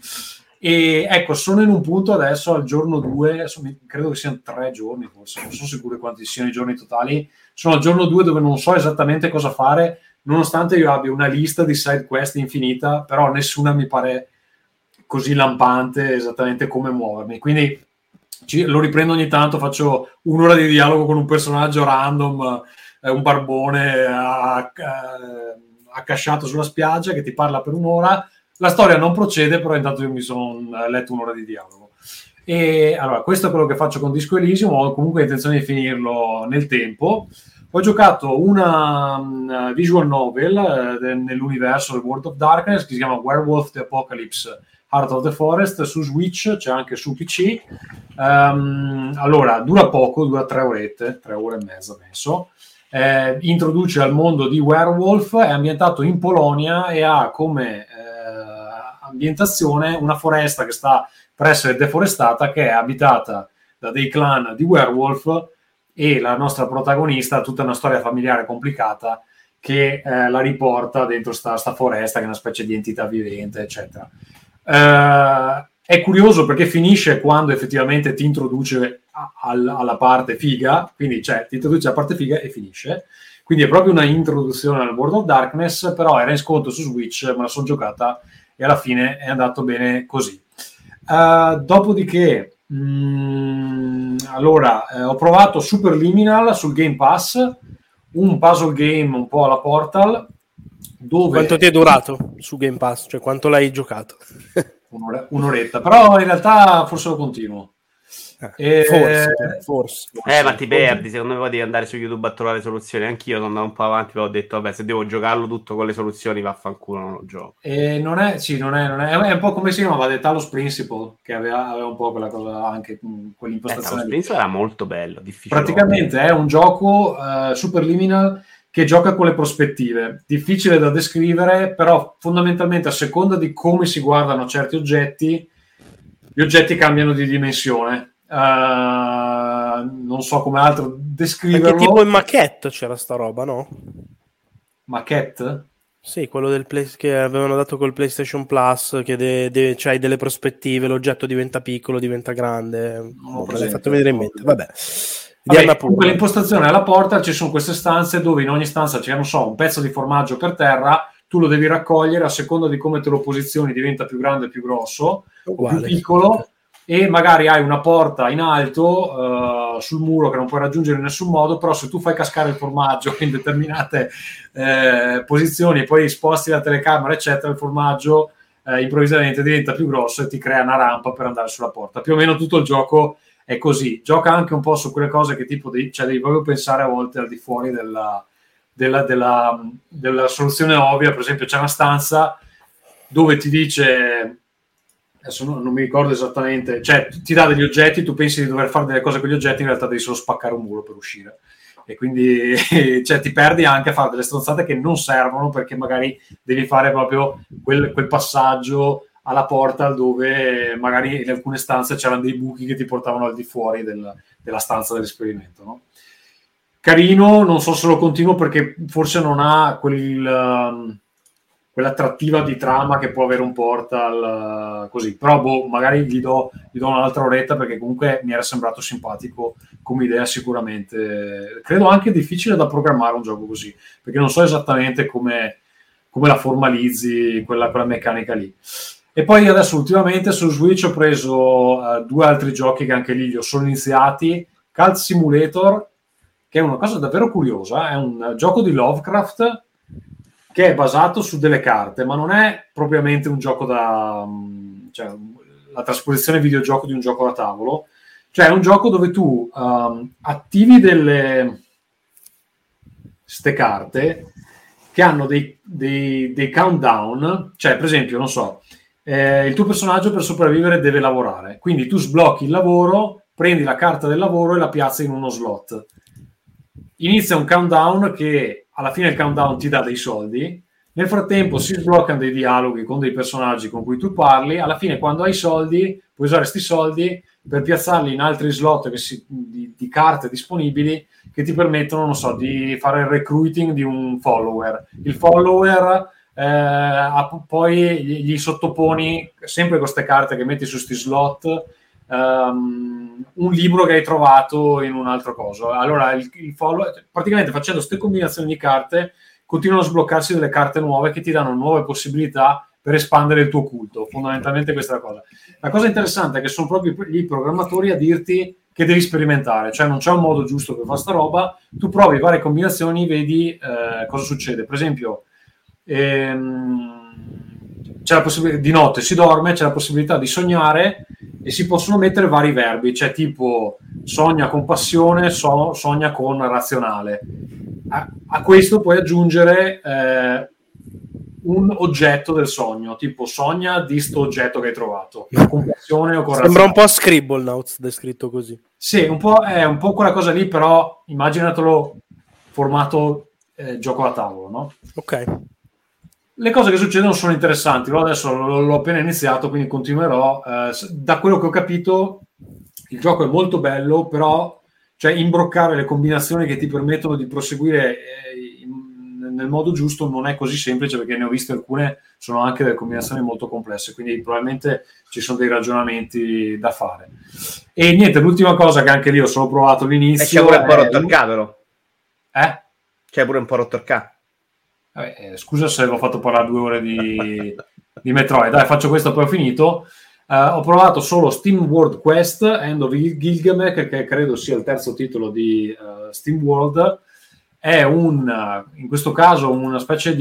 E ecco, sono in un punto adesso al giorno 2, credo che siano 3 giorni forse, non sono sicuro quanti siano i giorni totali. Sono al giorno 2 dove non so esattamente cosa fare, nonostante io abbia una lista di side quest infinita, però nessuna mi pare così lampante esattamente come muovermi. Quindi lo riprendo ogni tanto, faccio un'ora di dialogo con un personaggio random, un barbone accasciato sulla spiaggia che ti parla per un'ora. La storia non procede, però intanto io mi sono letto un'ora di dialogo. E allora, questo è quello che faccio con Disco Elysium. Ho comunque intenzione di finirlo nel tempo. Ho giocato una visual novel nell'universo del World of Darkness che si chiama Werewolf the Apocalypse Heart of the Forest, su Switch, c'è anche su PC. Allora, dura poco, dura 3 orette, 3 ore e mezza penso. Introduce al mondo di Werewolf, è ambientato in Polonia e ha come ambientazione una foresta che sta per essere deforestata, che è abitata da dei clan di werewolf, e la nostra protagonista ha tutta una storia familiare complicata che la riporta dentro sta foresta, che è una specie di entità vivente, eccetera. È curioso perché finisce quando effettivamente ti introduce alla parte figa, quindi cioè ti introduce la parte figa e finisce, quindi è proprio una introduzione al World of Darkness, però era in sconto su Switch, me la sono giocata e alla fine è andato bene così. Dopodiché allora ho provato Superliminal sul Game Pass, un puzzle game un po' alla Portal, dove... Quanto ti è durato su Game Pass? Cioè quanto l'hai giocato? Un'oretta, però in realtà forse lo continuo. Forse. Ma ti perdi, secondo me poi devi andare su YouTube a trovare soluzioni. Anch'io sono andato un po' avanti, però ho detto vabbè, se devo giocarlo tutto con le soluzioni vaffanculo, non lo gioco. Non è un po' come si chiamava The Talos Principle, che aveva un po' quella cosa, anche quell'impostazione. Talos Principle era molto bello, difficile. Praticamente è un gioco Superliminal che gioca con le prospettive, difficile da descrivere, però fondamentalmente a seconda di come si guardano certi oggetti, gli oggetti cambiano di dimensione. Non so come altro descriverlo. Anche tipo in maquette c'era sta roba, no? Maquette? Sì, quello che avevano dato col PlayStation Plus, che c'hai delle prospettive, l'oggetto diventa piccolo, diventa grande. Me l'hai fatto vedere in mente. Vabbè, comunque l'impostazione alla porta, ci sono queste stanze dove in ogni stanza c'è, non so, un pezzo di formaggio per terra, tu lo devi raccogliere, a seconda di come te lo posizioni diventa più grande, più grosso, o più piccolo, e magari hai una porta in alto sul muro che non puoi raggiungere in nessun modo, però se tu fai cascare il formaggio in determinate posizioni e poi sposti la telecamera eccetera, il formaggio improvvisamente diventa più grosso e ti crea una rampa per andare sulla porta. Più o meno tutto il gioco è così. Gioca anche un po' su quelle cose che tipo devi proprio pensare a volte al di fuori della soluzione ovvia. Per esempio c'è una stanza dove ti dice, adesso non mi ricordo esattamente, cioè ti dà degli oggetti, tu pensi di dover fare delle cose con gli oggetti, in realtà devi solo spaccare un muro per uscire, e quindi cioè, ti perdi anche a fare delle stronzate che non servono, perché magari devi fare proprio quel passaggio alla porta dove magari in alcune stanze c'erano dei buchi che ti portavano al di fuori della stanza dell'esperimento, no? Carino, non so se lo continuo perché forse non ha quell'attrattiva di trama che può avere un Portal così, però magari gli do un'altra oretta, perché comunque mi era sembrato simpatico come idea. Sicuramente credo anche difficile da programmare un gioco così, perché non so esattamente come la formalizzi quella meccanica lì. E poi adesso ultimamente su Switch ho preso 2 altri giochi che anche lì li ho solo iniziati. Cult Simulator, che è una cosa davvero curiosa, è un gioco di Lovecraft che è basato su delle carte, ma non è propriamente un gioco cioè la trasposizione videogioco di un gioco da tavolo, cioè è un gioco dove tu attivi ste carte che hanno dei countdown, cioè per esempio, non so, il tuo personaggio per sopravvivere deve lavorare, quindi tu sblocchi il lavoro, prendi la carta del lavoro e la piazzi in uno slot. Inizia un countdown che alla fine il countdown ti dà dei soldi, nel frattempo si sbloccano dei dialoghi con dei personaggi con cui tu parli, alla fine quando hai soldi puoi usare questi soldi per piazzarli in altri slot di carte disponibili che ti permettono, non so, di fare il recruiting di un follower. Il follower poi gli sottoponi sempre queste carte che metti su sti slot un libro che hai trovato in un altro coso. Allora il follower, praticamente facendo queste combinazioni di carte continuano a sbloccarsi delle carte nuove che ti danno nuove possibilità per espandere il tuo culto. Fondamentalmente questa è la cosa. La cosa interessante è che sono proprio i programmatori a dirti che devi sperimentare, cioè non c'è un modo giusto per fare sta roba, tu provi varie combinazioni, vedi cosa succede. Per esempio, c'è la possibilità di notte si dorme, c'è la possibilità di sognare e si possono mettere vari verbi, cioè tipo sogna con passione, sogna con razionale. A questo puoi aggiungere un oggetto del sogno, tipo sogna di sto oggetto che hai trovato, con passione o con razionale. Sembra un po' Scribblenauts descritto così. Sì, è un po' quella cosa lì, però immaginatelo formato gioco da tavolo, no? Ok. Le cose che succedono sono interessanti. Io adesso l'ho appena iniziato, quindi continuerò. Da quello che ho capito, il gioco è molto bello, però cioè imbroccare le combinazioni che ti permettono di proseguire nel modo giusto non è così semplice, perché ne ho viste alcune, sono anche delle combinazioni molto complesse, quindi probabilmente ci sono dei ragionamenti da fare. E niente, l'ultima cosa che anche lì ho solo provato all'inizio. E c'è pure un po' rotto il K, però. C'è pure un po' rotto il K. Scusa se l'ho fatto parlare 2 ore di Metroid. Dai, faccio questo, poi ho finito. Ho provato solo Steam World Quest End of Gilgamesh, che credo sia il terzo titolo di Steam World. È in questo caso una specie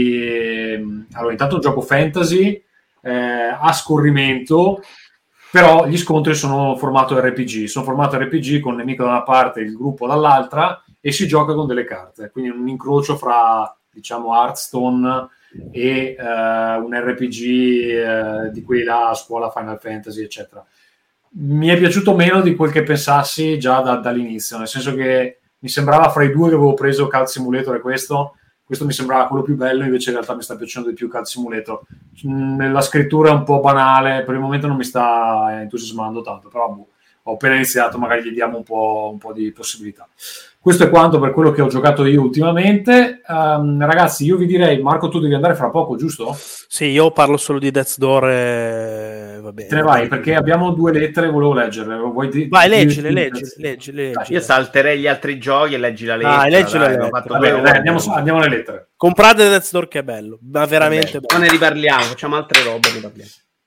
di intanto un gioco fantasy a scorrimento, però gli scontri sono formato RPG con il nemico da una parte e il gruppo dall'altra, e si gioca con delle carte, quindi un incrocio fra, diciamo, Hearthstone e un RPG di quelli là a scuola, Final Fantasy eccetera. Mi è piaciuto meno di quel che pensassi già dall'inizio, nel senso che mi sembrava, fra i due che avevo preso, Cult Simulator e questo mi sembrava quello più bello, invece in realtà mi sta piacendo di più Cult Simulator. La scrittura è un po' banale, per il momento non mi sta entusiasmando tanto, però ho appena iniziato, magari gli diamo un po' di possibilità. Questo è quanto per quello che ho giocato io ultimamente. Ragazzi, io vi direi, Marco, tu devi andare fra poco, giusto? Sì, io parlo solo di Death's Door e va bene. Te ne vai, perché abbiamo 2 lettere, volevo leggerle. Vai, leggile. Io salterei gli altri giochi e leggi la lettera. Leggi la lettera. Vabbè, andiamo alle lettere. Comprate Death's Door che è bello, ma veramente bello. Non ne riparliamo, facciamo altre robe, ne parliamo.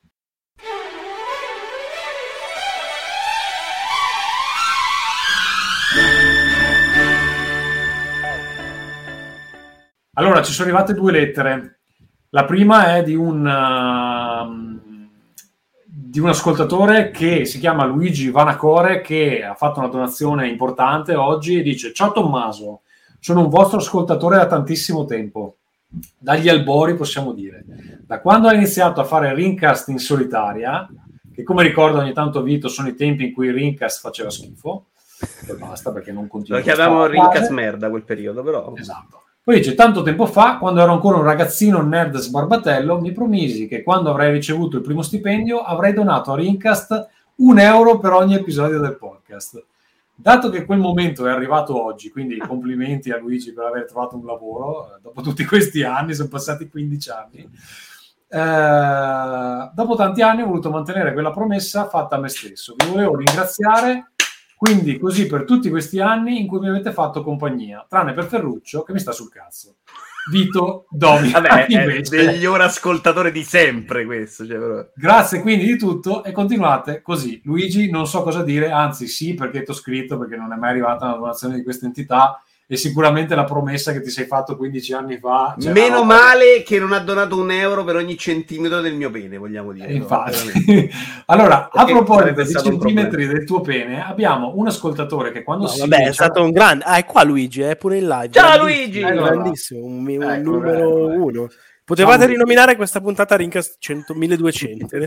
Allora, ci sono arrivate 2 lettere. La prima è di un ascoltatore che si chiama Luigi Vanacore, che ha fatto una donazione importante oggi e dice: ciao Tommaso, sono un vostro ascoltatore da tantissimo tempo, dagli albori possiamo dire, da quando ha iniziato a fare Rincast in solitaria, che come ricordo ogni tanto Vito sono i tempi in cui Rincast faceva schifo, e basta, perché non continua. Lo chiamavamo Rincast merda quel periodo, però. Esatto. Poi dice: tanto tempo fa, quando ero ancora un ragazzino nerd sbarbatello, mi promisi che quando avrei ricevuto il primo stipendio avrei donato a Rincast €1 per ogni episodio del podcast. Dato che quel momento è arrivato oggi, quindi complimenti a Luigi per aver trovato un lavoro, dopo tutti questi anni, sono passati 15 anni, dopo tanti anni ho voluto mantenere quella promessa fatta a me stesso. Vi volevo ringraziare quindi così per tutti questi anni in cui mi avete fatto compagnia, tranne per Ferruccio che mi sta sul cazzo. Vito Domi. Vabbè, è il miglior ascoltatore di sempre questo. Cioè, però. Grazie quindi di tutto e continuate così. Luigi, non so cosa dire, anzi sì, perché ti ho scritto, perché non è mai arrivata una donazione di questa entità e sicuramente la promessa che ti sei fatto 15 anni fa. Meno male che non ha donato €1 per ogni centimetro del mio pene, vogliamo dire. Infatti. Allora, a proposito di centimetri del tuo pene, abbiamo un ascoltatore che quando è stato un grande. È qua Luigi, è pure in live. Ciao Luigi! Grandissimo, un numero 1. Potevate rinominare questa puntata Rincast 1200.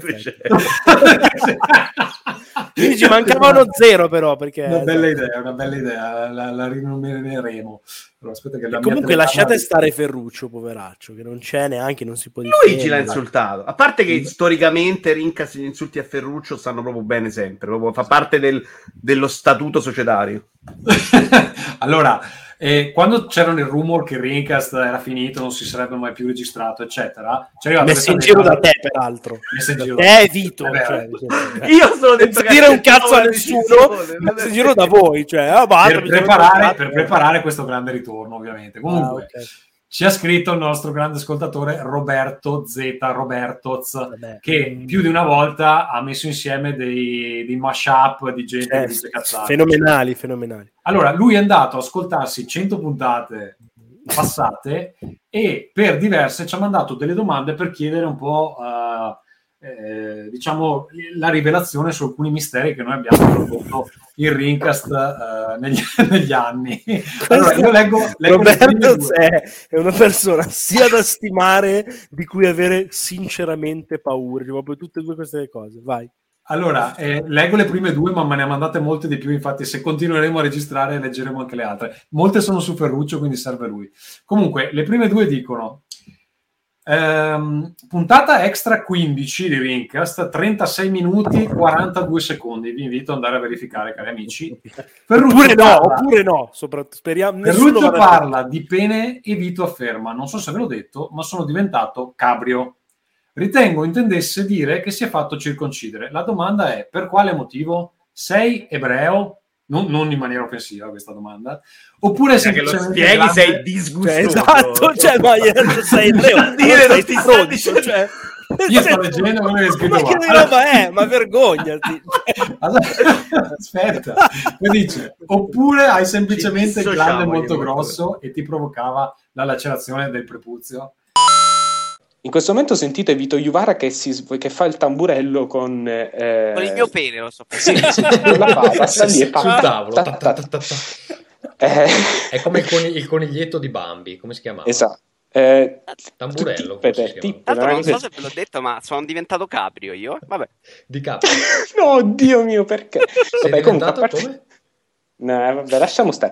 Luigi, mancava uno 0 però, perché una bella idea, la rinomineremo. Allora, aspetta che comunque lasciate stare Ferruccio, poveraccio, che non c'è neanche, non si può dire. Luigi l'ha insultato. A parte che storicamente Rincast gli insulti a Ferruccio stanno proprio bene sempre, proprio fa parte dello statuto societario. Allora, quando c'erano il rumor che Rincast era finito, non si sarebbe mai più registrato, eccetera, messo in giro da te, peraltro. Vito. Io sono dentro dire un cazzo a nessuno, messo in giro da voi. Cioè, per preparare questo grande ritorno, ovviamente. Comunque, ci ha scritto il nostro grande ascoltatore Roberto Z, Robertoz, che più di una volta ha messo insieme dei mashup di gente che dice cazzate. Fenomenali. Allora, lui è andato a ascoltarsi 100 puntate passate e per diverse ci ha mandato delle domande per chiedere un po' diciamo la rivelazione su alcuni misteri che noi abbiamo prodotto in Rincast negli anni. Allora, io leggo Roberto è una persona sia da stimare di cui avere sinceramente paura, proprio tutte e due queste cose. Vai. Allora, leggo le prime due, ma me ne ha mandate molte di più, infatti se continueremo a registrare leggeremo anche le altre. Molte sono su Ferruccio, quindi serve lui. Comunque, le prime due dicono puntata extra 15 di Rincast, 36 minuti 42 secondi. Vi invito ad andare a verificare, cari amici. Oppure no, soprattutto speriamo. Ferruccio parla di pene e Vito afferma: non so se ve l'ho detto, ma sono diventato cabrio. Ritengo intendesse dire che si è fatto circoncidere. La domanda è: per quale motivo? Sei ebreo? Non in maniera offensiva questa domanda. Oppure semplicemente che lo spieghi sei disgustoso. Esatto, sei ebreo. Non ti sta dicendo. Io sto leggendo quello che è scritto qua. Ma che roba è? Ma vergognati. Aspetta. Poi dice: oppure hai semplicemente il glande molto grosso e ti provocava la lacerazione del prepuzio. In questo momento sentite Vito Juvara che fa il tamburello con il mio pene, lo so. Sì, la fa, sta lì e fa sul tavolo. È come il coniglietto di Bambi, come si chiamava? Esatto. Tamburello. Tanto non so se ve l'ho detto, ma sono diventato caprio io. Vabbè. Di caprio. No, Dio mio, perché? Sei vabbè, diventato comunque, come? No, vabbè, lasciamo stare.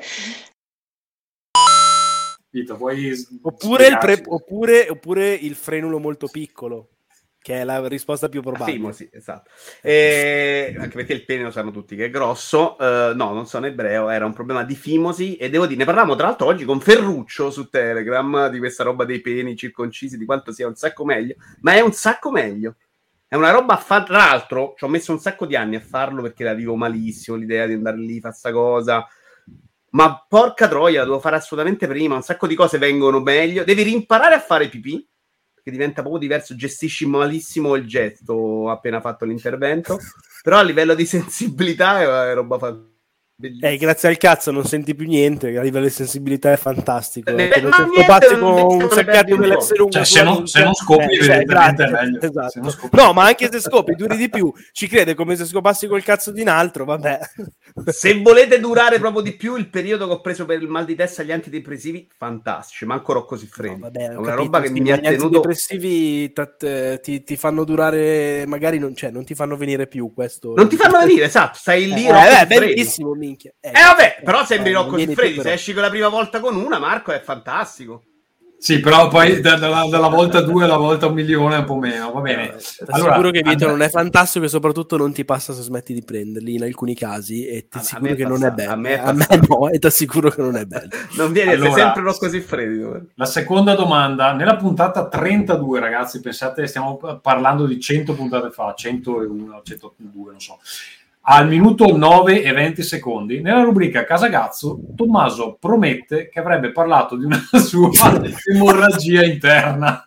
Oppure il frenulo molto piccolo, che è la risposta più probabile. Sì, esatto. Anche perché il pene lo sanno tutti che è grosso. No, non sono ebreo, era un problema di fimosi. E devo dire, ne parlavamo tra l'altro oggi con Ferruccio su Telegram di questa roba dei peni circoncisi, di quanto sia un sacco meglio. Ma è un sacco meglio. È una roba tra l'altro ci ho messo un sacco di anni a farlo perché la vivo malissimo l'idea di andare lì, fare sta cosa. Ma porca troia, la devo fare assolutamente prima. Un sacco di cose vengono meglio. Devi rimparare a fare pipì, che diventa proprio diverso. Gestisci malissimo il gesto appena fatto l'intervento. Però a livello di sensibilità è roba bellissima. Grazie al cazzo non senti più niente. A livello di sensibilità è fantastico. Non con un sacchetto dell'essere umano. Se non scopi, evidentemente è meglio. Esatto. Se non scopi. No, ma anche se scopi, duri di più. Ci crede come se scopassi col cazzo di un altro. Vabbè. Se volete durare proprio di più, il periodo che ho preso per il mal di testa agli antidepressivi, fantastici. Manco Rocco Siffredi. No, vabbè, è una roba che mi ha tenuto. Gli antidepressivi ti fanno durare, magari non ti fanno venire più. Questo non ti fanno venire, esatto. Stai lì. Bellissimo, minchia. Vabbè, però sembri Rocco Siffredi. Se esci quella prima volta con una, Marco, è fantastico. Sì, però poi dalla volta 2 alla volta 1.000.000 è un po' meno, va bene. Allora, sicuro che Vito non è fantastico e soprattutto non ti passa se smetti di prenderli in alcuni casi e ti assicuro che non è bello. A me no, e ti assicuro che non è bello. Non viene, sei sempre Rocco Siffredi. La seconda domanda, nella puntata 32, ragazzi, pensate, stiamo parlando di 100 puntate fa, 101, 102, non so. Al minuto 9 e 20 secondi, nella rubrica Casagazzo, Tommaso promette che avrebbe parlato di una sua emorragia interna.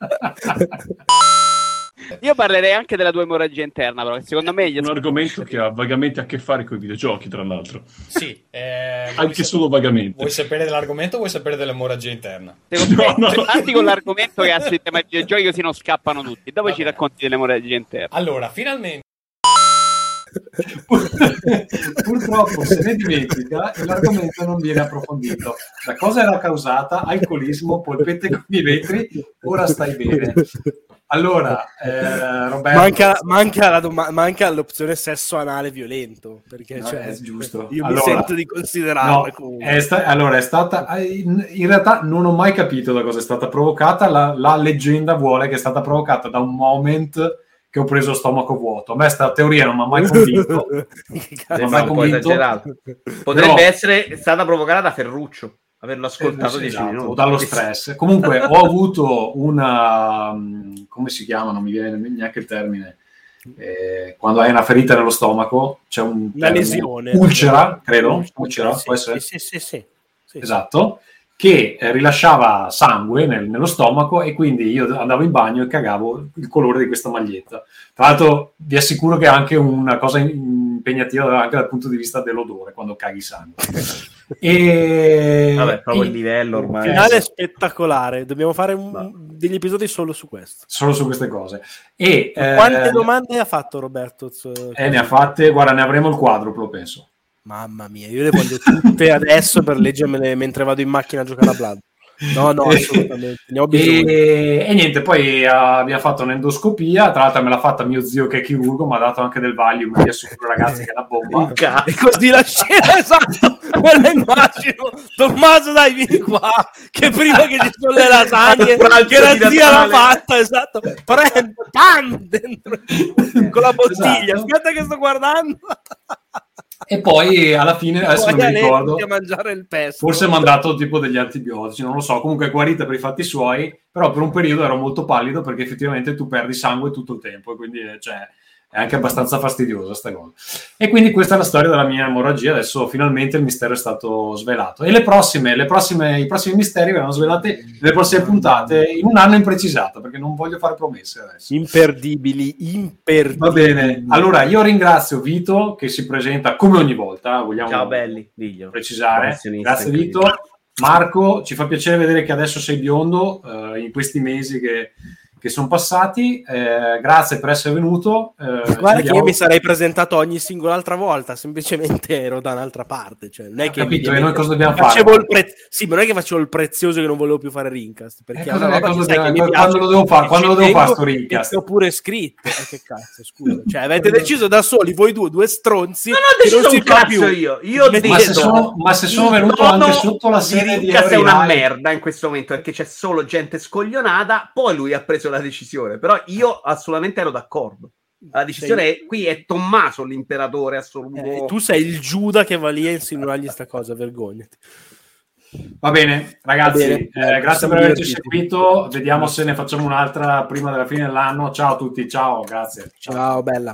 Io parlerei anche della tua emorragia interna, però secondo me un argomento che ha vagamente a che fare con i videogiochi, tra l'altro. Sì, anche solo vagamente. Vuoi sapere dell'argomento o vuoi sapere dell'emorragia interna? Secondo me, parti con l'argomento che ha sui tema videogiochi, così non scappano tutti. Dopo ci racconti dell'emorragia interna. Allora, finalmente. Purtroppo se ne dimentica e l'argomento non viene approfondito. Da cosa era causata? Alcolismo, polpette con i vetri, ora stai bene. Allora, Roberto, manca l'opzione sesso anale violento, perché è giusto. Io mi sento di considerarla. No, è stata in realtà non ho mai capito da cosa è stata provocata. La leggenda vuole che è stata provocata da un moment che ho preso stomaco vuoto. A me sta teoria non mi ha mai convinto. Potrebbe essere stata provocata da Ferruccio, averlo ascoltato 10 minuti. O dallo stress. Comunque ho avuto una, come si chiama? Non mi viene neanche il termine. Quando hai una ferita nello stomaco c'è una lesione, ulcera, credo. Ulcera, può essere? Sì. Esatto. che rilasciava sangue nello stomaco, e quindi io andavo in bagno e cagavo il colore di questa maglietta. Tra l'altro vi assicuro che è anche una cosa impegnativa anche dal punto di vista dell'odore quando caghi sangue. E vabbè, proprio il livello ormai. Finale spettacolare, dobbiamo fare degli episodi solo su questo. Solo su queste cose. E quante domande ha fatto Roberto? Ne ha fatte, guarda, ne avremo il quadruplo, penso. Mamma mia, io le voglio tutte adesso per leggermele mentre vado in macchina a giocare a Blood. No, assolutamente, ne ho bisogno. E niente, poi abbiamo fatto un'endoscopia, tra l'altro me l'ha fatta mio zio che è chirurgo, mi ha dato anche del Valium, vi assicuro ragazzi che è una bomba. E così la scena, esatto, me la immagino. Tommaso, dai, vieni qua, che prima che ci sono le lasagne, che la zia l'ha fatta, esatto, prende, pan, dentro, con la bottiglia, esatto. Aspetta che sto guardando. E poi alla fine, adesso non mi ricordo, a mangiare il pesto. Forse mi ha dato tipo degli antibiotici, non lo so, comunque è guarita per i fatti suoi, però per un periodo ero molto pallido perché effettivamente tu perdi sangue tutto il tempo e quindi è anche abbastanza fastidiosa sta cosa. E quindi questa è la storia della mia emorragia. Adesso finalmente il mistero è stato svelato e i prossimi misteri verranno svelati nelle prossime puntate in un anno imprecisato, perché non voglio fare promesse adesso. Imperdibili. Va bene, allora io ringrazio Vito che si presenta come ogni volta, vogliamo ciao belli, diglielo, precisare. Grazie Vito. Marco, ci fa piacere vedere che adesso sei biondo in questi mesi che sono passati, grazie per essere venuto. Guarda che io mi sarei presentato ogni singola altra volta, semplicemente ero da un'altra parte, cioè non è che capito, e noi cosa dobbiamo fare? Sì, ma non è che facevo il prezioso che non volevo più fare Rincast, perché quando lo devo fare sto Rincast? Ho pure scritto, che cazzo, scusa, cioè avete deciso da soli voi due stronzi, non ho deciso un cazzo io ma se sono venuto anche sotto la serie di Rincast è una merda in questo momento, perché c'è solo gente scoglionata, poi lui ha preso la decisione, però io assolutamente ero d'accordo. La decisione qui è Tommaso l'imperatore assoluto. Tu sei il Giuda che va lì a insinuargli sta cosa, vergognati. Va bene, ragazzi, grazie per averci seguito. Vediamo se ne facciamo un'altra prima della fine dell'anno. Ciao a tutti, ciao, grazie. Ciao, bella.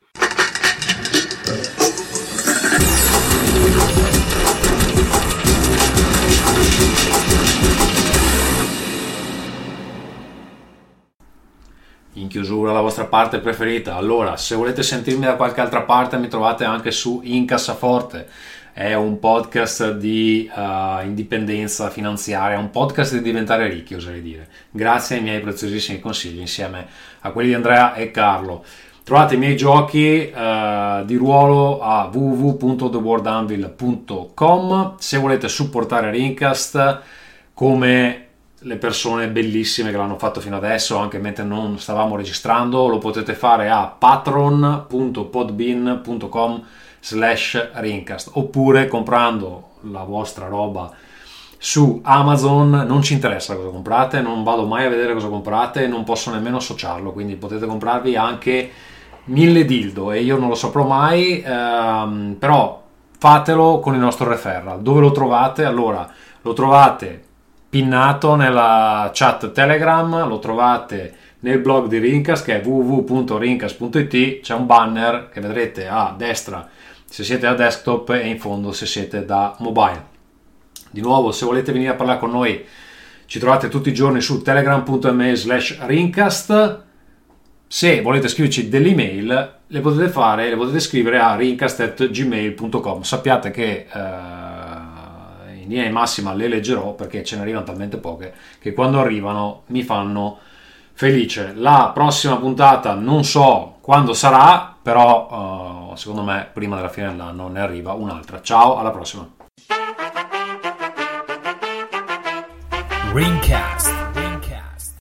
In chiusura la vostra parte preferita. Allora, se volete sentirmi da qualche altra parte mi trovate anche su Incassaforte, è un podcast di indipendenza finanziaria, un podcast di diventare ricchi, oserei dire, grazie ai miei preziosissimi consigli insieme a quelli di Andrea e Carlo. Trovate i miei giochi di ruolo a www.theworldanvil.com. Se volete supportare Rincast come le persone bellissime che l'hanno fatto fino adesso, anche mentre non stavamo registrando, lo potete fare a patron.podbean.com/Rincast, oppure comprando la vostra roba su Amazon. Non ci interessa cosa comprate, non vado mai a vedere cosa comprate, non posso nemmeno associarlo, quindi potete comprarvi anche 1000 dildo e io non lo saprò mai, però fatelo con il nostro referral. Dove lo trovate? Allora, lo trovate pinnato nella chat Telegram, lo trovate nel blog di Rincast che è www.rincast.it, c'è un banner che vedrete a destra se siete da desktop e in fondo se siete da mobile. Di nuovo, se volete venire a parlare con noi ci trovate tutti i giorni su telegram.me/Rincast. Se volete scriverci delle email le potete scrivere a rincast@gmail.com. Sappiate che in linea di massima le leggerò, perché ce ne arrivano talmente poche che quando arrivano mi fanno felice. La prossima puntata non so quando sarà, però secondo me prima della fine dell'anno ne arriva un'altra. Ciao, alla prossima. Rincast.